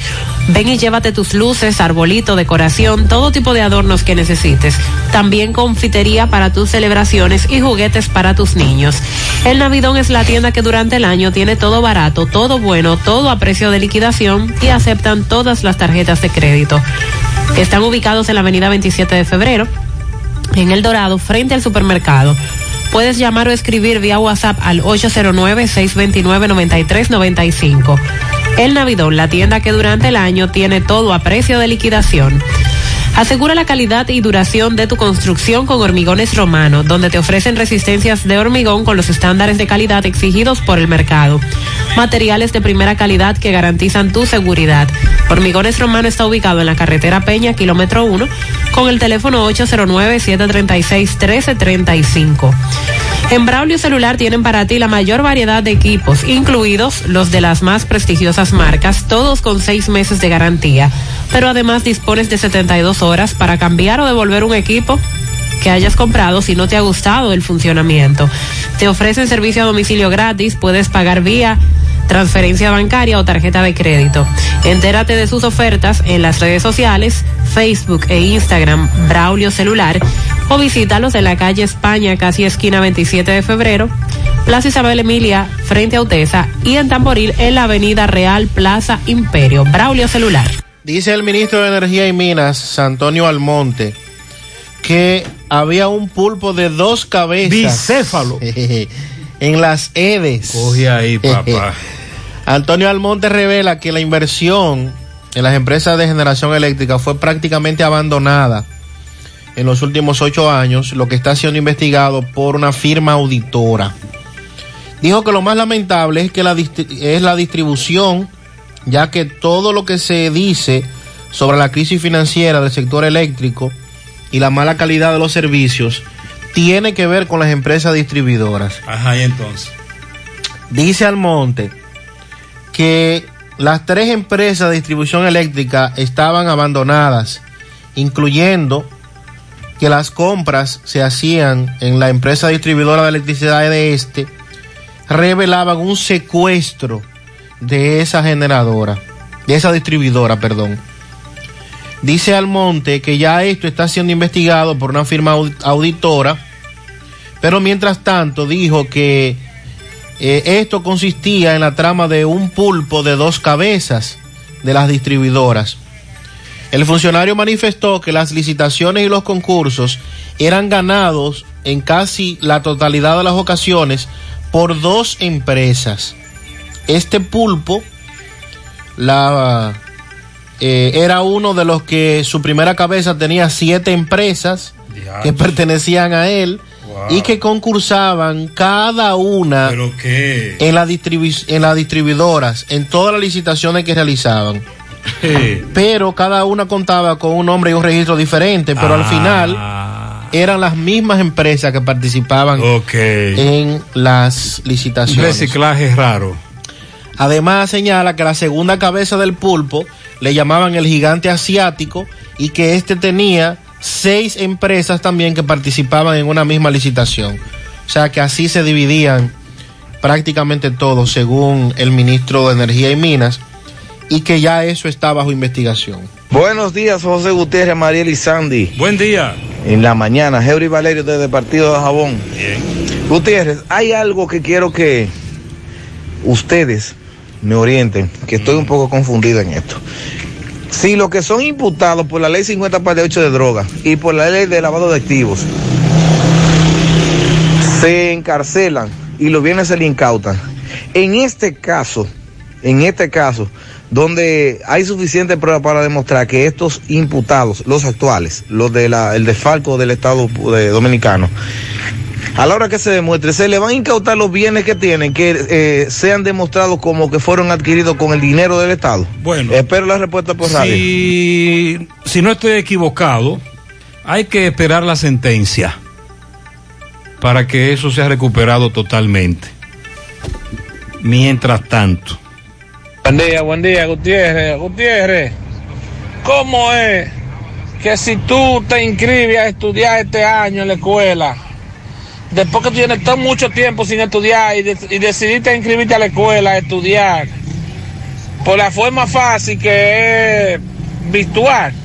[SPEAKER 16] Ven y llévate tus luces, arbolito, decoración, todo tipo de adornos que necesites. También confitería para tus celebraciones y juguetes para tus niños. El Navidón es la tienda que durante el año tiene todo barato, todo bueno, todo a precio de liquidación y aceptan todas las tarjetas de crédito. Están ubicados en la avenida 27 de febrero, en El Dorado, frente al supermercado. Puedes llamar o escribir vía WhatsApp al 809-629-9395. El Navidón, la tienda que durante el año tiene todo a precio de liquidación. Asegura la calidad y duración de tu construcción con Hormigones Romano, donde te ofrecen resistencias de hormigón con los estándares de calidad exigidos por el mercado. Materiales de primera calidad que garantizan tu seguridad. Hormigones Romano está ubicado en la carretera Peña, kilómetro 1, con el teléfono 809-736-1335. En Braulio Celular tienen para ti la mayor variedad de equipos, incluidos los de las más prestigiosas marcas, todos con 6 meses de garantía. Pero además dispones de 72 horas para cambiar o devolver un equipo que hayas comprado si no te ha gustado el funcionamiento. Te ofrecen servicio a domicilio gratis, puedes pagar vía transferencia bancaria o tarjeta de crédito. Entérate de sus ofertas en las redes sociales, Facebook e Instagram, Braulio Celular, o visítalos en la calle España, casi esquina 27 de febrero, Plaza Isabel Emilia, frente a Utesa, y en Tamboril, en la avenida Real, Plaza Imperio. Braulio Celular.
[SPEAKER 26] Dice el ministro de Energía y Minas, Antonio Almonte, que había un pulpo de 2 cabezas.
[SPEAKER 13] Bicéfalo.
[SPEAKER 26] En las EDES.
[SPEAKER 13] Coge ahí, papá.
[SPEAKER 26] Antonio Almonte revela que la inversión en las empresas de generación eléctrica fue prácticamente abandonada en los últimos 8 años, lo que está siendo investigado por una firma auditora. Dijo que lo más lamentable es que es la distribución, ya que todo lo que se dice sobre la crisis financiera del sector eléctrico y la mala calidad de los servicios tiene que ver con las empresas distribuidoras.
[SPEAKER 13] Ajá, y entonces
[SPEAKER 26] dice Almonte que las 3 empresas de distribución eléctrica estaban abandonadas, incluyendo que las compras se hacían en la empresa distribuidora de electricidad de revelaban un secuestro de esa distribuidora. Dice Almonte que ya esto está siendo investigado por una firma auditora, pero mientras tanto dijo que esto consistía en la trama de un pulpo de 2 cabezas de las distribuidoras. El funcionario manifestó que las licitaciones y los concursos eran ganados en casi la totalidad de las ocasiones por 2 empresas. Este pulpo era uno de los que su primera cabeza tenía 7 empresas que pertenecían a él. Wow. Y que concursaban cada una en las distribuidoras, en todas las licitaciones que realizaban. Pero cada una contaba con un nombre y un registro diferente, pero al final eran las mismas empresas que participaban en las licitaciones.
[SPEAKER 13] Un reciclaje raro.
[SPEAKER 26] Además señala que la segunda cabeza del pulpo le llamaban el gigante asiático y que tenía 6 empresas también que participaban en una misma licitación. O sea que así se dividían prácticamente todos, según el ministro de Energía y Minas, y que ya eso está bajo investigación.
[SPEAKER 17] Buenos días, José Gutiérrez, Mariel y Sandy.
[SPEAKER 13] Buen día.
[SPEAKER 17] En la mañana, Heuri Valerio desde Partido de Jabón.
[SPEAKER 13] Bien.
[SPEAKER 17] Gutiérrez, hay algo que quiero que ustedes me orienten, que estoy un poco confundido en esto. Si los que son imputados por la ley 50/8 de drogas y por la ley de lavado de activos se encarcelan y los bienes se le incautan, en este caso, donde hay suficiente prueba para demostrar que estos imputados, los actuales, los de el desfalco del Estado dominicano, a la hora que se demuestre, se le van a incautar los bienes que tienen, que sean demostrados como que fueron adquiridos con el dinero del Estado.
[SPEAKER 13] Bueno,
[SPEAKER 17] espero la respuesta por radio.
[SPEAKER 13] Si no estoy equivocado, hay que esperar la sentencia para que eso sea recuperado totalmente. Mientras tanto.
[SPEAKER 19] Buen día, Gutiérrez. Gutiérrez, ¿cómo es que si tú te inscribes a estudiar este año en la escuela, después que tú tienes tan mucho tiempo sin estudiar y decidiste inscribirte a la escuela a estudiar, por la forma fácil que es virtual.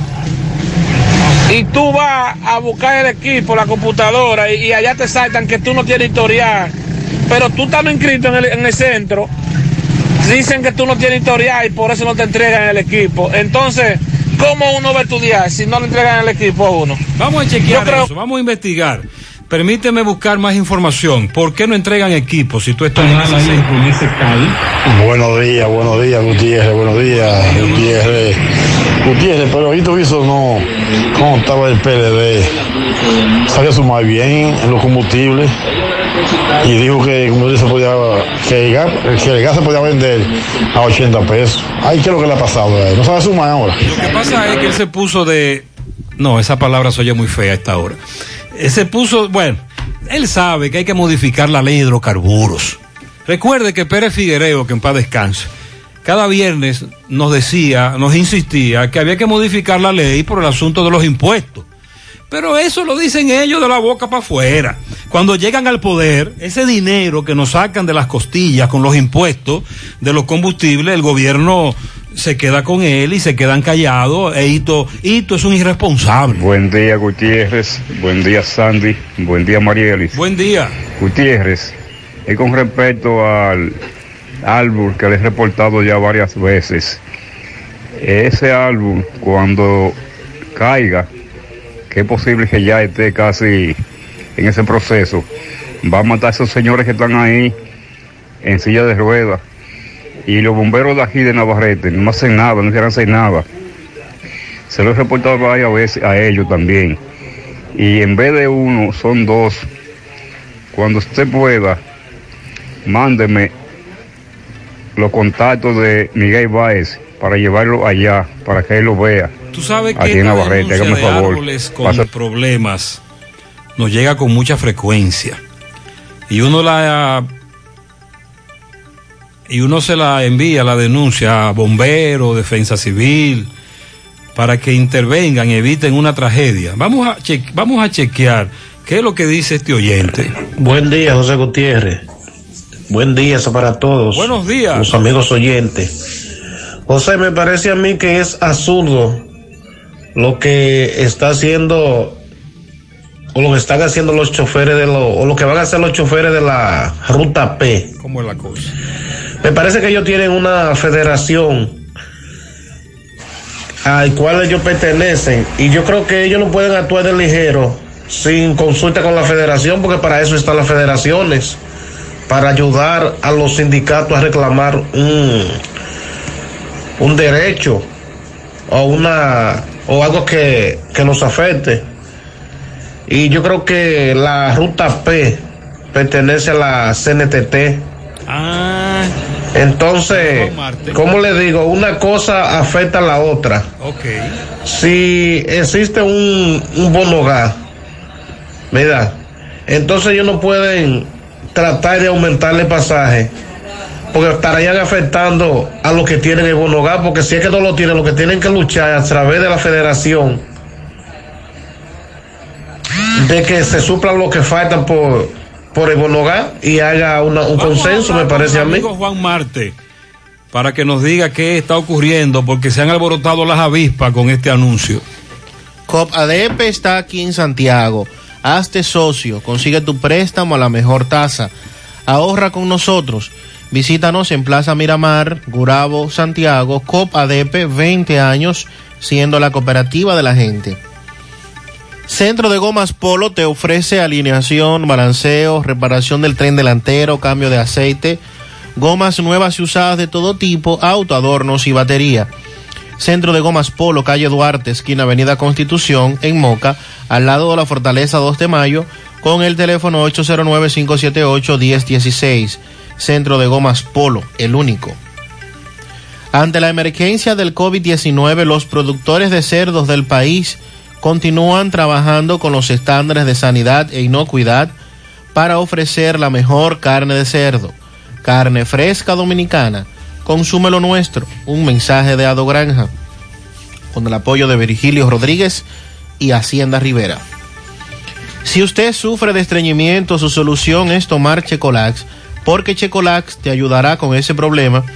[SPEAKER 19] Y tú vas a buscar el equipo, la computadora, y allá te saltan que tú no tienes historial, pero tú estás inscrito en el centro, dicen que tú no tienes historial y por eso no te entregan el equipo. Entonces, ¿cómo uno va a estudiar si no le entregan el equipo a uno?
[SPEAKER 13] Vamos a chequear eso, vamos a investigar. Permíteme buscar más información. ¿Por qué no entregan equipos si tú estás en ese centro?
[SPEAKER 2] Buenos días, Gutiérrez, buenos días, Gutiérrez, pero ahorita hizo no, ¿cómo estaba el PLD? Sabía sumar bien en los combustibles y dijo que como dice, que el gas se podía vender a 80 pesos. Ay, ¿qué es lo que le ha pasado a él? ¿No sabe sumar ahora?
[SPEAKER 13] Lo que pasa es que él se puso de... No, esa palabra se oye muy fea a esta hora. Se puso, bueno, él sabe que hay que modificar la ley de hidrocarburos. Recuerde que Pérez Figuereo, que en paz descanse, cada viernes nos insistía que había que modificar la ley por el asunto de los impuestos. Pero eso lo dicen ellos de la boca para afuera. Cuando llegan al poder, ese dinero que nos sacan de las costillas con los impuestos de los combustibles, el gobierno se queda con él y se quedan callados. Hito es un irresponsable.
[SPEAKER 20] Buen día, Gutiérrez. Buen día, Sandy. Buen día, Marielis.
[SPEAKER 13] Buen día.
[SPEAKER 20] Gutiérrez, y con respecto al álbum que les he reportado ya varias veces, ese álbum cuando caiga, que es posible que ya esté casi en ese proceso, va a matar a esos señores que están ahí en silla de ruedas. Y los bomberos de aquí de Navarrete no hacen nada, no quieren hacer nada. Se lo he reportado varias veces a ellos también. Y en vez de uno, son dos. Cuando usted pueda, mándeme los contactos de Miguel Báez para llevarlo allá, para que él lo vea.
[SPEAKER 13] Tú sabes que
[SPEAKER 20] aquí en Navarrete, hágame favor.
[SPEAKER 13] Árboles con problemas nos llega con mucha frecuencia. Y uno se la envía, la denuncia a bomberos, defensa civil, para que intervengan y eviten una tragedia. Vamos a chequear qué es lo que dice este oyente.
[SPEAKER 21] Buen día, José Gutiérrez. Buen día, eso para todos.
[SPEAKER 13] Buenos días.
[SPEAKER 21] Los amigos oyentes. José, me parece a mí que es absurdo lo que está haciendo, o lo que están haciendo los choferes o lo que van a hacer los choferes de la Ruta P.
[SPEAKER 13] ¿Cómo es la cosa?
[SPEAKER 21] Me parece que ellos tienen una federación al cual ellos pertenecen y yo creo que ellos no pueden actuar de ligero sin consulta con la federación, porque para eso están las federaciones, para ayudar a los sindicatos a reclamar un derecho o algo que nos afecte. Y yo creo que la Ruta P pertenece a la CNTT. Entonces, ¿cómo le digo? Una cosa afecta a la otra.
[SPEAKER 13] Okay.
[SPEAKER 21] Si existe un bono gas, ¿verdad? Entonces ellos no pueden tratar de aumentarle el pasaje, porque estarían afectando a los que tienen el bono gas, porque si es que no lo tienen, lo que tienen que luchar a través de la federación de que se suplan lo que faltan por el bono gas y haga un consenso, me parece a mí.
[SPEAKER 13] Juan Marte, para que nos diga qué está ocurriendo, porque se han alborotado las avispas con este anuncio.
[SPEAKER 26] COP-ADP está aquí en Santiago. Hazte socio, consigue tu préstamo a la mejor tasa. Ahorra con nosotros. Visítanos en Plaza Miramar, Gurabo, Santiago. COP-ADP, 20 años siendo la cooperativa de la gente. Centro de Gomas Polo te ofrece alineación, balanceo, reparación del tren delantero, cambio de aceite, gomas nuevas y usadas de todo tipo, auto, adornos y batería. Centro de Gomas Polo, calle Duarte, esquina Avenida Constitución, en Moca, al lado de la Fortaleza 2 de Mayo, con el teléfono 809-578-1016. Centro de Gomas Polo, el único. Ante la emergencia del COVID-19, los productores de cerdos del país continúan trabajando con los estándares de sanidad e inocuidad para ofrecer la mejor carne de cerdo. Carne fresca dominicana. Consume lo nuestro. Un mensaje de Ado Granja, con el apoyo de Virgilio Rodríguez y Hacienda Rivera. Si usted sufre de estreñimiento, su solución es tomar Checolax, porque Checolax te ayudará con ese problema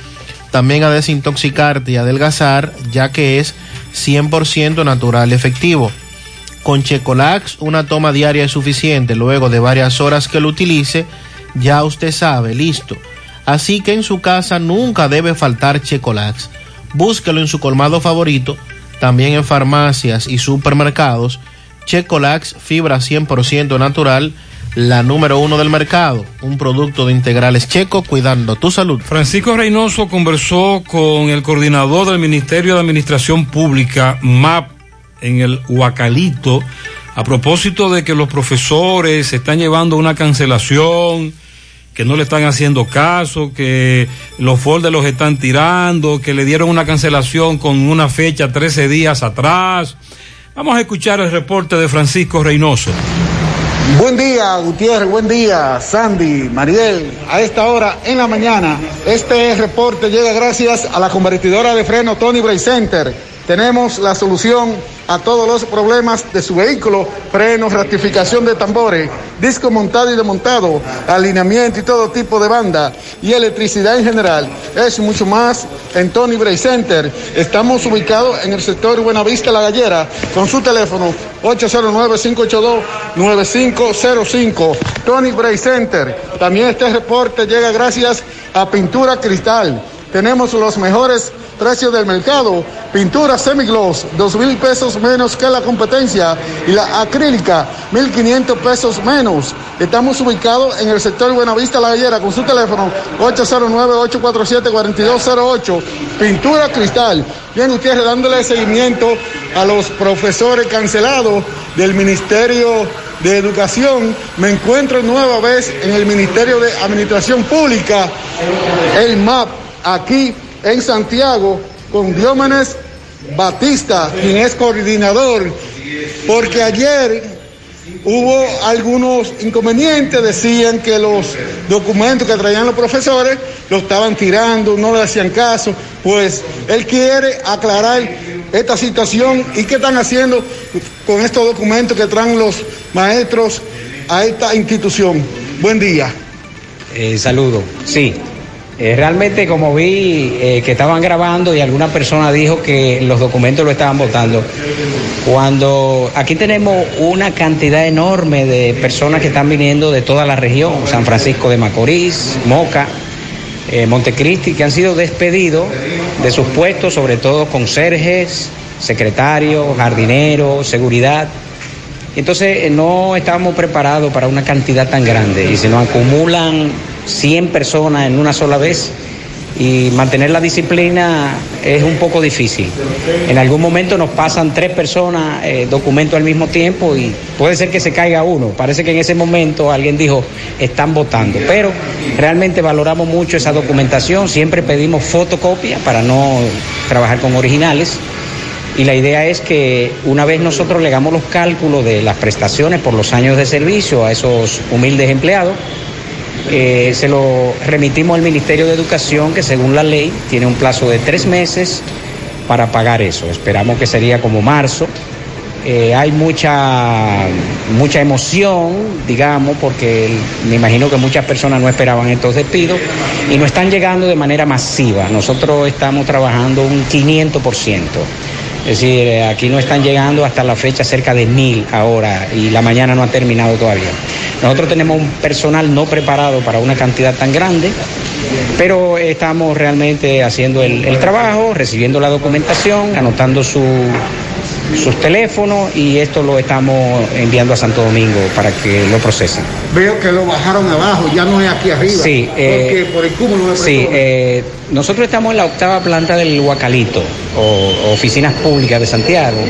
[SPEAKER 26] también a desintoxicarte y adelgazar, ya que es 100% natural y efectivo. Con Checolax, una toma diaria es suficiente. Luego de varias horas que lo utilice, ya usted sabe, listo. Así que en su casa nunca debe faltar Checolax. Búsquelo en su colmado favorito, también en farmacias y supermercados. Checolax, fibra 100% natural, la número 1 del mercado, un producto de Integrales Checo, cuidando tu salud.
[SPEAKER 13] Francisco Reynoso conversó con el coordinador del Ministerio de Administración Pública, MAP, en el Huacalito, a propósito de que los profesores se están llevando una cancelación, que no le están haciendo caso, que los folders los están tirando, que le dieron una cancelación con una fecha 13 días atrás. Vamos a escuchar el reporte de Francisco Reynoso.
[SPEAKER 5] Buen día, Gutiérrez, buen día, Sandy, Mariel. A esta hora en la mañana, este reporte llega gracias a la convertidora de freno Tony Brakes Center. Tenemos la solución a todos los problemas de su vehículo: frenos, rectificación de tambores, disco montado y desmontado, alineamiento y todo tipo de banda, y electricidad en general. Es mucho más en Tony Brakes Center. Estamos ubicados en el sector Buenavista La Gallera, con su teléfono 809-582-9505. Tony Brakes Center. También este reporte llega gracias a Pintura Cristal. Tenemos los mejores precios del mercado. Pintura semigloss, 2,000 pesos menos que la competencia, y la acrílica, 1,500 pesos menos. Estamos ubicados en el sector Buenavista La Gallera, con su teléfono 809-847-4208. Pintura Cristal. Bien, ustedes dándole seguimiento a los profesores cancelados del Ministerio de Educación. Me encuentro nueva vez en el Ministerio de Administración Pública, el MAP, aquí en Santiago, con Diómenes Batista, quien es coordinador, porque ayer hubo algunos inconvenientes. Decían que los documentos que traían los profesores los estaban tirando, no le hacían caso. Pues él quiere aclarar esta situación y qué están haciendo con estos documentos que traen los maestros a esta institución. Buen día.
[SPEAKER 11] Saludo. Sí. Realmente, como vi que estaban grabando y alguna persona dijo que los documentos lo estaban votando, cuando aquí tenemos una cantidad enorme de personas que están viniendo de toda la región, San Francisco de Macorís, Moca, Montecristi, que han sido despedidos de sus puestos, sobre todo conserjes, secretarios, jardineros, seguridad. Entonces no estamos preparados para una cantidad tan grande, y se nos acumulan 100 personas en una sola vez, y mantener la disciplina es un poco difícil. En algún momento nos pasan 3 personas documentos al mismo tiempo y puede ser que se caiga uno. Parece que en ese momento alguien dijo, están votando, pero realmente valoramos mucho esa documentación. Siempre pedimos fotocopia para no trabajar con originales. Y la idea es que una vez nosotros le hagamos los cálculos de las prestaciones por los años de servicio a esos humildes empleados, se lo remitimos al Ministerio de Educación, que según la ley tiene un plazo de 3 meses para pagar eso. Esperamos que sería como marzo. Hay mucha emoción, digamos, porque me imagino que muchas personas no esperaban estos despidos y no están llegando de manera masiva. Nosotros estamos trabajando un 500%. Es decir, aquí no están llegando hasta la fecha cerca de 1,000 ahora, y la mañana no ha terminado todavía. Nosotros tenemos un personal no preparado para una cantidad tan grande, pero estamos realmente haciendo el trabajo, recibiendo la documentación, anotando sus teléfonos, y esto lo estamos enviando a Santo Domingo para que lo procesen.
[SPEAKER 5] Veo que lo bajaron abajo, ya no es aquí arriba.
[SPEAKER 11] Sí,
[SPEAKER 5] porque por el cúmulo de personas.
[SPEAKER 11] Sí, nosotros estamos en la 8ª planta del Huacalito, o Oficinas Públicas de Santiago,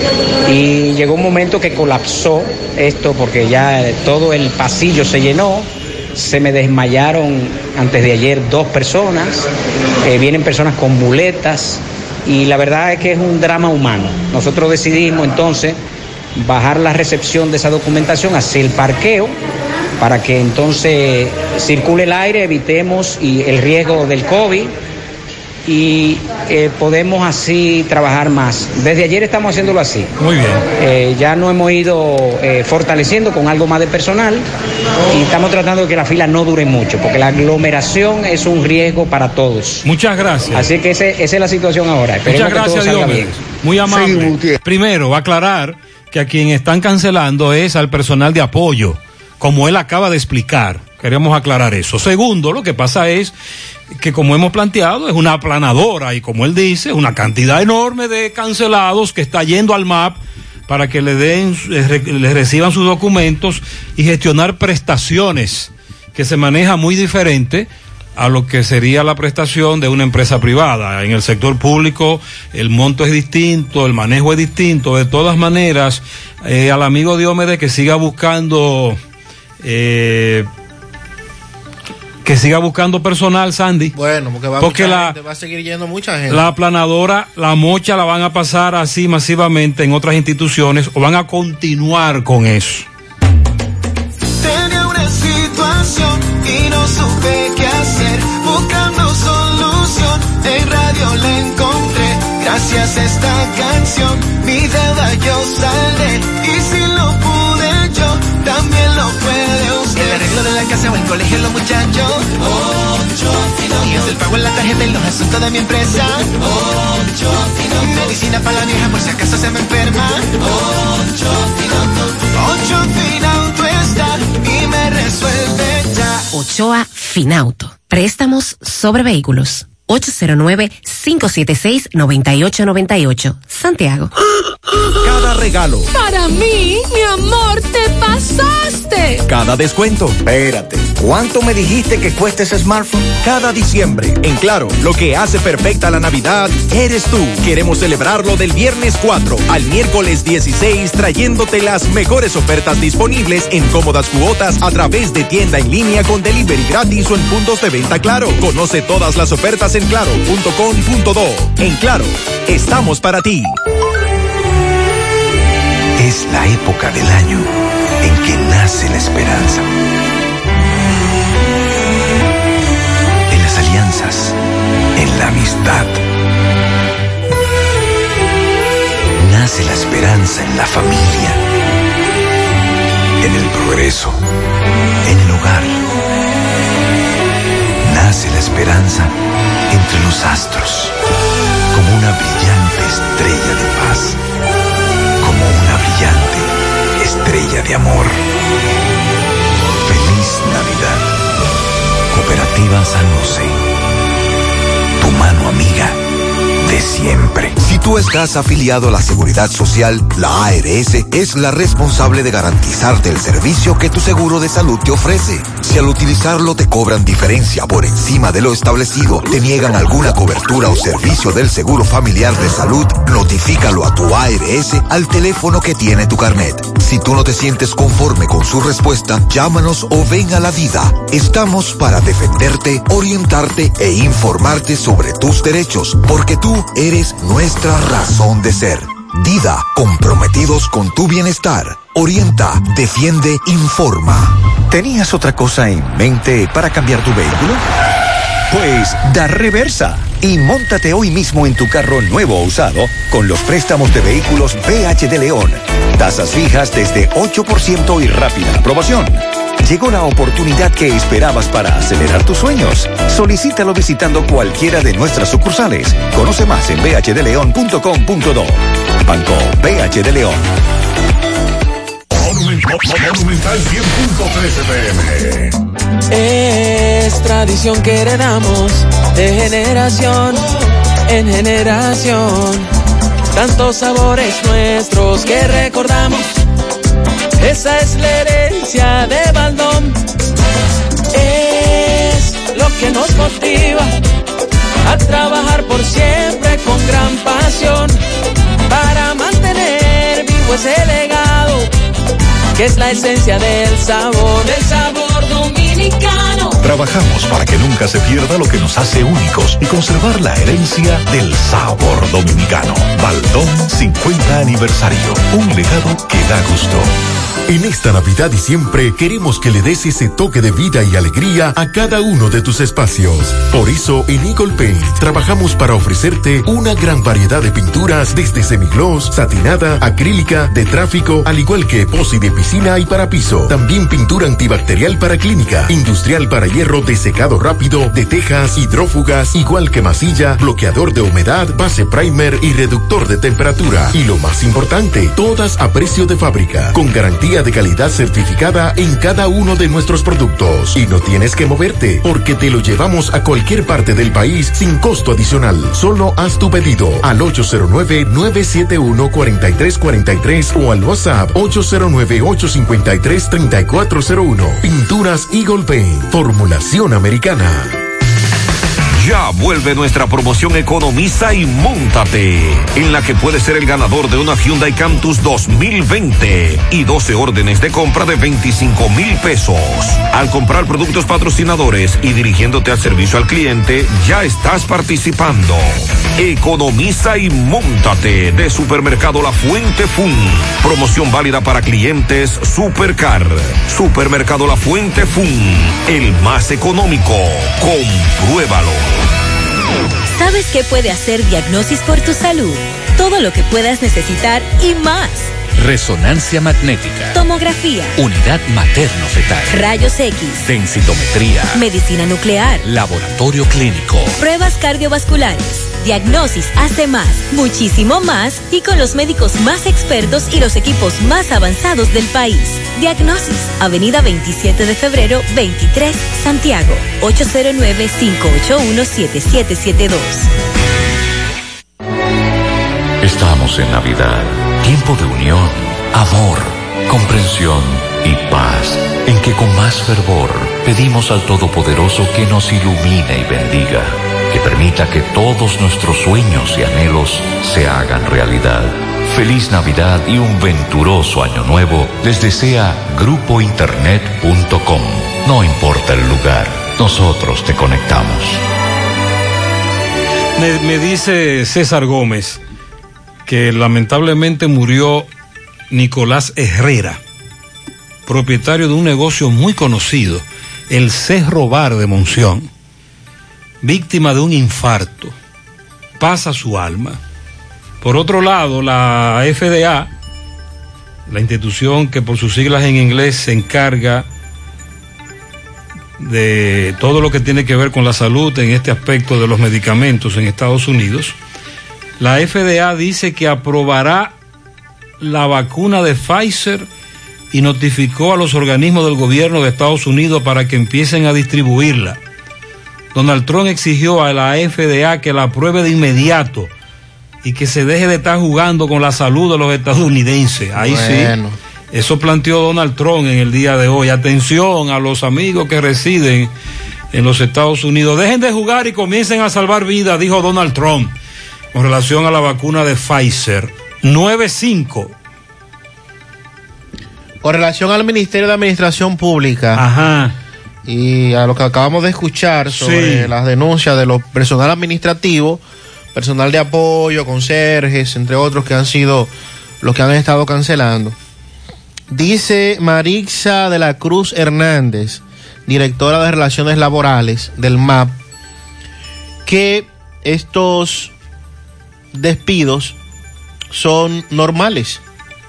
[SPEAKER 11] y llegó un momento que colapsó esto porque ya todo el pasillo se llenó. Se me desmayaron antes de ayer 2 personas, vienen personas con muletas, y la verdad es que es un drama humano. Nosotros decidimos entonces bajar la recepción de esa documentación hacia el parqueo, para que entonces circule el aire, evitemos el riesgo del COVID. y podemos así trabajar más. Desde ayer estamos haciéndolo así.
[SPEAKER 13] Muy bien.
[SPEAKER 11] Ya nos hemos ido fortaleciendo con algo más de personal y estamos tratando de que la fila no dure mucho, porque la aglomeración es un riesgo para todos.
[SPEAKER 13] Muchas gracias.
[SPEAKER 11] Así que esa es la situación ahora. Esperemos
[SPEAKER 13] Muchas gracias,
[SPEAKER 11] que todo salga bien.
[SPEAKER 13] Muy amable. Sí, primero, aclarar que a quien están cancelando es al personal de apoyo, como él acaba de explicar. Queremos aclarar eso. Segundo, lo que pasa es que, como hemos planteado, es una aplanadora y, como él dice, una cantidad enorme de cancelados que está yendo al MAP para que le reciban sus documentos y gestionar prestaciones, que se maneja muy diferente a lo que sería la prestación de una empresa privada. En el sector público el monto es distinto, el manejo es distinto. De todas maneras, al amigo Diomedes que siga buscando personal, Sandy.
[SPEAKER 26] Bueno, porque va a seguir yendo mucha gente. La aplanadora, la mocha la van a pasar así masivamente en otras instituciones, o van a continuar con eso.
[SPEAKER 1] Tenía una situación y no supe qué hacer, buscando solución, en radio la encontré, gracias a esta canción, mi deuda yo saldré, y si lo pude yo, también lo puede usted. El arreglo de la casa o el colegio los muchachos, y es el pago en la tarjeta y los asuntos de mi empresa, medicina para la vieja por si acaso se me enferma, Ochoa Finauto está y me resuelve ya.
[SPEAKER 6] Ochoa Finauto, préstamos sobre vehículos. 809-576-9898. Santiago.
[SPEAKER 12] Cada regalo.
[SPEAKER 22] Para mí, mi amor, te pasaste.
[SPEAKER 12] Cada descuento. Espérate, ¿cuánto me dijiste que cuesta ese smartphone? Cada diciembre, en Claro, lo que hace perfecta la Navidad eres tú. Queremos celebrarlo del viernes 4 al miércoles 16, trayéndote las mejores ofertas disponibles en cómodas cuotas a través de tienda en línea con delivery gratis o en puntos de venta Claro. Conoce todas las ofertas en claro.com.do. En Claro, estamos para ti.
[SPEAKER 24] Es la época del año en que nace la esperanza. En las alianzas, en la amistad. Nace la esperanza en la familia, en el progreso, en el hogar. Nace la esperanza entre los astros, como una brillante estrella de paz, como una brillante estrella de amor. Feliz Navidad. Cooperativa San José, tu mano amiga de siempre.
[SPEAKER 12] Si tú estás afiliado a la Seguridad Social, la ARS es la responsable de garantizarte el servicio que tu seguro de salud te ofrece. Si al utilizarlo te cobran diferencia por encima de lo establecido, te niegan alguna cobertura o servicio del Seguro Familiar de Salud, notifícalo a tu ARS al teléfono que tiene tu carnet. Si tú no te sientes conforme con su respuesta, llámanos o ven a la vida. Estamos para defenderte, orientarte e informarte sobre tus derechos, porque tú eres nuestra razón de ser. Dida, comprometidos con tu bienestar. Orienta, defiende, informa. ¿Tenías otra cosa en mente para cambiar tu vehículo? Pues da reversa y móntate hoy mismo en tu carro nuevo o usado con los préstamos de vehículos BH de León. Tasas fijas desde 8% y rápida aprobación. Llegó la oportunidad que esperabas para acelerar tus sueños. Solicítalo visitando cualquiera de nuestras sucursales. Conoce más en bhdeleon.com.do. Banco BH de León.
[SPEAKER 25] Monumental 100.13 PM.
[SPEAKER 27] Es tradición que heredamos de generación en generación. Tantos sabores nuestros que recordamos. Esa es la herencia de Baldón. Es lo que nos motiva a trabajar por siempre con gran pasión para mantener vivo ese legado que es la esencia del sabor dominicano.
[SPEAKER 22] Dominicano.
[SPEAKER 25] Trabajamos para que nunca se pierda lo que nos hace únicos y conservar la herencia del sabor dominicano. Baldón 50 aniversario. Un legado que da gusto.
[SPEAKER 3] En esta Navidad y siempre queremos que le des ese toque de vida y alegría a cada uno de tus espacios. Por eso en Eagle Paint trabajamos para ofrecerte una gran variedad de pinturas desde semigloss, satinada, acrílica, de tráfico, al igual que epoxi de piscina y para piso. También pintura antibacterial para clínica, industrial para hierro de secado rápido, de tejas, hidrófugas, igual que masilla, bloqueador de humedad, base primer y reductor de temperatura. Y lo más importante, todas a precio de fábrica, con garantía de calidad certificada en cada uno de nuestros productos. Y no tienes que moverte, porque te lo llevamos a cualquier parte del país sin costo adicional. Solo haz tu pedido al 809-971-4343 o al WhatsApp 809-853-3401. Pinturas Eagle Paint, formulación americana.
[SPEAKER 4] Ya vuelve nuestra promoción Economiza y Móntate, en la que puedes ser el ganador de una Hyundai Cantus 2020 y 12 órdenes de compra de 25,000 pesos. Al comprar productos patrocinadores y dirigiéndote al servicio al cliente, ya estás participando. Economiza y Móntate de Supermercado La Fuente Fun. Promoción válida para clientes Supercar. Supermercado La Fuente Fun, el más económico. Compruébalo.
[SPEAKER 7] ¿Sabes qué puede hacer Diagnosis por tu salud? Todo lo que puedas necesitar y más.
[SPEAKER 9] Resonancia magnética,
[SPEAKER 7] Tomografía,
[SPEAKER 9] unidad materno-fetal,
[SPEAKER 7] rayos X,
[SPEAKER 9] densitometría,
[SPEAKER 7] medicina nuclear,
[SPEAKER 9] laboratorio clínico,
[SPEAKER 7] pruebas cardiovasculares. Diagnosis hace más, muchísimo más, y con los médicos más expertos y los equipos más avanzados del país. Diagnosis, Avenida 27 de febrero, 23, Santiago, 809-581-7772.
[SPEAKER 24] Estamos en Navidad, tiempo de unión, amor, comprensión y paz, en que con más fervor pedimos al Todopoderoso que nos ilumine y bendiga, que permita que todos nuestros sueños y anhelos se hagan realidad. Feliz Navidad y un venturoso año nuevo les desea grupointernet.com. No importa el lugar, nosotros te conectamos.
[SPEAKER 13] Me dice César Gómez que lamentablemente murió Nicolás Herrera, propietario de un negocio muy conocido, el Cerro Bar de Monción, víctima de un infarto. Pasa su alma. Por otro lado, la FDA, la institución que por sus siglas en inglés se encarga de todo lo que tiene que ver con la salud en este aspecto de los medicamentos en Estados Unidos, la FDA dice que aprobará la vacuna de Pfizer y notificó a los organismos del gobierno de Estados Unidos para que empiecen a distribuirla. Donald Trump exigió a la FDA que la apruebe de inmediato y que se deje de estar jugando con la salud de los estadounidenses. Ahí bueno. Sí, eso planteó Donald Trump en el día de hoy. Atención a los amigos que residen en los Estados Unidos. Dejen de jugar y comiencen a salvar vidas, dijo Donald Trump, con relación a la vacuna de Pfizer. 9.5.
[SPEAKER 26] Con relación al Ministerio de Administración Pública.
[SPEAKER 13] Ajá.
[SPEAKER 26] Y a lo que acabamos de escuchar sobre las denuncias de los personal administrativo, personal de apoyo, conserjes, entre otros que han sido los que han estado cancelando. Dice Marixa de la Cruz Hernández, directora de Relaciones Laborales del MAP, que estos despidos son normales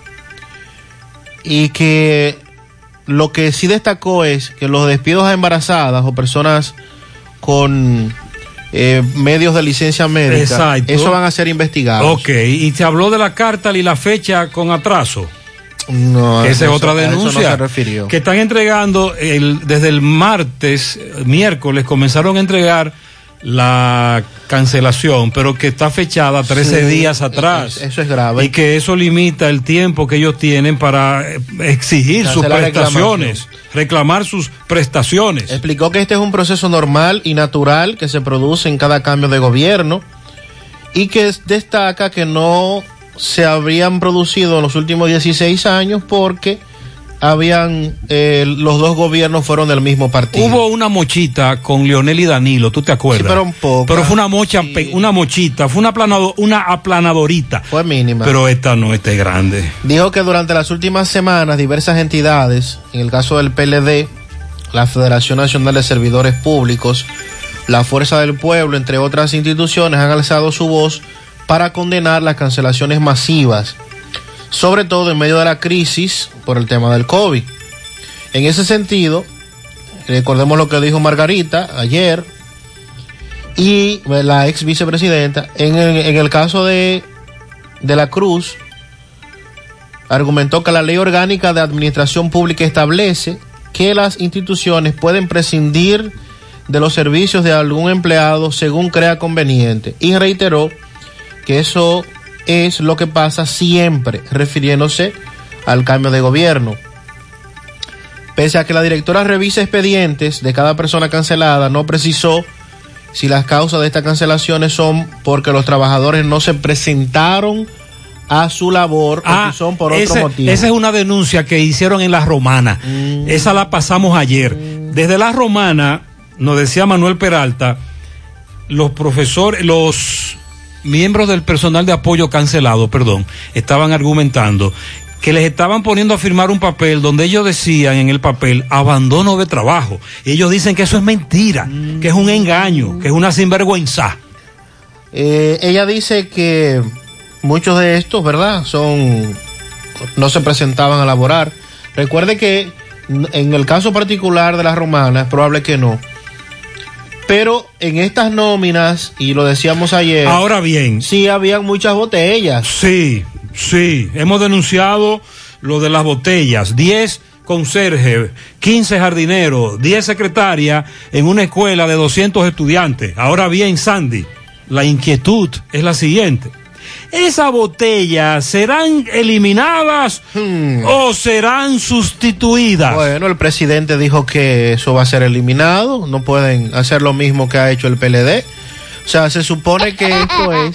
[SPEAKER 26] y que lo que sí destacó es que los despidos a embarazadas o personas con medios de licencia médica, exacto, eso van a ser investigados.
[SPEAKER 13] Ok, y te habló de la carta y la fecha con atraso.
[SPEAKER 26] No,
[SPEAKER 13] esa es otra denuncia.
[SPEAKER 26] No se refirió.
[SPEAKER 13] Que están entregando desde el miércoles comenzaron a entregar la cancelación, pero que está fechada 13 días atrás.
[SPEAKER 26] Eso es grave.
[SPEAKER 13] Y que eso limita el tiempo que ellos tienen para exigir sus prestaciones, reclamar sus prestaciones.
[SPEAKER 26] Explicó que este es un proceso normal y natural que se produce en cada cambio de gobierno y que destaca que no se habrían producido en los últimos 16 años porque habían los dos gobiernos fueron del mismo partido.
[SPEAKER 13] Hubo una mochita con Leonel y Danilo, ¿tú te acuerdas?
[SPEAKER 26] Sí, pero un poco.
[SPEAKER 13] Pero fue una mochita, fue una aplanadorita.
[SPEAKER 26] Fue mínima.
[SPEAKER 13] Pero esta no, esta es grande.
[SPEAKER 26] Dijo que durante las últimas semanas diversas entidades, en el caso del PLD, la Federación Nacional de Servidores Públicos, la Fuerza del Pueblo, entre otras instituciones, han alzado su voz para condenar las cancelaciones masivas, sobre todo en medio de la crisis por el tema del COVID. En ese sentido, recordemos lo que dijo Margarita ayer y la ex vicepresidenta, en el caso de la Cruz, argumentó que la Ley Orgánica de Administración Pública establece que las instituciones pueden prescindir de los servicios de algún empleado según crea conveniente, y reiteró que eso es lo que pasa siempre, refiriéndose al cambio de gobierno. Pese a que la directora revisa expedientes de cada persona cancelada, no precisó si las causas de estas cancelaciones son porque los trabajadores no se presentaron a su labor o si son por otro motivo.
[SPEAKER 13] Esa es una denuncia que hicieron en La Romana. Esa la pasamos ayer. Desde La Romana, nos decía Manuel Peralta, los profesores, los miembros del personal de apoyo cancelado, estaban argumentando que les estaban poniendo a firmar un papel donde ellos decían en el papel abandono de trabajo. Y ellos dicen que eso es mentira, que es un engaño, que es una sinvergüenza.
[SPEAKER 26] Ella dice que muchos de estos, ¿verdad?, no se presentaban a laborar. Recuerde que en el caso particular de La Romana es probable que no. Pero en estas nóminas, y lo decíamos ayer,
[SPEAKER 13] ahora bien,
[SPEAKER 26] sí habían muchas botellas.
[SPEAKER 13] Sí, hemos denunciado lo de las botellas. 10 conserjes, 15 jardineros, 10 secretarias en una escuela de 200 estudiantes. Ahora bien, Sandy, la inquietud es la siguiente. ¿Esas botellas serán eliminadas o serán sustituidas?
[SPEAKER 26] Bueno, el presidente dijo que eso va a ser eliminado, no pueden hacer lo mismo que ha hecho el PLD. O sea, se supone que esto es...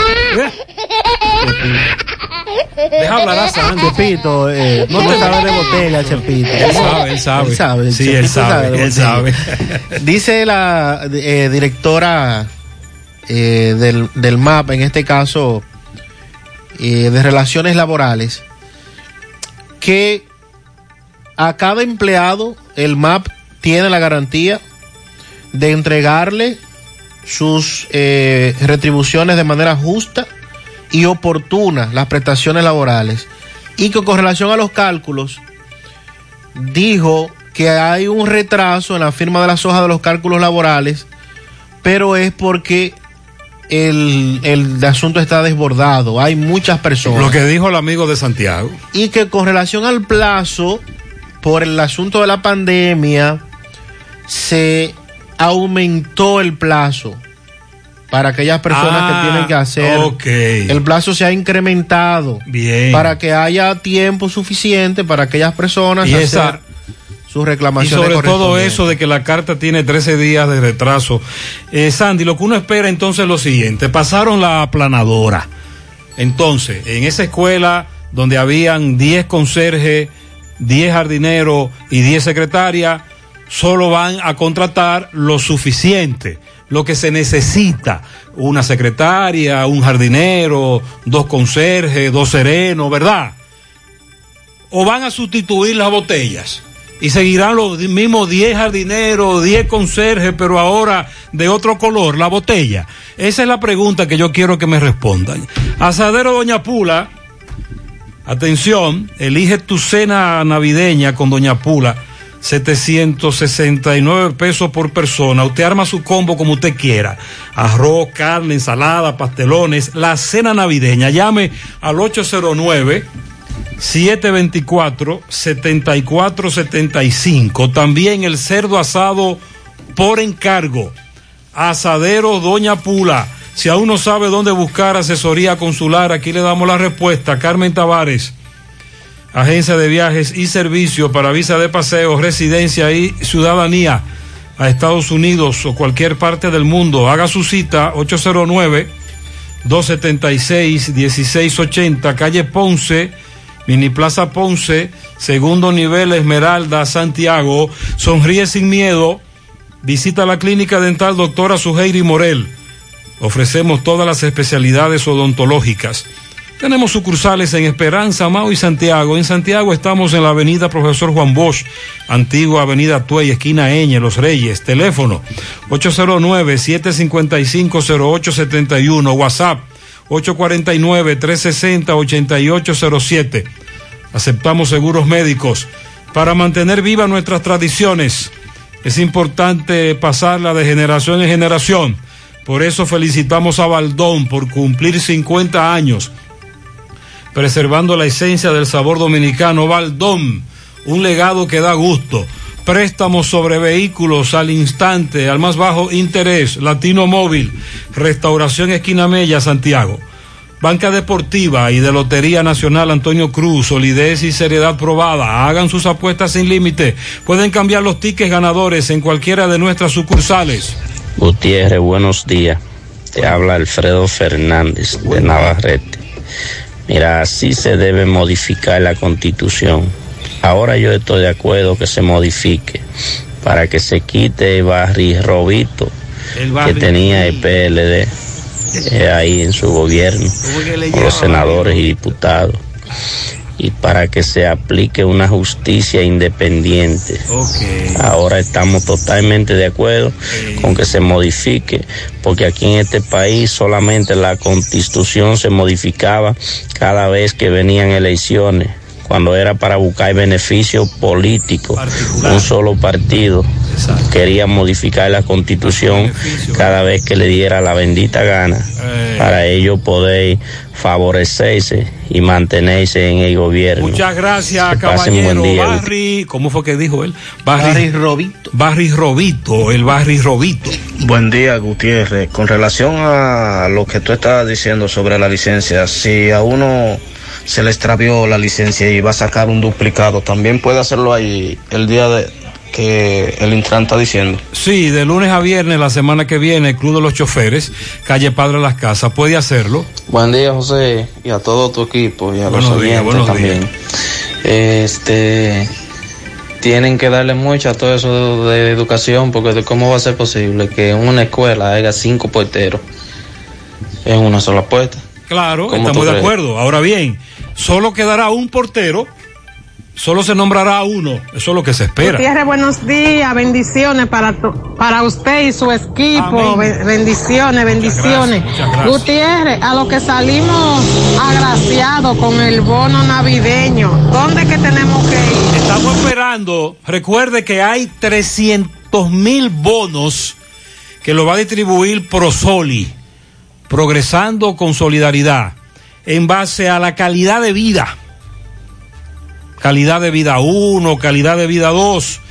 [SPEAKER 13] Deja hablar a Sandy.
[SPEAKER 26] Chepito, no te sabe de botella, Chepito.
[SPEAKER 13] Él sabe. Sí, él sabe.
[SPEAKER 26] Dice la directora del MAP, en este caso de Relaciones Laborales, que a cada empleado el MAP tiene la garantía de entregarle sus retribuciones de manera justa y oportuna, las prestaciones laborales, y que con relación a los cálculos dijo que hay un retraso en la firma de las hojas de los cálculos laborales, pero es porque el asunto está desbordado, hay muchas personas.
[SPEAKER 13] Lo que dijo el amigo de Santiago.
[SPEAKER 26] Y que con relación al plazo, por el asunto de la pandemia, se aumentó el plazo para aquellas personas que tienen que hacer. El plazo se ha incrementado.
[SPEAKER 13] Bien.
[SPEAKER 26] Para que haya tiempo suficiente para aquellas personas
[SPEAKER 13] y
[SPEAKER 26] hacer sus reclamaciones.
[SPEAKER 13] Y sobre todo eso de que la carta tiene 13 días de retraso. Sandy, lo que uno espera entonces es lo siguiente. Pasaron la aplanadora. Entonces, en esa escuela donde habían 10 conserjes, 10 jardineros y 10 secretarias, solo van a contratar lo suficiente, lo que se necesita. Una secretaria, un jardinero, 2 conserjes, 2 serenos, ¿verdad? O van a sustituir las botellas y seguirán los mismos 10 jardineros, 10 conserjes, pero ahora de otro color, la botella. Esa es la pregunta que yo quiero que me respondan. Asadero Doña Pula, atención, elige tu cena navideña con Doña Pula, 769 pesos por persona. Usted arma su combo como usted quiera: arroz, carne, ensalada, pastelones, la cena navideña. Llame al 809-724-7475. También el cerdo asado por encargo. Asadero Doña Pula. Si aún no sabe dónde buscar asesoría consular, aquí le damos la respuesta. Carmen Tavares, agencia de viajes y servicios para visa de paseo, residencia y ciudadanía a Estados Unidos o cualquier parte del mundo. Haga su cita 809-276-1680, calle Ponce, Mini Plaza Ponce, segundo nivel Esmeralda, Santiago. Sonríe sin miedo. Visita la clínica dental doctora Suheiri Morel. Ofrecemos todas las especialidades odontológicas. Tenemos sucursales en Esperanza, Mao y Santiago. En Santiago estamos en la avenida Profesor Juan Bosch, antigua avenida Tuey, esquina Eñe, Los Reyes. Teléfono 809-755-0871. WhatsApp 849-360-8807. Aceptamos seguros médicos. Para mantener vivas nuestras tradiciones, es importante pasarla de generación en generación. Por eso felicitamos a Baldón por cumplir 50 años, preservando la esencia del sabor dominicano. Baldón, un legado que da gusto. Préstamos sobre vehículos al instante, al más bajo interés. Latino Móvil, Restauración Esquina Mella, Santiago. Banca Deportiva y de Lotería Nacional Antonio Cruz, solidez y seriedad probada. Hagan sus apuestas sin límite. Pueden cambiar los tickets ganadores en cualquiera de nuestras sucursales.
[SPEAKER 8] Gutiérrez, buenos días. Te habla Alfredo Fernández de Navarrete. Mira, así se debe modificar la Constitución. Ahora yo estoy de acuerdo que se modifique para que se quite el barrirrobito que tenía el PLD ahí en su gobierno, con los senadores y diputados, y para que se aplique una justicia independiente. Ahora estamos totalmente de acuerdo con que se modifique, porque aquí en este país solamente la Constitución se modificaba cada vez que venían elecciones, cuando era para buscar beneficio político. Un solo partido quería modificar la Constitución cada vez que le diera la bendita gana, para ellos poder favorecerse y mantenerse en el gobierno.
[SPEAKER 13] Muchas gracias,
[SPEAKER 8] caballero.
[SPEAKER 13] Buen día. Barry, ¿cómo fue que dijo él? Barry Robito. Barry Robito, el Barry Robito.
[SPEAKER 21] Buen día, Gutiérrez. Con relación a lo que tú estabas diciendo sobre la licencia, si a uno se le extravió la licencia y va a sacar un duplicado, también puede hacerlo ahí el día que el Intran está diciendo.
[SPEAKER 13] Sí, de lunes a viernes la semana que viene, el Club de los Choferes, calle Padre Las Casas, puede hacerlo.
[SPEAKER 10] Buen día, José, y a todo tu equipo y a los oyentes también. Tienen que darle mucho a todo eso de educación, porque ¿cómo va a ser posible que en una escuela haya 5 porteros en una sola puerta?
[SPEAKER 13] Claro, estamos de acuerdo. Ahora bien, solo quedará un portero, solo se nombrará uno, eso es lo que se espera.
[SPEAKER 14] Gutiérrez, buenos días, bendiciones para usted y su equipo. Bendiciones.
[SPEAKER 13] Muchas gracias.
[SPEAKER 14] Gutiérrez, a lo que salimos agraciados con el bono navideño, ¿dónde que tenemos que ir?
[SPEAKER 13] Estamos esperando, recuerde que hay 300,000 bonos que lo va a distribuir Prosoli, Progresando con Solidaridad, en base a la calidad de vida. Calidad de vida 1, calidad de vida 2,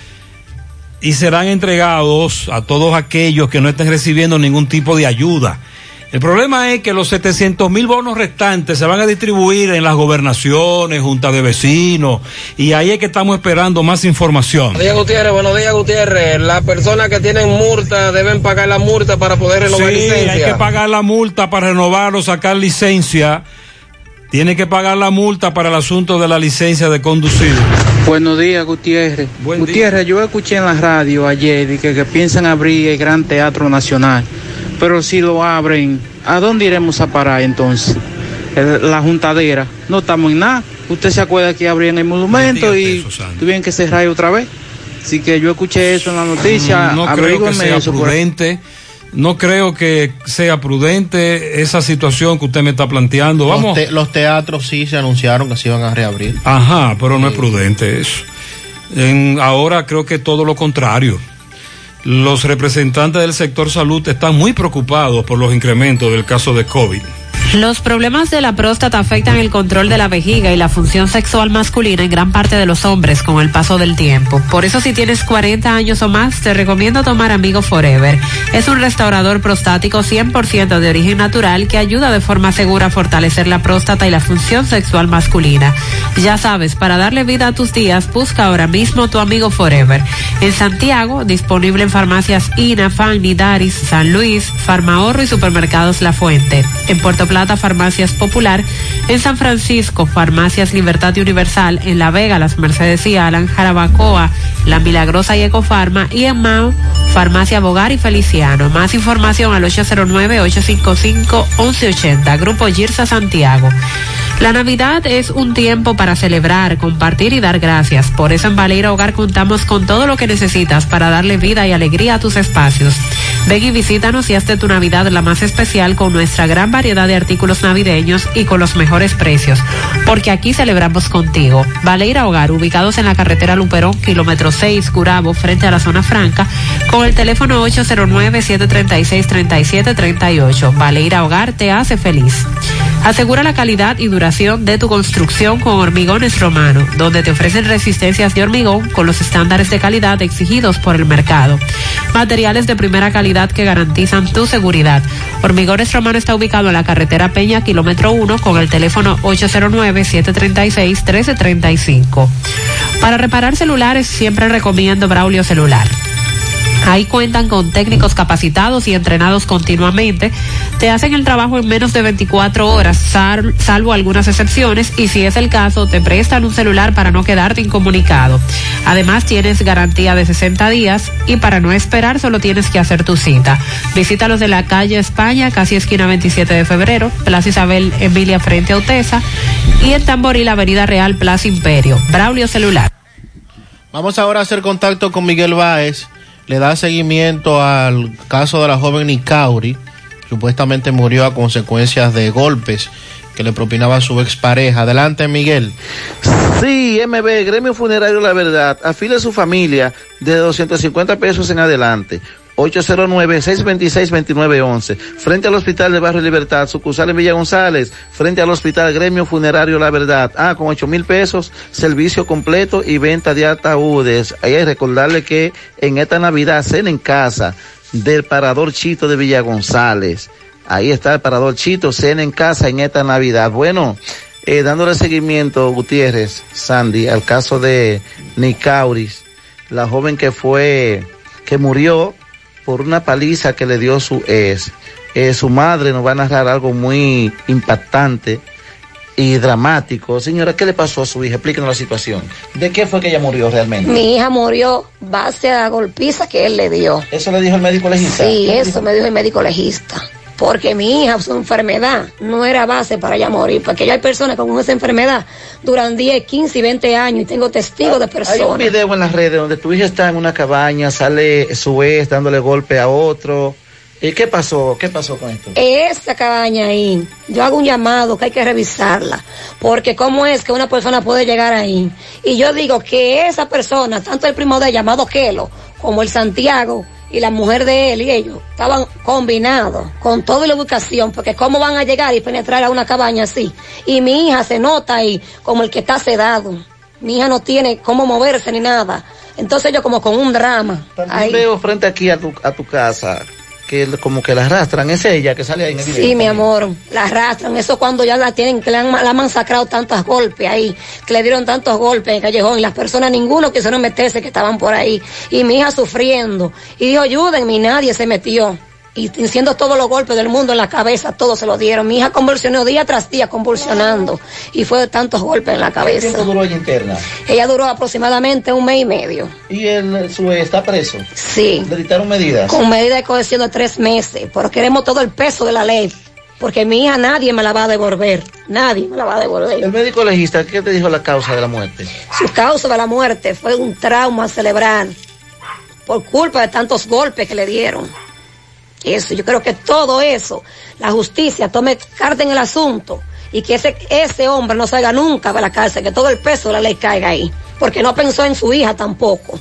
[SPEAKER 13] y serán entregados a todos aquellos que no estén recibiendo ningún tipo de ayuda. El problema es que los 700,000 bonos restantes se van a distribuir en las gobernaciones, juntas de vecinos, y ahí es que estamos esperando más información.
[SPEAKER 10] Buenos días, Gutiérrez. Las personas que tienen multa deben pagar la multa para poder renovar licencia.
[SPEAKER 13] Sí, hay que pagar la multa para renovar o sacar licencia. Tiene que pagar la multa para el asunto de la licencia de conducir.
[SPEAKER 15] Buenos días, Gutiérrez. Gutiérrez, yo escuché en la radio ayer que piensan abrir el Gran Teatro Nacional, pero si lo abren, ¿a dónde iremos a parar entonces? La juntadera, no estamos en nada. Usted se acuerda que abrían el monumento y tuvieron que cerrar otra vez. Así que yo escuché eso en la noticia.
[SPEAKER 13] No creo que sea prudente. No creo que sea prudente esa situación que usted me está planteando. Vamos.
[SPEAKER 26] Los teatros sí se anunciaron que se iban a reabrir.
[SPEAKER 13] Ajá, pero no es prudente eso. Ahora creo que todo lo contrario. Los representantes del sector salud están muy preocupados por los incrementos del caso de COVID.
[SPEAKER 6] Los problemas de la próstata afectan el control de la vejiga y la función sexual masculina en gran parte de los hombres con el paso del tiempo. Por eso, si tienes 40 años o más, te recomiendo tomar Amigo Forever. Es un restaurador prostático 100% de origen natural que ayuda de forma segura a fortalecer la próstata y la función sexual masculina. Ya sabes, para darle vida a tus días, busca ahora mismo tu Amigo Forever. En Santiago, disponible en farmacias INA, Fanny, Daris, San Luis, Farmahorro y supermercados La Fuente. En Puerto Plata Plata, Farmacias Popular, en San Francisco, Farmacias Libertad y Universal, en La Vega, Las Mercedes y Alan, Jarabacoa, La Milagrosa y Ecofarma, y en Mao, Farmacia Bogar y Feliciano. Más información al 809-855-1180. Grupo Girsa Santiago. La Navidad es un tiempo para celebrar, compartir y dar gracias. Por eso en Baleira Hogar contamos con todo lo que necesitas para darle vida y alegría a tus espacios. Ven y visítanos y hazte tu Navidad la más especial con nuestra gran variedad de artículos navideños y con los mejores precios. Porque aquí celebramos contigo. Baleira Hogar, ubicados en la carretera Luperón, kilómetro 6, Curabo, frente a la zona franca, con el teléfono 809-736-3738. Baleira Hogar te hace feliz. Asegura la calidad y duración de tu construcción con Hormigones Romano, donde te ofrecen resistencias de hormigón con los estándares de calidad exigidos por el mercado. Materiales de primera calidad que garantizan tu seguridad. Hormigones Romano está ubicado en la carretera Peña, kilómetro 1, con el teléfono 809-736-1335. Para reparar celulares siempre recomiendo Braulio Celular. Ahí cuentan con técnicos capacitados y entrenados continuamente. Te hacen el trabajo en menos de 24 horas, salvo algunas excepciones, y si es el caso, te prestan un celular para no quedarte incomunicado. Además, tienes garantía de 60 días y para no esperar solo tienes que hacer tu cita. Visítalos de la calle España, casi esquina 27 de febrero, Plaza Isabel Emilia frente a Utesa, y en Tamboril, Avenida Real, Plaza Imperio. Braulio Celular.
[SPEAKER 26] Vamos ahora a hacer contacto con Miguel Báez. Le da seguimiento al caso de la joven Nicauri, supuestamente murió a consecuencias de golpes que le propinaba su expareja. Adelante, Miguel.
[SPEAKER 21] Sí, MB, Gremio Funerario La Verdad, afile a su familia de 250 pesos en adelante. 809-626-2911, frente al Hospital de Barrio Libertad, sucursal en Villa González, frente al Hospital Gremio Funerario La Verdad. Con 8,000 pesos, servicio completo y venta de ataúdes. Hay recordarle que en esta Navidad, cena en casa del Parador Chito de Villa González. Ahí está el Parador Chito, cena en casa en esta Navidad. Bueno, dándole seguimiento, Gutiérrez, Sandy, al caso de Nicauris, la joven que murió por una paliza que le dio su ex. Su madre nos va a narrar algo muy impactante y dramático. Señora, ¿qué le pasó a su hija? Explíquenos la situación. ¿De qué fue que ella murió realmente?
[SPEAKER 2] Mi hija murió base a la golpiza que él le dio.
[SPEAKER 21] ¿Eso le dijo el médico legista?
[SPEAKER 2] Sí, eso me dijo el médico legista. Porque mi hija, su enfermedad, no era base para ella morir. Porque ya hay personas con esa enfermedad duran 10, 15 y 20 años y tengo testigos de personas.
[SPEAKER 21] Hay un video en las redes donde tu hija está en una cabaña, sale su ex dándole golpe a otro. ¿Y qué pasó? ¿Qué pasó con esto?
[SPEAKER 2] Esa cabaña ahí, yo hago un llamado que hay que revisarla. Porque cómo es que una persona puede llegar ahí. Y yo digo que esa persona, tanto el primo de ella, llamado Kelo, como el Santiago, y la mujer de él y ellos estaban combinados con toda la ubicación, porque cómo van a llegar y penetrar a una cabaña así. Y mi hija se nota ahí como el que está sedado. Mi hija no tiene cómo moverse ni nada. Entonces yo como con un drama.
[SPEAKER 21] También ahí veo frente aquí a tu casa que como que la arrastran. ¿Es ella que sale ahí en el video?
[SPEAKER 2] Sí, mi amor, la arrastran. Eso cuando ya la tienen, que la han masacrado tantos golpes ahí, que le dieron tantos golpes en el callejón, y las personas, ninguno quisieron meterse, que estaban por ahí. Y mi hija sufriendo. Y dijo, ayúdenme, y nadie se metió. Y siendo todos los golpes del mundo en la cabeza, todos se lo dieron. Mi hija convulsionó día tras día, convulsionando. Y fue de tantos golpes en la cabeza.
[SPEAKER 21] ¿Qué tiempo duró ella interna?
[SPEAKER 2] Ella duró aproximadamente 1 mes y medio.
[SPEAKER 21] ¿Y su ex está preso?
[SPEAKER 2] Sí.
[SPEAKER 21] ¿Le dictaron medidas?
[SPEAKER 2] Con medida de cohesión de 3 meses. Pero queremos todo el peso de la ley. Porque mi hija nadie me la va a devolver. Nadie me la va a devolver.
[SPEAKER 21] El médico legista, ¿qué te dijo la causa de la muerte?
[SPEAKER 2] Su causa de la muerte fue un trauma cerebral. Por culpa de tantos golpes que le dieron. Eso, yo creo que todo eso, la justicia tome carta en el asunto y que ese hombre no salga nunca de la cárcel, que todo el peso de la ley caiga ahí, porque no pensó en su hija tampoco.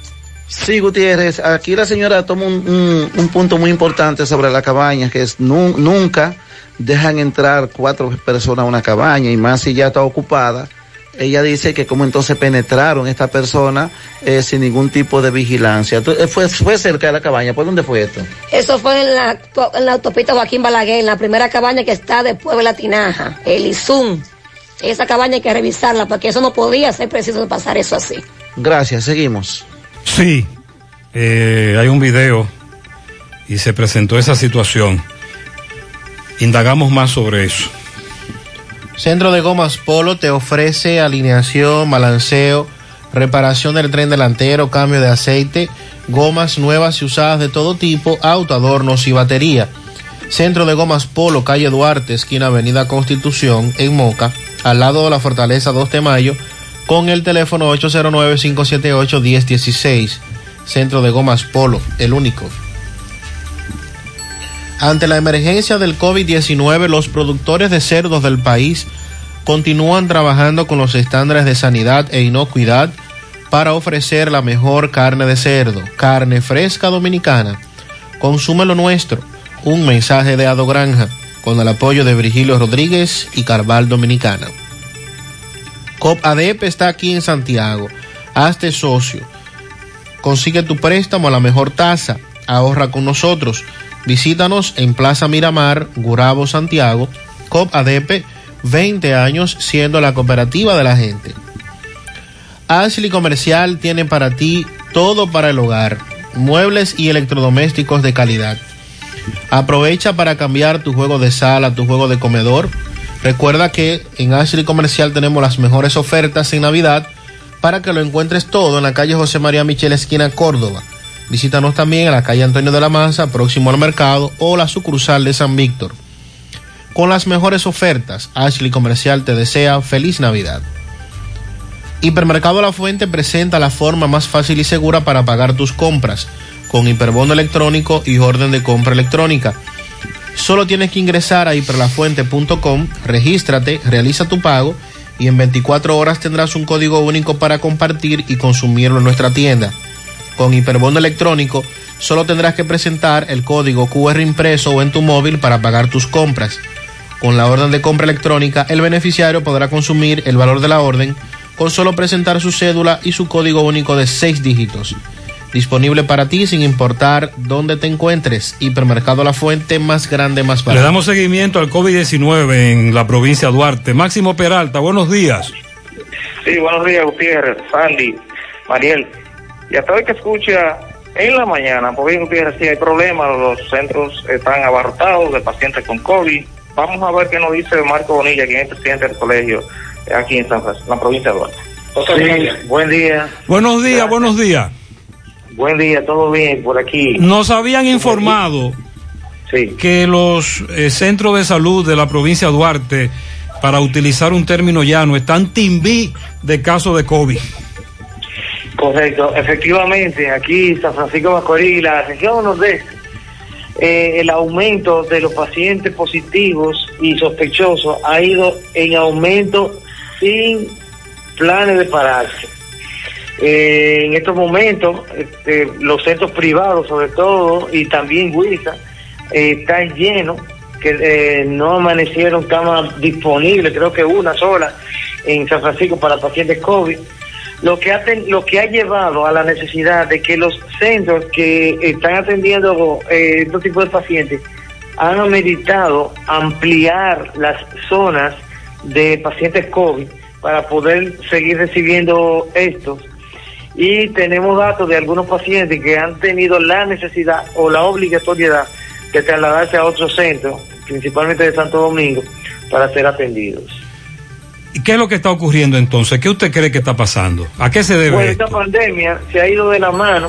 [SPEAKER 21] Sí, Gutiérrez, aquí la señora toma un punto muy importante sobre la cabaña, que es nunca dejan entrar 4 personas a una cabaña, y más si ya está ocupada. Ella dice que como entonces penetraron esta persona sin ningún tipo de vigilancia. Fue cerca de la cabaña. ¿Por dónde fue esto?
[SPEAKER 2] Eso fue en la autopista Joaquín Balaguer, en la primera cabaña que está después de la Tinaja, el Izum. Esa cabaña hay que revisarla porque eso no podía ser preciso pasar eso así.
[SPEAKER 21] Gracias, seguimos.
[SPEAKER 13] Sí, hay un video y se presentó esa situación. indagamos más sobre eso.
[SPEAKER 26] Centro de Gomas Polo te ofrece alineación, balanceo, reparación del tren delantero, cambio de aceite, gomas nuevas y usadas de todo tipo, auto, adornos y batería. Centro de Gomas Polo, calle Duarte, esquina Avenida Constitución, en Moca, al lado de la Fortaleza 2 de Mayo, con el teléfono 809-578-1016. Centro de Gomas Polo, el único. Ante la emergencia del COVID-19, los productores de cerdos del país continúan trabajando con los estándares de sanidad e inocuidad para ofrecer la mejor carne de cerdo, carne fresca dominicana. Consume lo nuestro. Un mensaje de Ado Granja, con el apoyo de Virgilio Rodríguez y Carval Dominicana. COP ADEP está aquí en Santiago. Hazte socio. Consigue tu préstamo a la mejor tasa. Ahorra con nosotros. Visítanos en Plaza Miramar, Gurabo, Santiago. COP ADEP, 20 años siendo la cooperativa de la gente. Ashley Comercial tiene para ti todo para el hogar. Muebles y electrodomésticos de calidad. Aprovecha para cambiar tu juego de sala, tu juego de comedor. Recuerda que en Ashley Comercial tenemos las mejores ofertas en Navidad para que lo encuentres todo en la calle José María Michel, esquina Córdoba. Visítanos también en la calle Antonio de la Maza, próximo al mercado, o la sucursal de San Víctor. Con las mejores ofertas, Ashley Comercial te desea feliz Navidad. Hipermercado La Fuente presenta la forma más fácil y segura para pagar tus compras, con hiperbono electrónico y orden de compra electrónica. Solo tienes que ingresar a hiperlafuente.com, regístrate, realiza tu pago y en 24 horas tendrás un código único para compartir y consumirlo en nuestra tienda. Con hiperbono electrónico, solo tendrás que presentar el código QR impreso o en tu móvil para pagar tus compras. Con la orden de compra electrónica, el beneficiario podrá consumir el valor de la orden con solo presentar su cédula y su código único de 6 dígitos. Disponible para ti sin importar dónde te encuentres. Hipermercado La Fuente, más grande, más barato.
[SPEAKER 13] Le damos seguimiento al COVID-19 en la provincia de Duarte. Máximo Peralta, buenos días.
[SPEAKER 5] Sí, buenos días, Gutiérrez, Sandy, Mariel. Y hasta hoy que escucha en la mañana, porque Gutiérrez, sí hay problemas, los centros están abarrotados de pacientes con COVID. Vamos a ver qué nos dice Marco Bonilla, quien es presidente del colegio aquí en San Francisco, en la provincia de Duarte. Sí, buen día.
[SPEAKER 13] Buenos días, buenos días.
[SPEAKER 5] Buen día, todo bien por aquí.
[SPEAKER 13] Nos habían informado que los centros de salud de la provincia de Duarte, para utilizar un término llano, están timbí de casos de COVID.
[SPEAKER 5] Correcto, efectivamente, aquí San Francisco de Macorís, la región nordeste, el aumento de los pacientes positivos y sospechosos ha ido en aumento sin planes de pararse. En estos momentos, los centros privados sobre todo, y también Huiza, están llenos, que no amanecieron camas disponibles, creo que una sola en San Francisco para pacientes COVID, lo que ha llevado a la necesidad de que los centros que están atendiendo estos tipos de pacientes han ameritado ampliar las zonas de pacientes COVID para poder seguir recibiendo estos. Y tenemos datos de algunos pacientes que han tenido la necesidad o la obligatoriedad de trasladarse a otros centros, principalmente de Santo Domingo, para ser atendidos.
[SPEAKER 13] ¿Y qué es lo que está ocurriendo entonces? ¿Qué usted cree que está pasando? ¿A qué se debe esto?
[SPEAKER 5] Esta pandemia se ha ido de la mano,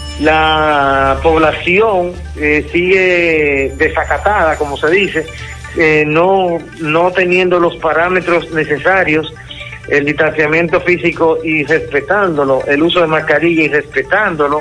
[SPEAKER 5] la población sigue desacatada, como se dice, no teniendo los parámetros necesarios, el distanciamiento físico y respetándolo, el uso de mascarilla y respetándolo.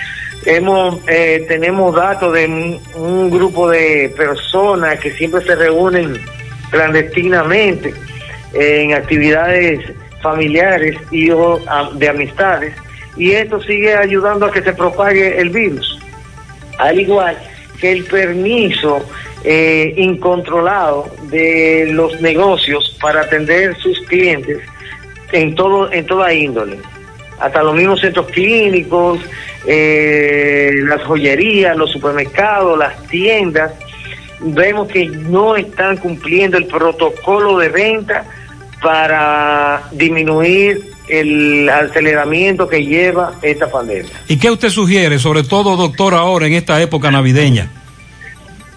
[SPEAKER 5] Tenemos datos de un grupo de personas que siempre se reúnen clandestinamente en actividades familiares y de amistades, y esto sigue ayudando a que se propague el virus, al igual que el permiso incontrolado de los negocios para atender sus clientes en toda índole, hasta los mismos centros clínicos, las joyerías, los supermercados, las tiendas. Vemos que no están cumpliendo el protocolo de venta para disminuir el aceleramiento que lleva esta pandemia.
[SPEAKER 13] ¿Y qué usted sugiere, sobre todo, doctor, ahora en esta época navideña?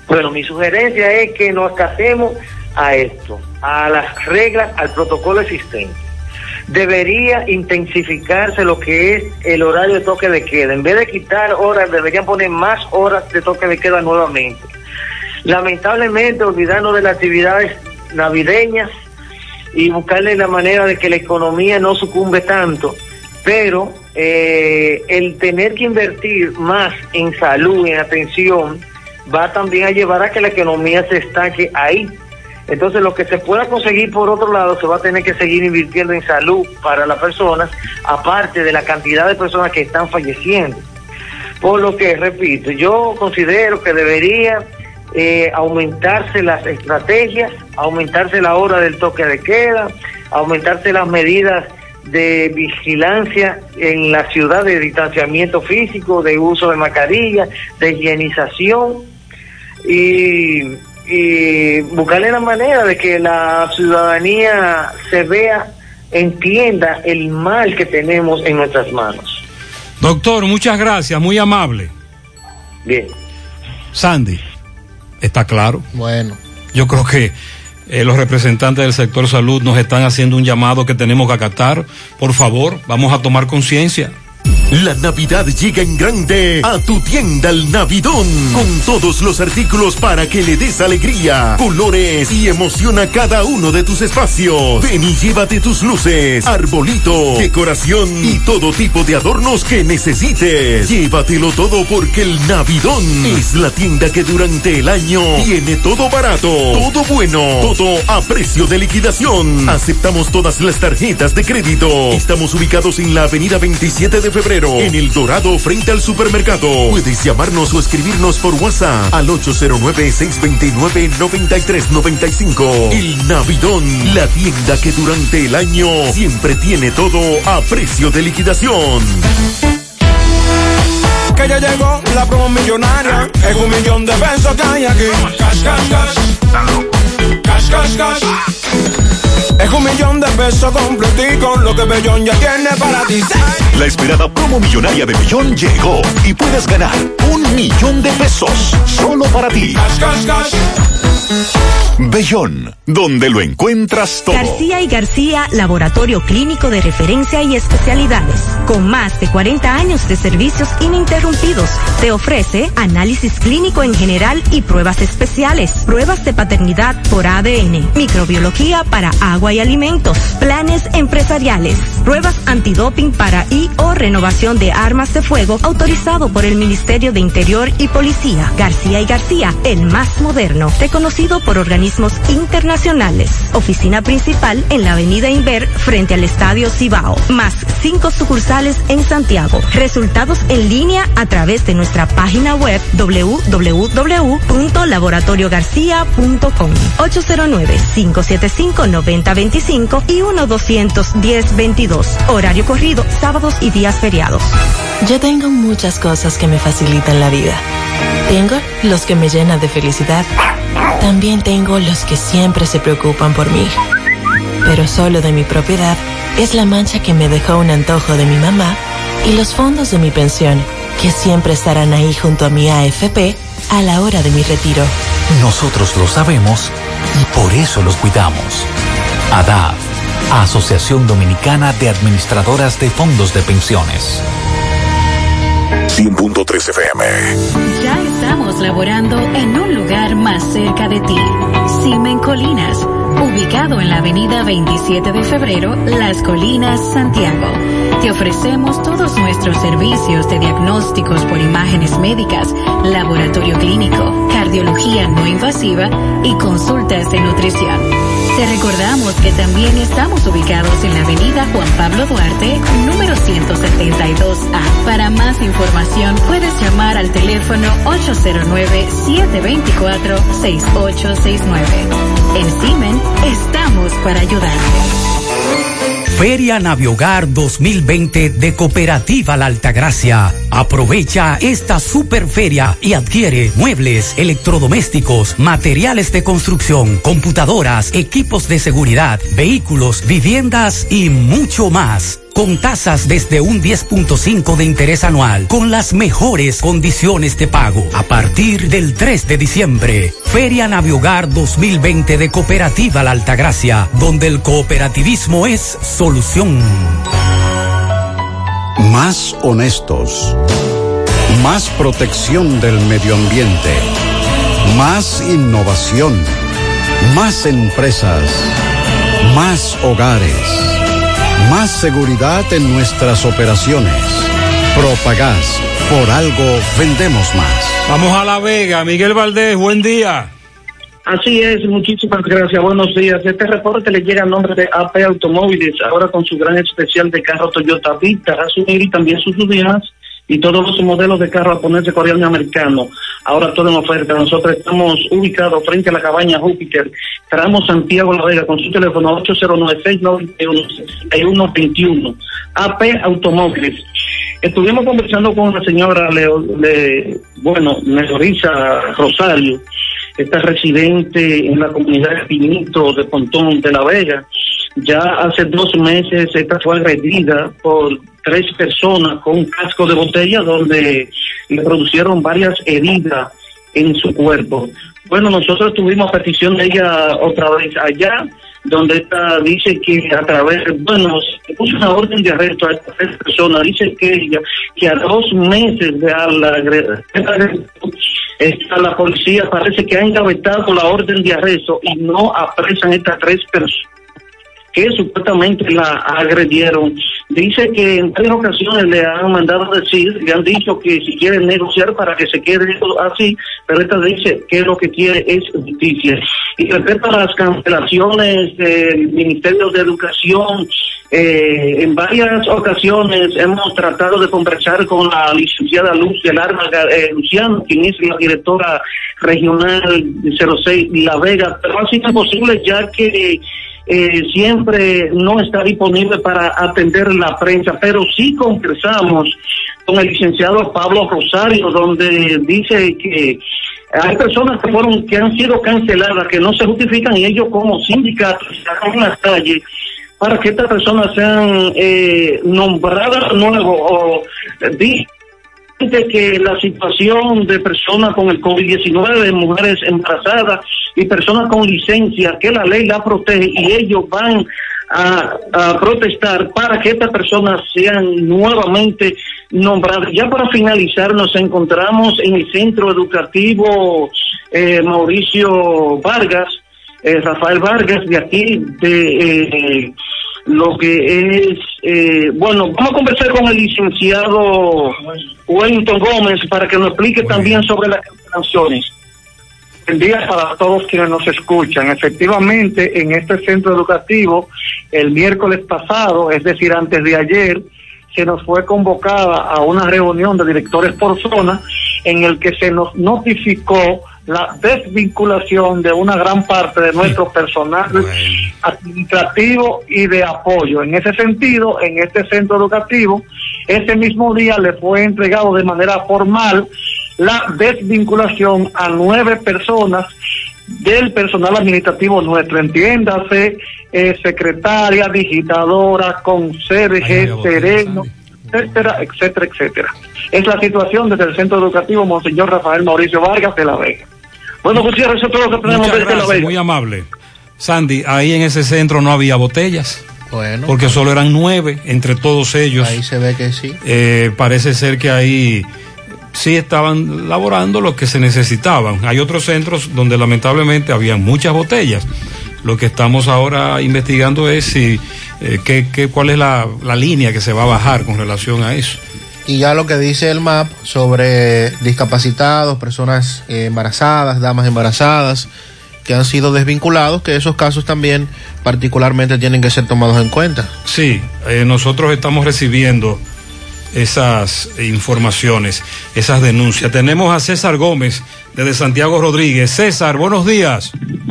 [SPEAKER 5] Bueno, mi sugerencia es que nos acatemos a esto, a las reglas, al protocolo existente. Debería intensificarse lo que es el horario de toque de queda. En vez de quitar horas, deberían poner más horas de toque de queda nuevamente. Lamentablemente, olvidarnos de las actividades navideñas y buscarle la manera de que la economía no sucumbe tanto, pero el tener que invertir más en salud, en atención, va también a llevar a que la economía se estanque ahí. Entonces, lo que se pueda conseguir por otro lado, se va a tener que seguir invirtiendo en salud para las personas, aparte de la cantidad de personas que están falleciendo. Por lo que, repito, yo considero que debería aumentarse las estrategias, aumentarse la hora del toque de queda, aumentarse las medidas de vigilancia en la ciudad, de distanciamiento físico, de uso de mascarilla, de higienización y buscarle la manera de que la ciudadanía se vea, entienda el mal que tenemos en nuestras manos.
[SPEAKER 13] Doctor, muchas gracias, muy amable.
[SPEAKER 5] Bien.
[SPEAKER 13] Sandy, está claro.
[SPEAKER 26] Bueno.
[SPEAKER 13] Yo creo que los representantes del sector salud nos están haciendo un llamado que tenemos que acatar. Por favor, vamos a tomar conciencia.
[SPEAKER 3] La Navidad llega en grande a tu tienda El Navidón, con todos los artículos para que le des alegría, colores y emoción a cada uno de tus espacios. Ven y llévate tus luces, arbolito, decoración y todo tipo de adornos que necesites. Llévatelo todo porque El Navidón es la tienda que durante el año tiene todo barato, todo bueno, todo a precio de liquidación. Aceptamos todas las tarjetas de crédito. Estamos ubicados en la avenida 27 de febrero, en El Dorado, frente al supermercado. Puedes llamarnos o escribirnos por WhatsApp al 809-629-9395. El Navidón, la tienda que durante el año siempre tiene todo a precio de liquidación.
[SPEAKER 11] Que ya llegó la promo millonaria, es $1 millón que hay aquí. Cash, cash, cash. Cash, cash, cash. Es $1 millón completico, lo que Bellón ya tiene para ti.
[SPEAKER 25] La esperada promo millonaria de Bellón llegó y puedes ganar $1 millón solo para ti.
[SPEAKER 11] Cash, cash, cash.
[SPEAKER 25] Bellón, donde lo encuentras todo.
[SPEAKER 7] García y García, laboratorio clínico de referencia y especialidades. Con más de 40 años de servicios ininterrumpidos, te ofrece análisis clínico en general y pruebas especiales, pruebas de paternidad por ADN, microbiología para agua y alimentos, planes empresariales, pruebas antidoping para y o renovación de armas de fuego autorizado por el Ministerio de Interior y Policía. García y García, el más moderno, reconocido por organismos internacionales. Oficina principal en la avenida Inver frente al Estadio Cibao, más 5 sucursales en Santiago. Resultados en línea a través de nuestra página web www.laboratoriogarcia.com, 809-575-9025 y 1-210-22. Horario corrido, sábados y días feriados.
[SPEAKER 16] Yo tengo muchas cosas que me facilitan la vida. Tengo los que me llenan de felicidad. También tengo los que siempre se preocupan por mí. Pero solo de mi propiedad es la mancha que me dejó un antojo de mi mamá y los fondos de mi pensión, que siempre estarán ahí junto a mi AFP a la hora de mi retiro.
[SPEAKER 9] Nosotros lo sabemos y por eso los cuidamos. ADAF, Asociación Dominicana de Administradoras de Fondos de Pensiones.
[SPEAKER 25] 100.3 FM.
[SPEAKER 17] Ya estamos laborando en un lugar más cerca de ti. Cimen Colinas, ubicado en la avenida 27 de febrero, Las Colinas, Santiago. Te ofrecemos todos nuestros servicios de diagnósticos por imágenes médicas, laboratorio clínico, cardiología no invasiva y consultas de nutrición. Te recordamos que también estamos ubicados en la avenida Juan Pablo Duarte, número 172A. Para más información puedes llamar al teléfono 809-724-6869. En Simen estamos para ayudarte.
[SPEAKER 18] Feria Naviogar 2020 de Cooperativa La Altagracia. Aprovecha esta superferia y adquiere muebles, electrodomésticos, materiales de construcción, computadoras, equipos de seguridad, vehículos, viviendas y mucho más. con tasas desde un 10.5 de interés anual, con las mejores condiciones de pago. A partir del 3 de diciembre, Feria Naviogar 2020 de Cooperativa La Altagracia, donde el cooperativismo es solución.
[SPEAKER 1] Más honestos, más protección del medio ambiente, más innovación, más empresas, más hogares, más seguridad en nuestras operaciones. Propagás, por algo vendemos más.
[SPEAKER 13] Vamos a La Vega. Miguel Valdés, buen día.
[SPEAKER 5] Así es, muchísimas gracias, buenos días. Este reporte le llega a nombre de AP Automóviles, ahora con su gran especial de carro Toyota Vita, Azumir y también sus Subinas y todos los modelos de carro japonés, coreano y americano. Ahora todo en oferta. Nosotros estamos ubicados frente a la cabaña Júpiter, tramo Santiago La Vega, con su teléfono 809-691-6121. AP Automóviles. Estuvimos conversando con la señora Melorisa Rosario, esta residente en la comunidad de Pinito de Pontón de La Vega. Ya hace 2 meses esta fue agredida por 3 personas con casco de botella, donde le produjeron varias heridas en su cuerpo. Bueno, nosotros tuvimos petición de ella otra vez allá, donde esta dice que a través, se puso una orden de arresto a estas 3 personas. Dice que ella, que a 2 meses de la policía parece que ha engavetado la orden de arresto y no apresan estas 3 personas que supuestamente la agredieron. Dice que en 3 ocasiones le han mandado decir, le han dicho que si quieren negociar para que se quede así, pero esta dice que lo que quiere es justicia. Y respecto a las cancelaciones del Ministerio de Educación, en varias ocasiones hemos tratado de conversar con la licenciada Luz del Arma Luciano, quien es la directora regional de 06 La Vega, pero ha sido imposible ya que siempre no está disponible para atender la prensa, pero sí conversamos con el licenciado Pablo Rosario, donde dice que hay personas que han sido canceladas, que no se justifican, y ellos como sindicatos están en las calles para que estas personas sean nombradas nuevo o que la situación de personas con el COVID-19, mujeres embarazadas y personas con licencia, que la ley la protege, y ellos van a protestar para que estas personas sean nuevamente nombradas. Ya para finalizar, nos encontramos en el centro educativo Mauricio Vargas, Rafael Vargas, de aquí, de lo que es, vamos a conversar con el licenciado Wellington Gómez para que nos explique también sobre las cancelaciones.
[SPEAKER 12] Buen día para todos quienes nos escuchan. Efectivamente, en este centro educativo, el miércoles pasado, es decir, antes de ayer, se nos fue convocada a una reunión de directores por zona en el que se nos notificó la desvinculación de una gran parte de nuestro personal administrativo y de apoyo. En ese sentido, en este centro educativo, ese mismo día le fue entregado de manera formal la desvinculación a 9 personas del personal administrativo nuestro. Entiéndase, secretaria, digitadora, conserje, sereno, etcétera, etcétera, etcétera. Es la situación desde el centro educativo Monseñor Rafael Mauricio Vargas de La Vega. Bueno, Gutiérrez, eso es todo lo que tenemos desde La Vega.
[SPEAKER 13] Muy amable. Sandy, ahí en ese centro no había botellas.
[SPEAKER 26] Bueno,
[SPEAKER 13] porque solo eran 9 entre todos ellos.
[SPEAKER 26] Ahí se ve que sí.
[SPEAKER 13] Parece ser que ahí sí estaban laborando lo que se necesitaban. Hay otros centros donde lamentablemente había muchas botellas. Lo que estamos ahora investigando es si cuál es la línea que se va a bajar con relación a eso.
[SPEAKER 26] Y ya lo que dice el MAP sobre discapacitados, personas embarazadas, damas embarazadas que han sido desvinculados, que esos casos también particularmente tienen que ser tomados en cuenta.
[SPEAKER 13] Sí, nosotros estamos recibiendo esas informaciones, esas denuncias. Tenemos a César Gómez desde Santiago Rodríguez. César, buenos días.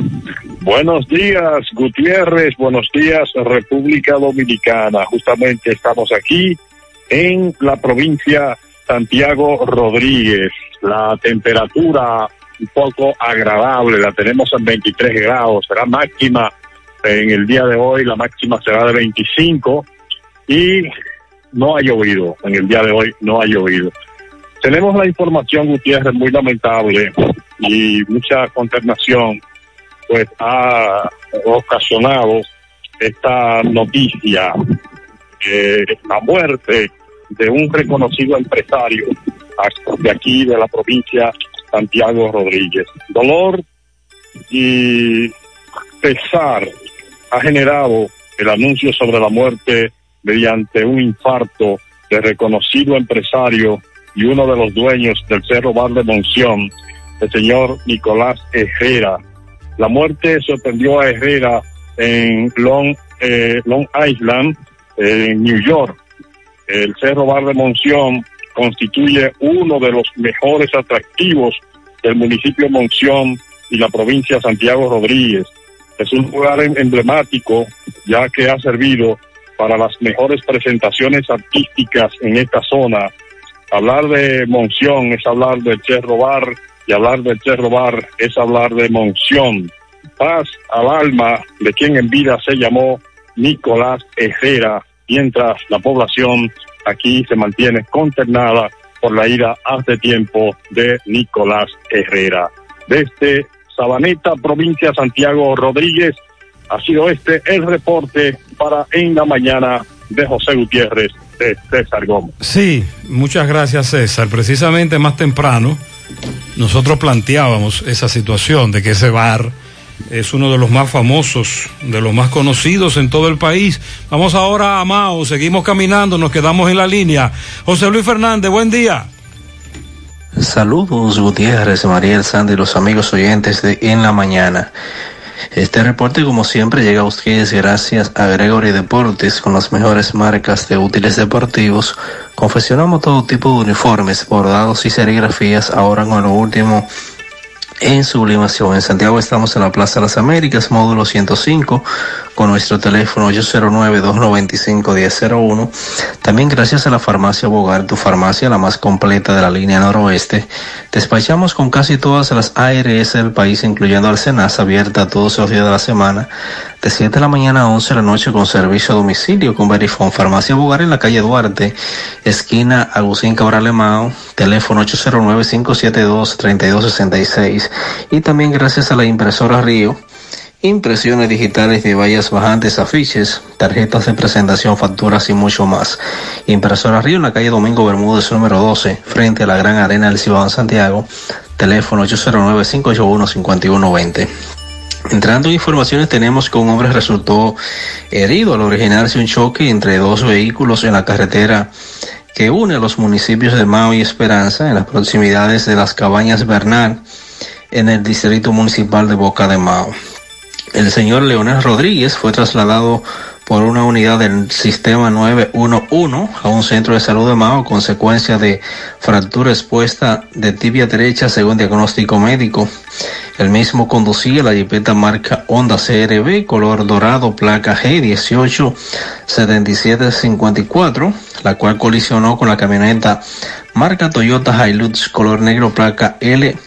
[SPEAKER 19] Buenos días, Gutiérrez. Buenos días, República Dominicana. Justamente estamos aquí en la provincia Santiago Rodríguez. La temperatura un poco agradable, la tenemos en 23 grados, será máxima en el día de hoy, la máxima será de 25. y no ha llovido. En el día de hoy no ha llovido. Tenemos la información, Gutiérrez, muy lamentable y mucha consternación, pues ha ocasionado esta noticia, la muerte de un reconocido empresario de aquí, de la provincia Santiago Rodríguez. Dolor y pesar ha generado el anuncio sobre la muerte mediante un infarto de reconocido empresario y uno de los dueños del Cerro Bar de Monción, el señor Nicolás Herrera. La muerte sorprendió a Herrera en Long Island, en New York. El Cerro Bar de Monción constituye uno de los mejores atractivos del municipio de Monción y la provincia de Santiago Rodríguez. Es un lugar emblemático, ya que ha servido para las mejores presentaciones artísticas en esta zona. Hablar de Monción es hablar del Cerro Bar, y hablar del Cerro Bar es hablar de Monción. Paz al alma de quien en vida se llamó Nicolás Herrera, mientras la población aquí se mantiene consternada por la ida hace tiempo de Nicolás Herrera. Desde Sabaneta, provincia de Santiago Rodríguez, ha sido este el reporte para En la Mañana de José Gutiérrez, de César Gómez.
[SPEAKER 13] Sí, muchas gracias, César. Precisamente más temprano nosotros planteábamos esa situación de que ese bar es uno de los más famosos, de los más conocidos en todo el país. Vamos ahora a Mao, seguimos caminando, nos quedamos en la línea. José Luis Fernández, buen día.
[SPEAKER 4] Saludos, Gutiérrez, Mariel, Sandy y los amigos oyentes de En la Mañana. Este reporte, como siempre, llega a ustedes gracias a Gregory Deportes, con las mejores marcas de útiles deportivos. Confeccionamos todo tipo de uniformes, bordados y serigrafías, ahora con lo último en sublimación. En Santiago estamos en la Plaza de las Américas, módulo 105, con nuestro teléfono 809-295-1001. También gracias a la farmacia Bogar, tu farmacia, la más completa de la línea noroeste. Despachamos con casi todas las ARS del país, incluyendo Alcenas, abierta todos los días de la semana, de 7 de la mañana a 11 de la noche, con servicio a domicilio con Verifone. Farmacia Bogar en la calle Duarte, esquina Agustín Cabral Emao, teléfono 809-572-3266. Y también gracias a la impresora Río, impresiones digitales de vallas bajantes, afiches, tarjetas de presentación, facturas y mucho más. Impresora Río en la calle Domingo Bermúdez número 12, frente a la Gran Arena del Cibao en Santiago, teléfono 809-581-5120. Entrando en informaciones, tenemos que un hombre resultó herido al originarse un choque entre dos vehículos en la carretera que une a los municipios de Mao y Esperanza, en las proximidades de las Cabañas Bernal, en el distrito municipal de Boca de Mao. El señor Leonel Rodríguez fue trasladado por una unidad del sistema 911 a un centro de salud de Mao, consecuencia de fractura expuesta de tibia derecha, según diagnóstico médico. El mismo conducía la jipeta marca Honda CRB, color dorado, placa G187754, la cual colisionó con la camioneta marca Toyota Hilux, color negro, placa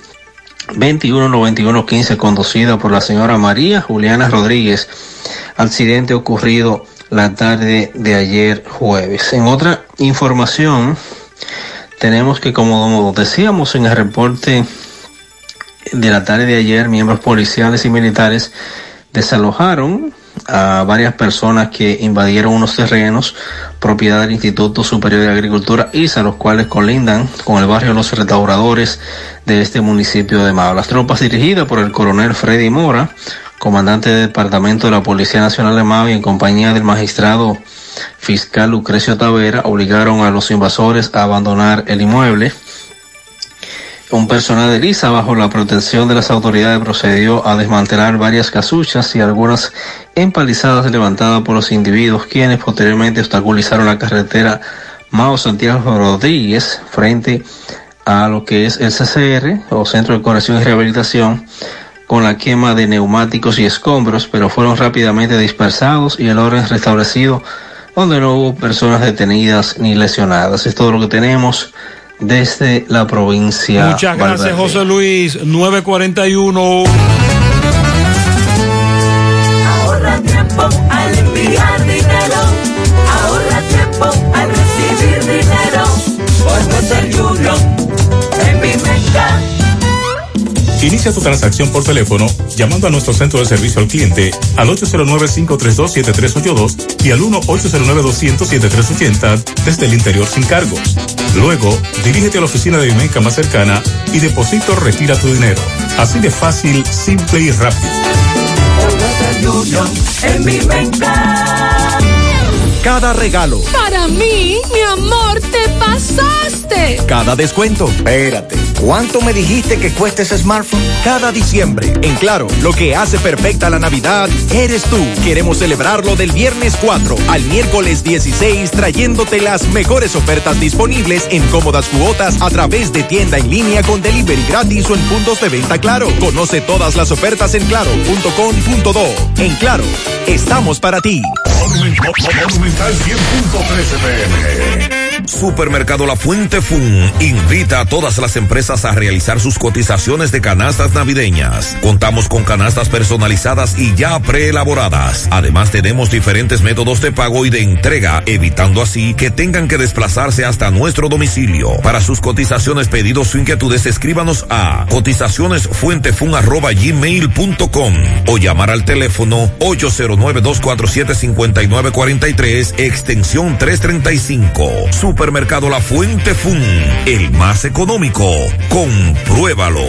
[SPEAKER 4] L219115, conducida por la señora María Juliana Rodríguez. Accidente ocurrido la tarde de ayer jueves. En otra información, tenemos que, como decíamos en el reporte de la tarde de ayer, miembros policiales y militares desalojaron a varias personas que invadieron unos terrenos propiedad del Instituto Superior de Agricultura ISA, los cuales colindan con el barrio Los Restauradores de este municipio de Mao. Las tropas dirigidas por el coronel Freddy Mora, comandante del Departamento de la Policía Nacional de Mao, y en compañía del magistrado fiscal Lucrecio Tavera, obligaron a los invasores a abandonar el inmueble. Un personal de ISA, bajo la protección de las autoridades, procedió a desmantelar varias casuchas y algunas empalizadas levantadas por los individuos, quienes posteriormente obstaculizaron la carretera Mao-Santiago Rodríguez frente a lo que es el CCR, o Centro de Corrección y Rehabilitación, con la quema de neumáticos y escombros, pero fueron rápidamente dispersados y el orden restablecido, donde no hubo personas detenidas ni lesionadas. Es todo lo que tenemos desde la provincia.
[SPEAKER 13] Muchas gracias, Valverde. José Luis. 9:41.
[SPEAKER 8] Ahorra tiempo al enviar dinero. Ahorra tiempo Inicia tu transacción por teléfono llamando a nuestro centro de servicio al cliente al 809-532-7382 y al 1-809-200-7380 desde el interior sin cargos. Luego, dirígete a la oficina de Vimenca más cercana y deposita o retira tu dinero. Así de fácil, simple y rápido.
[SPEAKER 14] En Vimenca.
[SPEAKER 20] Cada regalo.
[SPEAKER 14] Para mí, mi amor, te pasaste.
[SPEAKER 20] Cada descuento.
[SPEAKER 22] Espérate, ¿cuánto me dijiste que cuesta ese smartphone?
[SPEAKER 20] Cada diciembre. En Claro, lo que hace perfecta la Navidad eres tú. Queremos celebrarlo del viernes 4 al miércoles 16, trayéndote las mejores ofertas disponibles en cómodas cuotas a través de tienda en línea con delivery gratis o en puntos de venta Claro. Conoce todas las ofertas en claro.com.do. En Claro, estamos para ti.
[SPEAKER 25] Monumental 100.13 PM.
[SPEAKER 23] Supermercado La Fuente Fun invita a todas las empresas a realizar sus cotizaciones de canastas navideñas. Contamos con canastas personalizadas y ya preelaboradas. Además, tenemos diferentes métodos de pago y de entrega, evitando así que tengan que desplazarse hasta nuestro domicilio. Para sus cotizaciones, pedidos o inquietudes, escríbanos a cotizacionesfuentefun@gmail.com o llamar al teléfono 809-247-5943, extensión 335. Supermercado La Fuente Fun, el más económico. Compruébalo.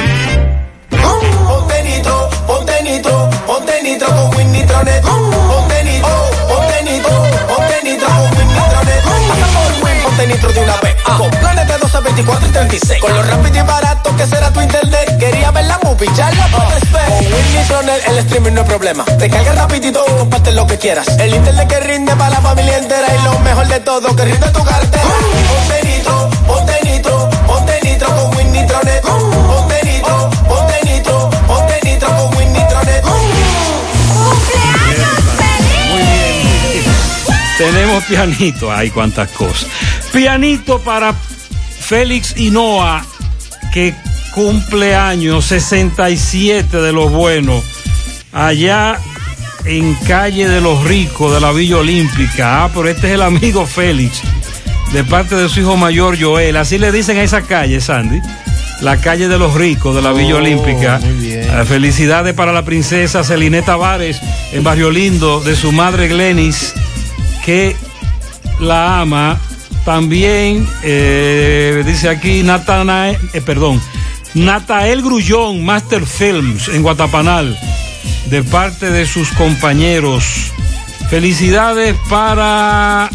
[SPEAKER 14] Ponte nitro, ponte nitro, ponte nitro con Win Nitronet. Ponte nitro, ponte nitro, ponte nitro con Win Nitronet. Hasta por Win, ponte nitro de una vez. Con planes de 12, 24 y 36. Con lo rápido y barato que será tu internet. Quería ver la movie, ya la puedes ver. Con Win Nitronet el streaming no es problema. Te carga rapidito y comparte lo que quieras. El internet que rinde para la familia entera. Y lo mejor de todo, que rinde tu cartera. Ponte nitro, ponte nitro, ponte nitro con Win Nitronet. Ponte nitro, ponte nitro, ponte nitro con Win Nitronet. ¡Cumpleaños
[SPEAKER 13] feliz! Tenemos pianito, ay, cuántas cosas. Pianito para Félix Hinoa, que cumpleaños 67 de los buenos, allá en Calle de los Ricos de la Villa Olímpica. Ah, pero este es el amigo Félix, de parte de su hijo mayor Joel. Así le dicen a esa calle, Sandy, la Calle de los Ricos de la Villa Olímpica.
[SPEAKER 26] Muy bien.
[SPEAKER 13] Felicidades para la princesa Celine Tavares en Barrio Lindo, de su madre Glenis, que la ama. También dice aquí Natael Grullón, Master Films en Guatapanal, de parte de sus compañeros. Felicidades para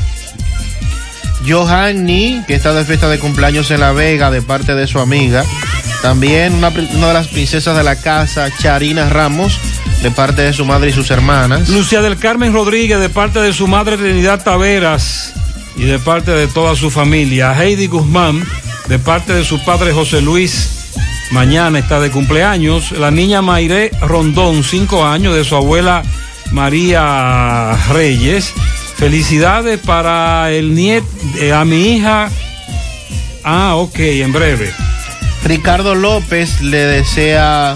[SPEAKER 26] Johanny, que está de fiesta de cumpleaños en La Vega, de parte de su amiga. También una de las princesas de la casa, Charina Ramos, de parte de su madre y sus hermanas.
[SPEAKER 13] Lucia del Carmen Rodríguez, de parte de su madre Trinidad Taveras y de parte de toda su familia. Heidi Guzmán, de parte de su padre José Luis, mañana está de cumpleaños. La niña Mayré Rondón, 5 años, de su abuela María Reyes. Felicidades para el nieto, a mi hija. Ah, ok, en breve.
[SPEAKER 26] Ricardo López le desea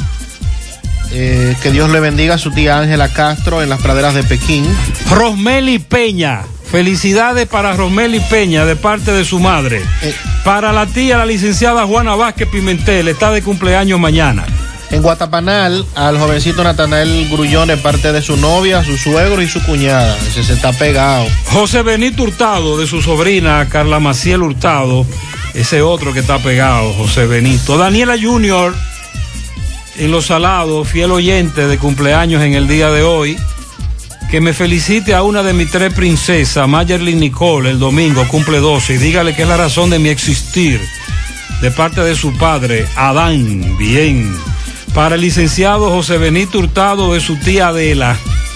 [SPEAKER 26] que Dios le bendiga a su tía Ángela Castro en las praderas de Pekín.
[SPEAKER 13] Rosmeli Peña, felicidades para Rosmeli Peña, de parte de su madre. Para la tía, la licenciada Juana Vázquez Pimentel, está de cumpleaños mañana.
[SPEAKER 26] En Guatapanal, al jovencito Natanael Grullón, de parte de su novia, su suegro y su cuñada. Ese se está pegado.
[SPEAKER 13] José Benito Hurtado, de su sobrina Carla Maciel Hurtado, ese otro que está pegado, José Benito. Daniela Junior, en Los Salados, fiel oyente de cumpleaños en el día de hoy. Que me felicite a una de mis 3 princesas, Mayerlin Nicole, el domingo, cumple 12, y dígale que es la razón de mi existir, de parte de su padre, Adán. Bien. Para el licenciado José Benito Hurtado, de su tía Adela.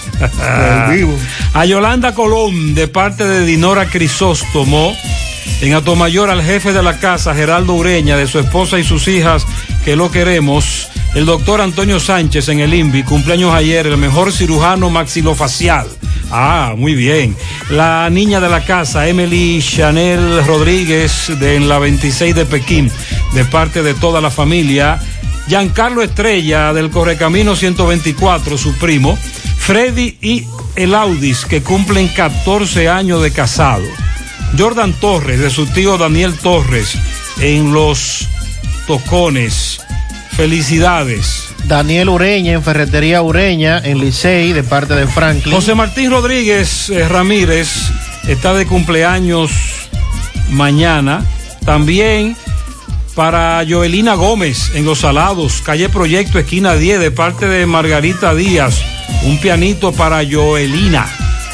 [SPEAKER 13] A Yolanda Colón, de parte de Dinora Crisóstomo. En Atomayor, al jefe de la casa, Geraldo Ureña, de su esposa y sus hijas, que lo queremos. El doctor Antonio Sánchez en el INVI, cumpleaños ayer, el mejor cirujano maxilofacial. Ah, muy bien. La niña de la casa, Emily Chanel Rodríguez, en la 26 de Pekín, de parte de toda la familia. Giancarlo Estrella, del Correcamino 124, su primo. Freddy y Elaudis, que cumplen 14 años de casado. Jordan Torres, de su tío Daniel Torres, en Los Tocones. Felicidades.
[SPEAKER 26] Daniel Ureña en Ferretería Ureña en Licey de parte de Franklin.
[SPEAKER 13] José Martín Rodríguez Ramírez está de cumpleaños mañana. También para Joelina Gómez en Los Salados, calle Proyecto, esquina 10, de parte de Margarita Díaz. Un pianito para Joelina.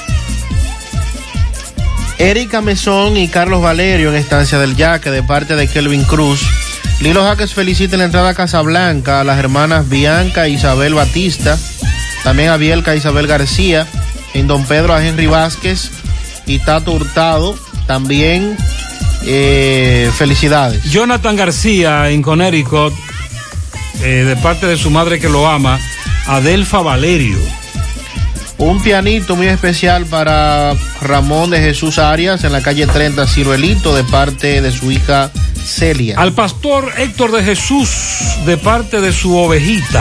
[SPEAKER 26] Erika Mesón y Carlos Valerio en Estancia del Yaque de parte de Kelvin Cruz. Lilo Jaques felicita en la entrada a Casablanca a las hermanas Bianca e Isabel Batista, también a Bielka e Isabel García, en Don Pedro a Henry Vázquez y Tato Hurtado, también felicidades.
[SPEAKER 13] Jonathan García en Connecticut, de parte de su madre que lo ama, Adelfa Valerio.
[SPEAKER 26] Un pianito muy especial para Ramón de Jesús Arias en la calle 30 Ciruelito de parte de su hija Celia.
[SPEAKER 13] Al pastor Héctor de Jesús de parte de su ovejita.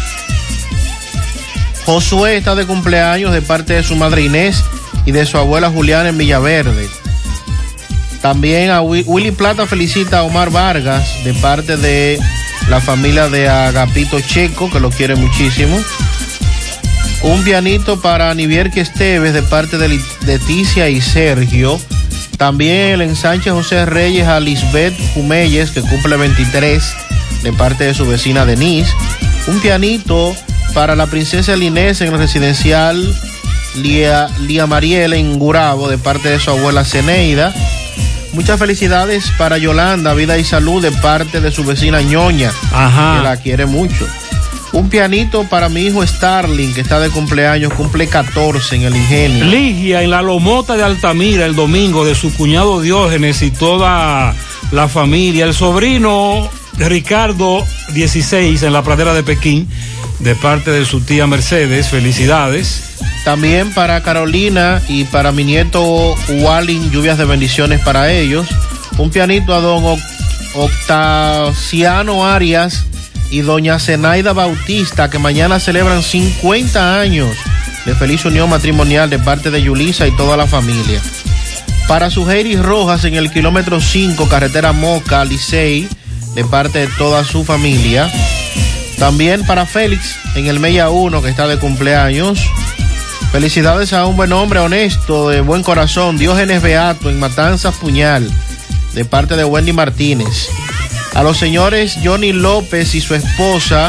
[SPEAKER 26] Josué está de cumpleaños de parte de su madre Inés y de su abuela Juliana en Villaverde. También a Willy Plata felicita a Omar Vargas de parte de la familia de Agapito Checo, que lo quiere muchísimo. Un pianito para Anivierque Esteves de parte de Leticia y Sergio. También el ensanche José Reyes a Lisbeth Jumelles, que cumple 23, de parte de su vecina Denise. Un pianito para la princesa Linés en el residencial Lía Mariel en Gurabo, de parte de su abuela Zeneida. Muchas felicidades para Yolanda, vida y salud, de parte de su vecina Ñoña, que la quiere mucho. Un pianito para mi hijo Starling, que está de cumpleaños, cumple 14 en el Ingenio.
[SPEAKER 13] Ligia en la Lomota de Altamira el domingo, de su cuñado Diógenes y toda la familia. El sobrino Ricardo, 16, en la pradera de Pekín, de parte de su tía Mercedes. Felicidades.
[SPEAKER 26] También para Carolina y para mi nieto Walling, lluvias de bendiciones para ellos. Un pianito a don Octaciano Arias y doña Zenaida Bautista, que mañana celebran 50 años de feliz unión matrimonial de parte de Yulisa y toda la familia. Para Sujeiris Rojas en el kilómetro 5, carretera Moca, Licey, de parte de toda su familia. También para Félix en el Mella 1, que está de cumpleaños. Felicidades a un buen hombre honesto, de buen corazón, Diógenes Beato en Matanzas Puñal, de parte de Wendy Martínez. A los señores Johnny López y su esposa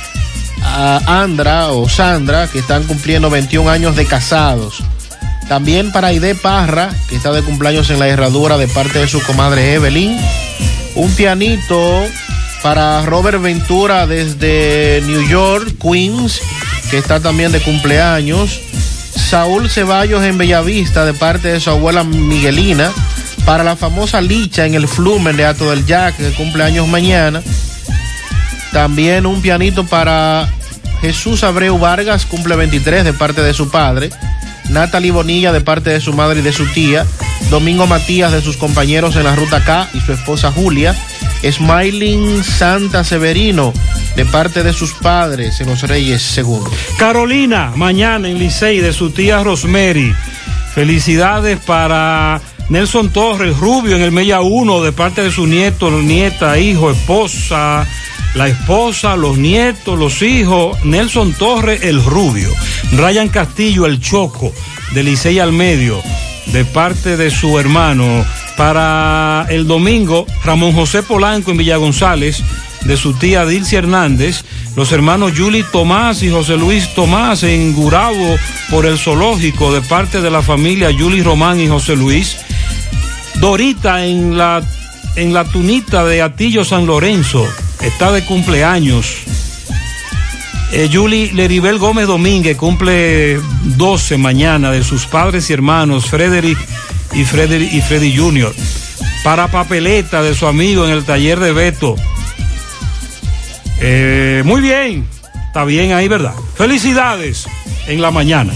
[SPEAKER 26] Andra o Sandra, que están cumpliendo 21 años de casados. También para Aide Parra, que está de cumpleaños en la Herradura, de parte de su comadre Evelyn. Un pianito para Robert Ventura desde New York, Queens, que está también de cumpleaños. Saúl Ceballos en Bellavista, de parte de su abuela Miguelina. Para la famosa Licha en el Flumen de Hato del Yaque, que cumple años mañana. También un pianito para Jesús Abreu Vargas, cumple 23, de parte de su padre. Natalie Bonilla, de parte de su madre y de su tía. Domingo Matías, de sus compañeros en la Ruta K, y su esposa Julia. Smiling Santa Severino, de parte de sus padres en Los Reyes II.
[SPEAKER 13] Carolina, mañana en Licey, de su tía Rosemary. Felicidades para Nelson Torres Rubio en el Mella 1, de parte de su nieto, nieta, hijo, esposa, la esposa, los nietos, los hijos. Nelson Torres el Rubio. Ryan Castillo el Choco, de Licey al Medio, de parte de su hermano. Para el domingo, Ramón José Polanco en Villa González, de su tía Dilcy Hernández. Los hermanos Yuli Tomás y José Luis Tomás en Gurabo por el zoológico, de parte de la familia Yuli Román y José Luis. Dorita en la Tunita de Atillo San Lorenzo, está de cumpleaños. Yuli Leribel Gómez Domínguez cumple 12 mañana, de sus padres y hermanos Frederick y Freddy Jr. Para Papeleta, de su amigo en el taller de Beto. Muy bien, está bien ahí, ¿verdad? Felicidades en la mañana.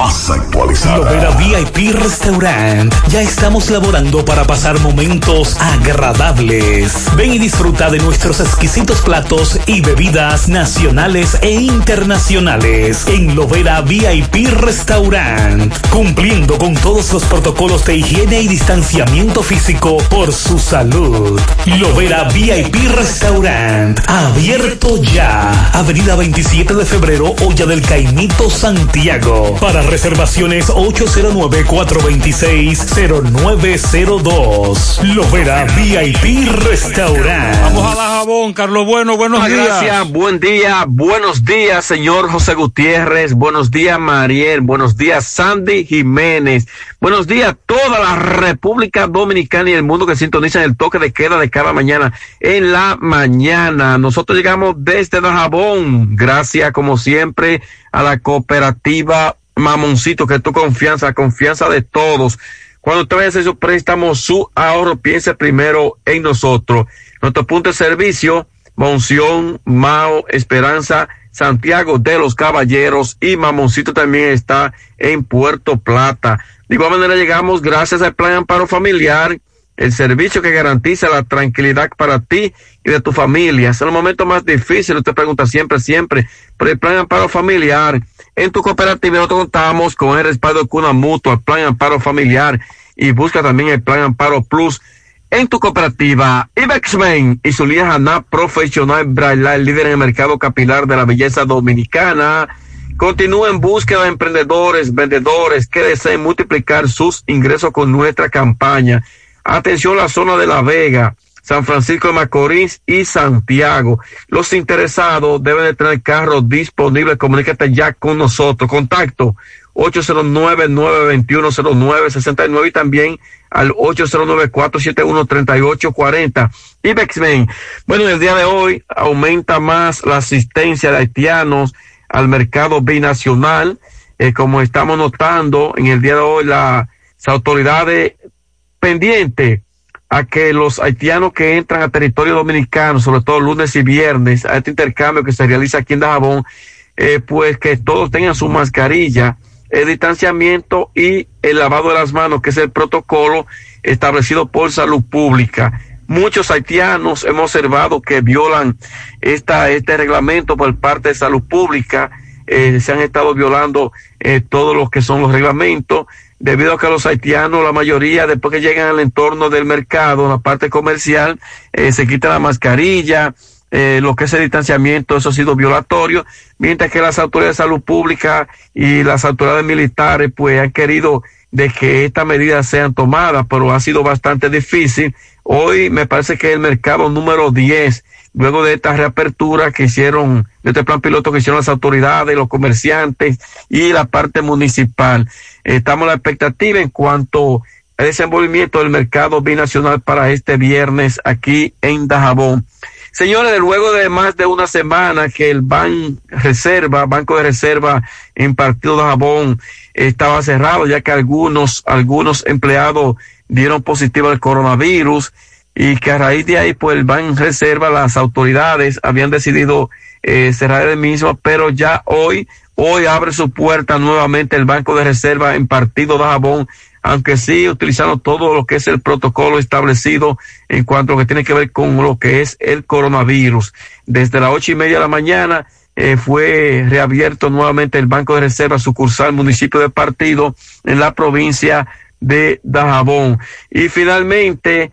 [SPEAKER 25] más actualizada.
[SPEAKER 18] Lovera VIP Restaurant. Ya estamos laborando para pasar momentos agradables. Ven y disfruta de nuestros exquisitos platos y bebidas nacionales e internacionales en Lovera VIP Restaurant, cumpliendo con todos los protocolos de higiene y distanciamiento físico por su salud. Lovera VIP Restaurant, abierto ya. Avenida 27 de febrero, Olla del Caimito, Santiago. Para reservaciones 809-426-0902. Lovera VIP Restaurant.
[SPEAKER 13] Vamos a Dajabón, Carlos Bueno, buenos días.
[SPEAKER 2] Gracias, buen día, buenos días, señor José Gutiérrez, buenos días, Mariel, buenos días, Sandy Jiménez, buenos días, toda la República Dominicana y el mundo que sintonizan el toque de queda de cada mañana en la mañana. Nosotros llegamos desde Dajabón, gracias como siempre a la cooperativa Mamoncito, que es tu confianza, confianza de todos. Cuando usted vaya a hacer su préstamo, su ahorro, piense primero en nosotros. Nuestro punto de servicio, Monción, Mao, Esperanza, Santiago de los Caballeros, y Mamoncito también está en Puerto Plata. De igual manera llegamos gracias al Plan Amparo Familiar, el servicio que garantiza la tranquilidad para ti y de tu familia. Es el momento más difícil, usted pregunta siempre, por el Plan Amparo Familiar. En tu cooperativa nosotros contamos con el respaldo de Cuna Mutua, el Plan Amparo Familiar, y busca también el Plan Amparo Plus. En tu cooperativa, Ibexmen y su línea Haná Profesional Braille, el líder en el mercado capilar de la belleza dominicana, continúa en búsqueda de emprendedores, vendedores que deseen multiplicar sus ingresos con nuestra campaña. Atención, la zona de La Vega, San Francisco de Macorís y Santiago. Los interesados deben de tener carros disponibles. Comunícate ya con nosotros. Contacto 809-921-0969 y también al 809-471-3840. Ibexmen. Bueno, en el día de hoy aumenta más la asistencia de haitianos al mercado binacional. Como estamos notando, en el día de hoy las autoridades pendientes a que los haitianos que entran a territorio dominicano, sobre todo lunes y viernes, a este intercambio que se realiza aquí en Dajabón, pues que todos tengan su mascarilla, el distanciamiento y el lavado de las manos, que es el protocolo establecido por Salud Pública. Muchos haitianos hemos observado que violan este reglamento por parte de Salud Pública. Se han estado violando todos los que son los reglamentos, debido a que los haitianos, la mayoría, después que llegan al entorno del mercado, la parte comercial, se quitan la mascarilla, lo que es el distanciamiento, eso ha sido violatorio, mientras que las autoridades de salud pública y las autoridades militares pues han querido de que estas medidas sean tomadas, pero ha sido bastante difícil. Hoy me parece que el mercado número 10, luego de esta reapertura que hicieron, de este plan piloto que hicieron las autoridades, los comerciantes y la parte municipal, estamos a la expectativa en cuanto al desenvolvimiento del mercado binacional para este viernes aquí en Dajabón. Señores, luego de más de una semana que el Banco de Reserva en Partido Dajabón estaba cerrado, ya que algunos empleados dieron positivo al coronavirus, y que a raíz de ahí, pues el Banco de Reserva, las autoridades habían decidido cerrar el mismo, pero ya hoy abre su puerta nuevamente el Banco de Reserva en Partido Dajabón, aunque sí utilizando todo lo que es el protocolo establecido en cuanto a lo que tiene que ver con lo que es el coronavirus. Desde las 8:30 de la mañana fue reabierto nuevamente el Banco de Reserva, sucursal municipio de Partido en la provincia de Dajabón. Y finalmente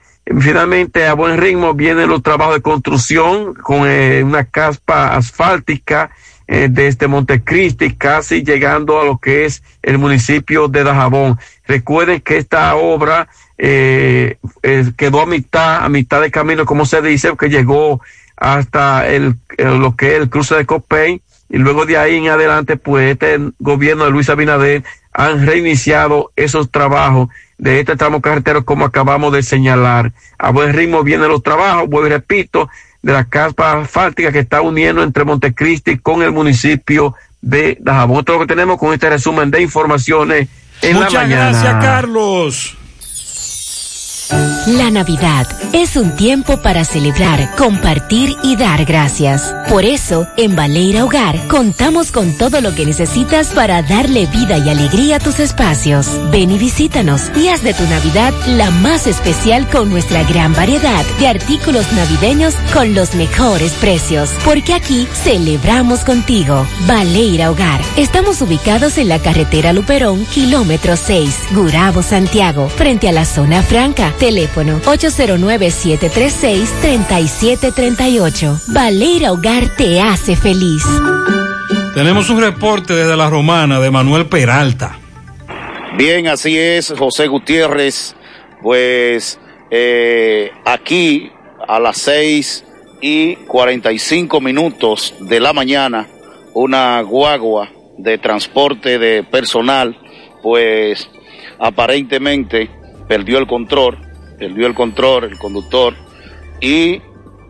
[SPEAKER 2] a buen ritmo vienen los trabajos de construcción con una caspa asfáltica desde Montecristi, casi llegando a lo que es el municipio de Dajabón. Recuerden que esta obra quedó a mitad de camino, como se dice, que llegó hasta lo que es el cruce de Copey, y luego de ahí en adelante, pues este gobierno de Luis Abinader han reiniciado esos trabajos de este tramo carretero, como acabamos de señalar. A buen ritmo vienen los trabajos, vuelvo y repito, de la caspa asfáltica que está uniendo entre Montecristi con el municipio de Dajabón. Todo lo que tenemos con este resumen de informaciones en la mañana.
[SPEAKER 13] Muchas gracias, Carlos.
[SPEAKER 3] La Navidad es un tiempo para celebrar, compartir y dar gracias. Por eso, en Baleira Hogar, contamos con todo lo que necesitas para darle vida y alegría a tus espacios. Ven y visítanos y haz de tu Navidad la más especial con nuestra gran variedad de artículos navideños con los mejores precios. Porque aquí celebramos contigo. Baleira Hogar. Estamos ubicados en la carretera Luperón, kilómetro 6, Gurabo, Santiago, frente a la zona franca. Teléfono 809-736-3738. Baleira Hogar te hace feliz.
[SPEAKER 13] Tenemos un reporte desde La Romana de Manuel Peralta.
[SPEAKER 6] Bien, así es, José Gutiérrez. Pues aquí a las 6:45 de la mañana, una guagua de transporte de personal, pues aparentemente perdió el control, el conductor, y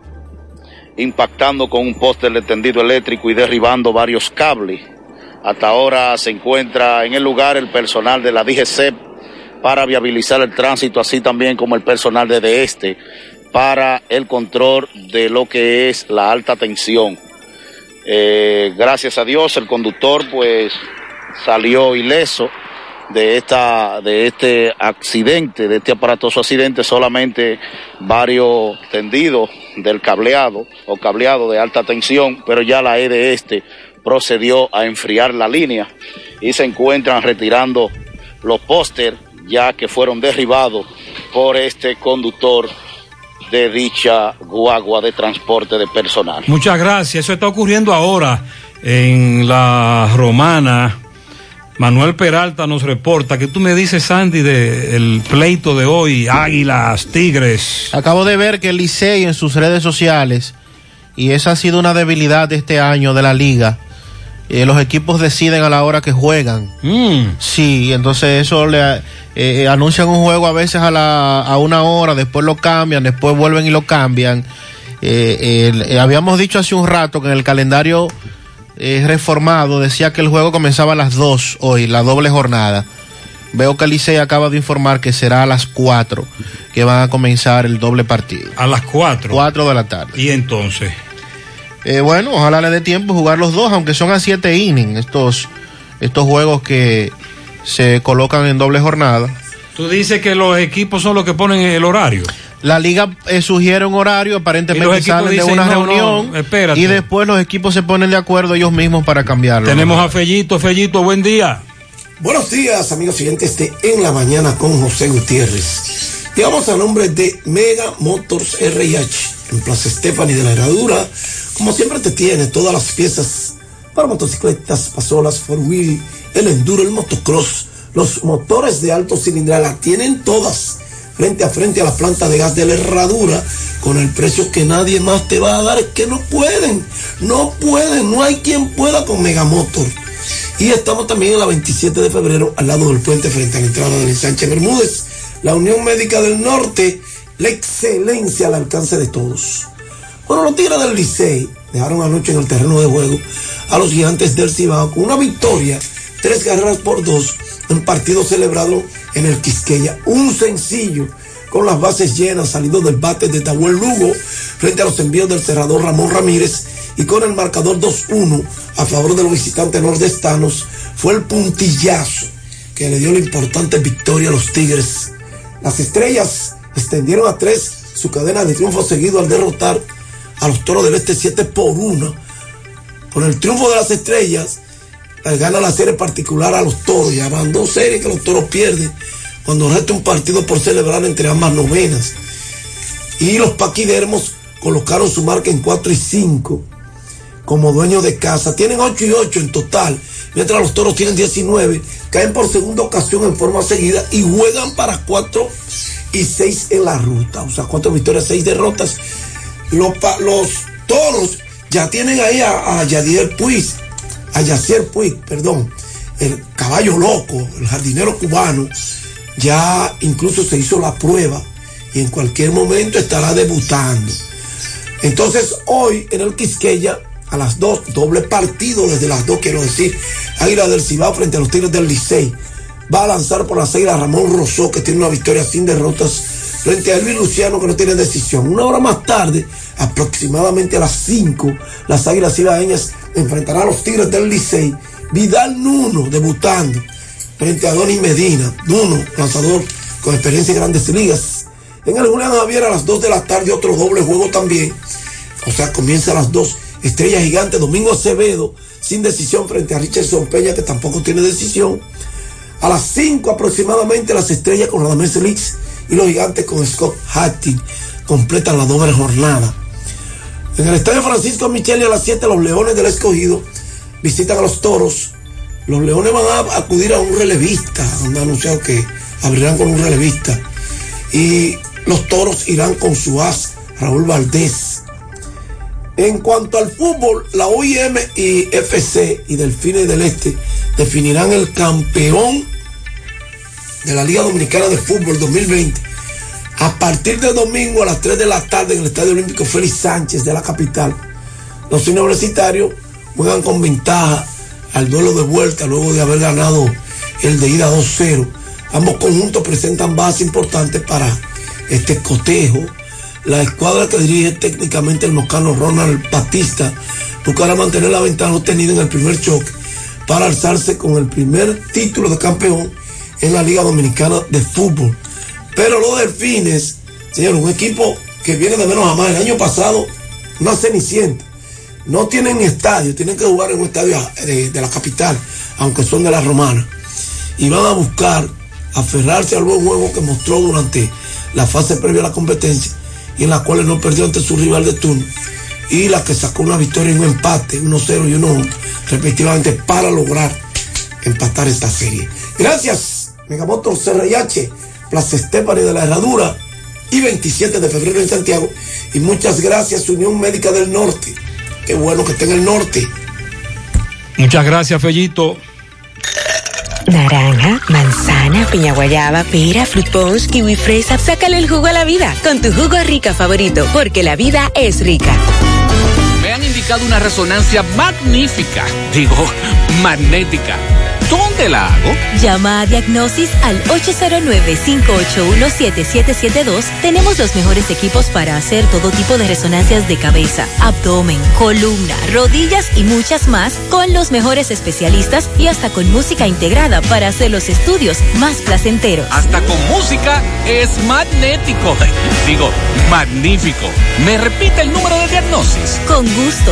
[SPEAKER 6] impactando con un poste de tendido eléctrico y derribando varios cables. Hasta ahora se encuentra en el lugar el personal de la DGCEP para viabilizar el tránsito, así también como el personal de DESTE para el control de lo que es la alta tensión. Gracias a Dios el conductor pues salió ileso de este accidente, de este aparatoso accidente. Solamente varios tendidos del cableado de alta tensión, pero ya la EDESTE procedió a enfriar la línea y se encuentran retirando los póster ya que fueron derribados por este conductor de dicha guagua de transporte de personal.
[SPEAKER 13] Muchas gracias. Eso está ocurriendo ahora en La Romana. Manuel Peralta nos reporta. ¿Qué tú me dices, Sandy, del pleito de hoy, Águilas, Tigres?
[SPEAKER 26] Acabo de ver que el Licey en sus redes sociales, y esa ha sido una debilidad de este año de la liga, los equipos deciden a la hora que juegan. Sí, entonces eso le anuncian un juego a veces a una hora, después lo cambian, después vuelven y lo cambian. Habíamos dicho hace un rato que en el calendario reformado decía que el juego comenzaba a las 2 hoy, la doble jornada. Veo que el Licey acaba de informar que será a las 4 que van a comenzar el doble partido.
[SPEAKER 13] A las 4.
[SPEAKER 26] 4 de la tarde.
[SPEAKER 13] ¿Y entonces?
[SPEAKER 26] Bueno, ojalá le dé tiempo jugar los dos, aunque son a 7 innings estos juegos que se colocan en doble jornada.
[SPEAKER 13] Tú dices que los equipos son los que ponen el horario.
[SPEAKER 26] La liga sugiere un horario, aparentemente salen de una reunión y después los equipos se ponen de acuerdo ellos mismos para cambiarlo.
[SPEAKER 13] Tenemos a Fellito, buen día.
[SPEAKER 10] Buenos días, amigos siguientes de En la Mañana con José Gutiérrez. Llegamos a nombre de Mega Motors RH, en Plaza Estefani de la Herradura. Como siempre te tiene todas las piezas para motocicletas, pasolas, four wheel, el enduro, el motocross, los motores de alto cilindrada, la tienen todas frente a la planta de gas de la Herradura, con el precio que nadie más te va a dar. Es que no pueden, no hay quien pueda con Megamotor. Y estamos también en la 27 de febrero, al lado del puente, frente a la entrada del Sánchez Bermúdez. La Unión Médica del Norte, la excelencia al alcance de todos. Bueno, los Tigres del Licey dejaron anoche en el terreno de juego a los Gigantes del Cibao con una victoria, 3-2, un partido celebrado en el Quisqueya. Un sencillo con las bases llenas, salido del bate de Tahuel Lugo frente a los envíos del cerrador Ramón Ramírez, y con el marcador 2-1 a favor de los visitantes nordestanos, fue el puntillazo que le dio la importante victoria a los Tigres. Las Estrellas extendieron a 3 su cadena de triunfo seguido al derrotar a los Toros del Este 7-1. Con el triunfo de las Estrellas, gana la serie particular a los Toros. Ya van 2 series que los Toros pierden, cuando resta un partido por celebrar entre ambas novenas. Y los Paquidermos colocaron su marca en 4-5 como dueños de casa. Tienen 8-8 en total, mientras los Toros tienen 19. Caen por segunda ocasión en forma seguida y juegan para 4-6 en la ruta. O sea, 4 victorias, 6 derrotas. Los Toros ya tienen ahí a Yacier Puig, el caballo loco, el jardinero cubano. Ya incluso se hizo la prueba y en cualquier momento estará debutando. Entonces hoy en el Quisqueya a las 2, doble partido desde las 2, quiero decir, Águila del Cibao frente a los Tigres del Licey. Va a lanzar por las 6 a Ramón Rosó, que tiene una victoria sin derrotas. frente a Elvis Luciano, que no tiene decisión. Una hora más tarde, aproximadamente a las 5, las Águilas Ibaeñas enfrentarán a los Tigres del Licey. Vidal Nuno debutando frente a Donny Medina. Nuno, lanzador con experiencia en Grandes Ligas. En el Julián Javier a las 2 de la tarde, otro doble juego también. O sea, comienza a las 2. Estrella Gigante, Domingo Acevedo, sin decisión frente a Richardson Peña, que tampoco tiene decisión. A las 5 aproximadamente, las Estrellas con Radamés Leaks y los Gigantes con Scott Hattie completan la doble jornada. En el Estadio Francisco Micheli a las 7, los Leones del Escogido visitan a los Toros. Los Leones van a acudir a un relevista, han anunciado que abrirán con un relevista. Y los Toros irán con su as, Raúl Valdés. En cuanto al fútbol, la OIM y FC y Delfines del Este definirán el campeón de la Liga Dominicana de Fútbol 2020 a partir del domingo a las 3 de la tarde en el Estadio Olímpico Félix Sánchez de la capital. Los universitarios juegan con ventaja al duelo de vuelta luego de haber ganado el de ida 2-0. Ambos conjuntos presentan bases importantes para este cotejo. La escuadra que dirige técnicamente el moscano Ronald Batista buscará mantener la ventaja obtenida en el primer choque para alzarse con el primer título de campeón en la Liga Dominicana de Fútbol. Pero los Delfines, señor, un equipo que viene de menos a más. El año pasado, una cenicienta. No tienen estadio, tienen que jugar en un estadio de la capital, aunque son de la Romana. Y van a buscar aferrarse al buen juego que mostró durante la fase previa a la competencia, y en las cuales no perdió ante su rival de turno, y la que sacó una victoria y un empate, 1-0 y 1-1, respectivamente, para lograr empatar esta serie. Gracias, Megamotors RIH, Plaza Estefani de la Herradura y 27 de febrero en Santiago. Y muchas gracias, Unión Médica del Norte. Qué bueno que esté en el norte.
[SPEAKER 13] Muchas gracias, Fellito.
[SPEAKER 7] Naranja, manzana, piña guayaba, pera, fruit punch, kiwi fresa. Sácale el jugo a la vida con tu jugo Rica favorito, porque la vida es rica.
[SPEAKER 11] Me han indicado una resonancia magnífica, magnética. ¿Dónde la hago?
[SPEAKER 3] Llama a Diagnosis al 809-581-7772. Tenemos los mejores equipos para hacer todo tipo de resonancias de cabeza, abdomen, columna, rodillas y muchas más, con los mejores especialistas y hasta con música integrada para hacer los estudios más placenteros.
[SPEAKER 11] Hasta con música es magnético. Magnífico. ¿Me repite el número de Diagnosis?
[SPEAKER 3] Con gusto.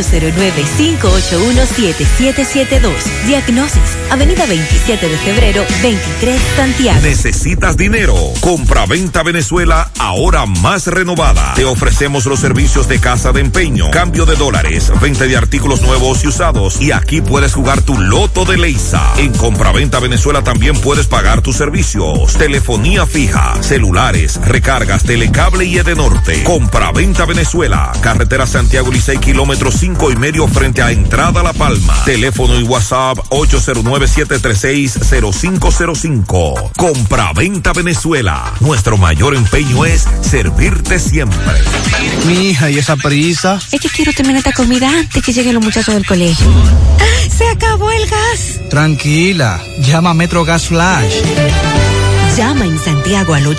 [SPEAKER 3] 809-581-7772. Diagnosis. Avenida 27 de febrero, 23, Santiago.
[SPEAKER 23] ¿Necesitas dinero? Compra-venta Venezuela, ahora más renovada. Te ofrecemos los servicios de casa de empeño, cambio de dólares, venta de artículos nuevos y usados. Y aquí puedes jugar tu loto de Leisa. En Compra-venta Venezuela también puedes pagar tus servicios. Telefonía fija, celulares, recargas, telecable y Edenorte. Compra-venta Venezuela, carretera Santiago Licey, kilómetro 5.5 frente a Entrada La Palma. Teléfono y WhatsApp 809-736-0505. Compra-venta Venezuela. Nuestro mayor empeño es servirte siempre.
[SPEAKER 15] Mija, ¿y esa prisa?
[SPEAKER 7] Es que quiero terminar esta comida antes que lleguen los muchachos del colegio. ¡Se acabó el gas!
[SPEAKER 15] Tranquila, llama a Metro Gas Flash.
[SPEAKER 3] Llama en Santiago al 809-226-0202,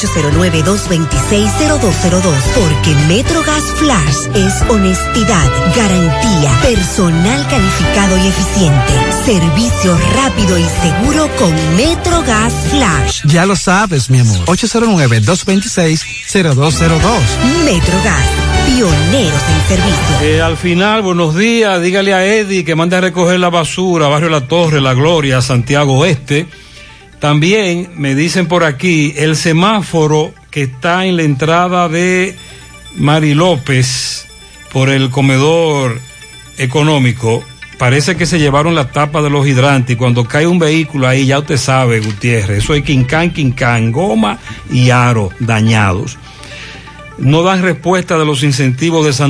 [SPEAKER 3] porque Metrogas Flash es honestidad, garantía, personal calificado y eficiente, servicio rápido y seguro con Metrogas Flash.
[SPEAKER 15] Ya lo sabes, mi amor. 809-226-0202.
[SPEAKER 3] Metrogas, pioneros en servicio.
[SPEAKER 13] Al final, buenos días, dígale a Eddie que mande a recoger la basura, Barrio La Torre, La Gloria, Santiago Oeste. También me dicen por aquí, el semáforo que está en la entrada de Mari López por el comedor económico, parece que se llevaron la tapa de los hidrantes, y cuando cae un vehículo ahí, ya usted sabe, Gutiérrez, eso es quincán, goma y aro dañados. No dan respuesta de los incentivos de San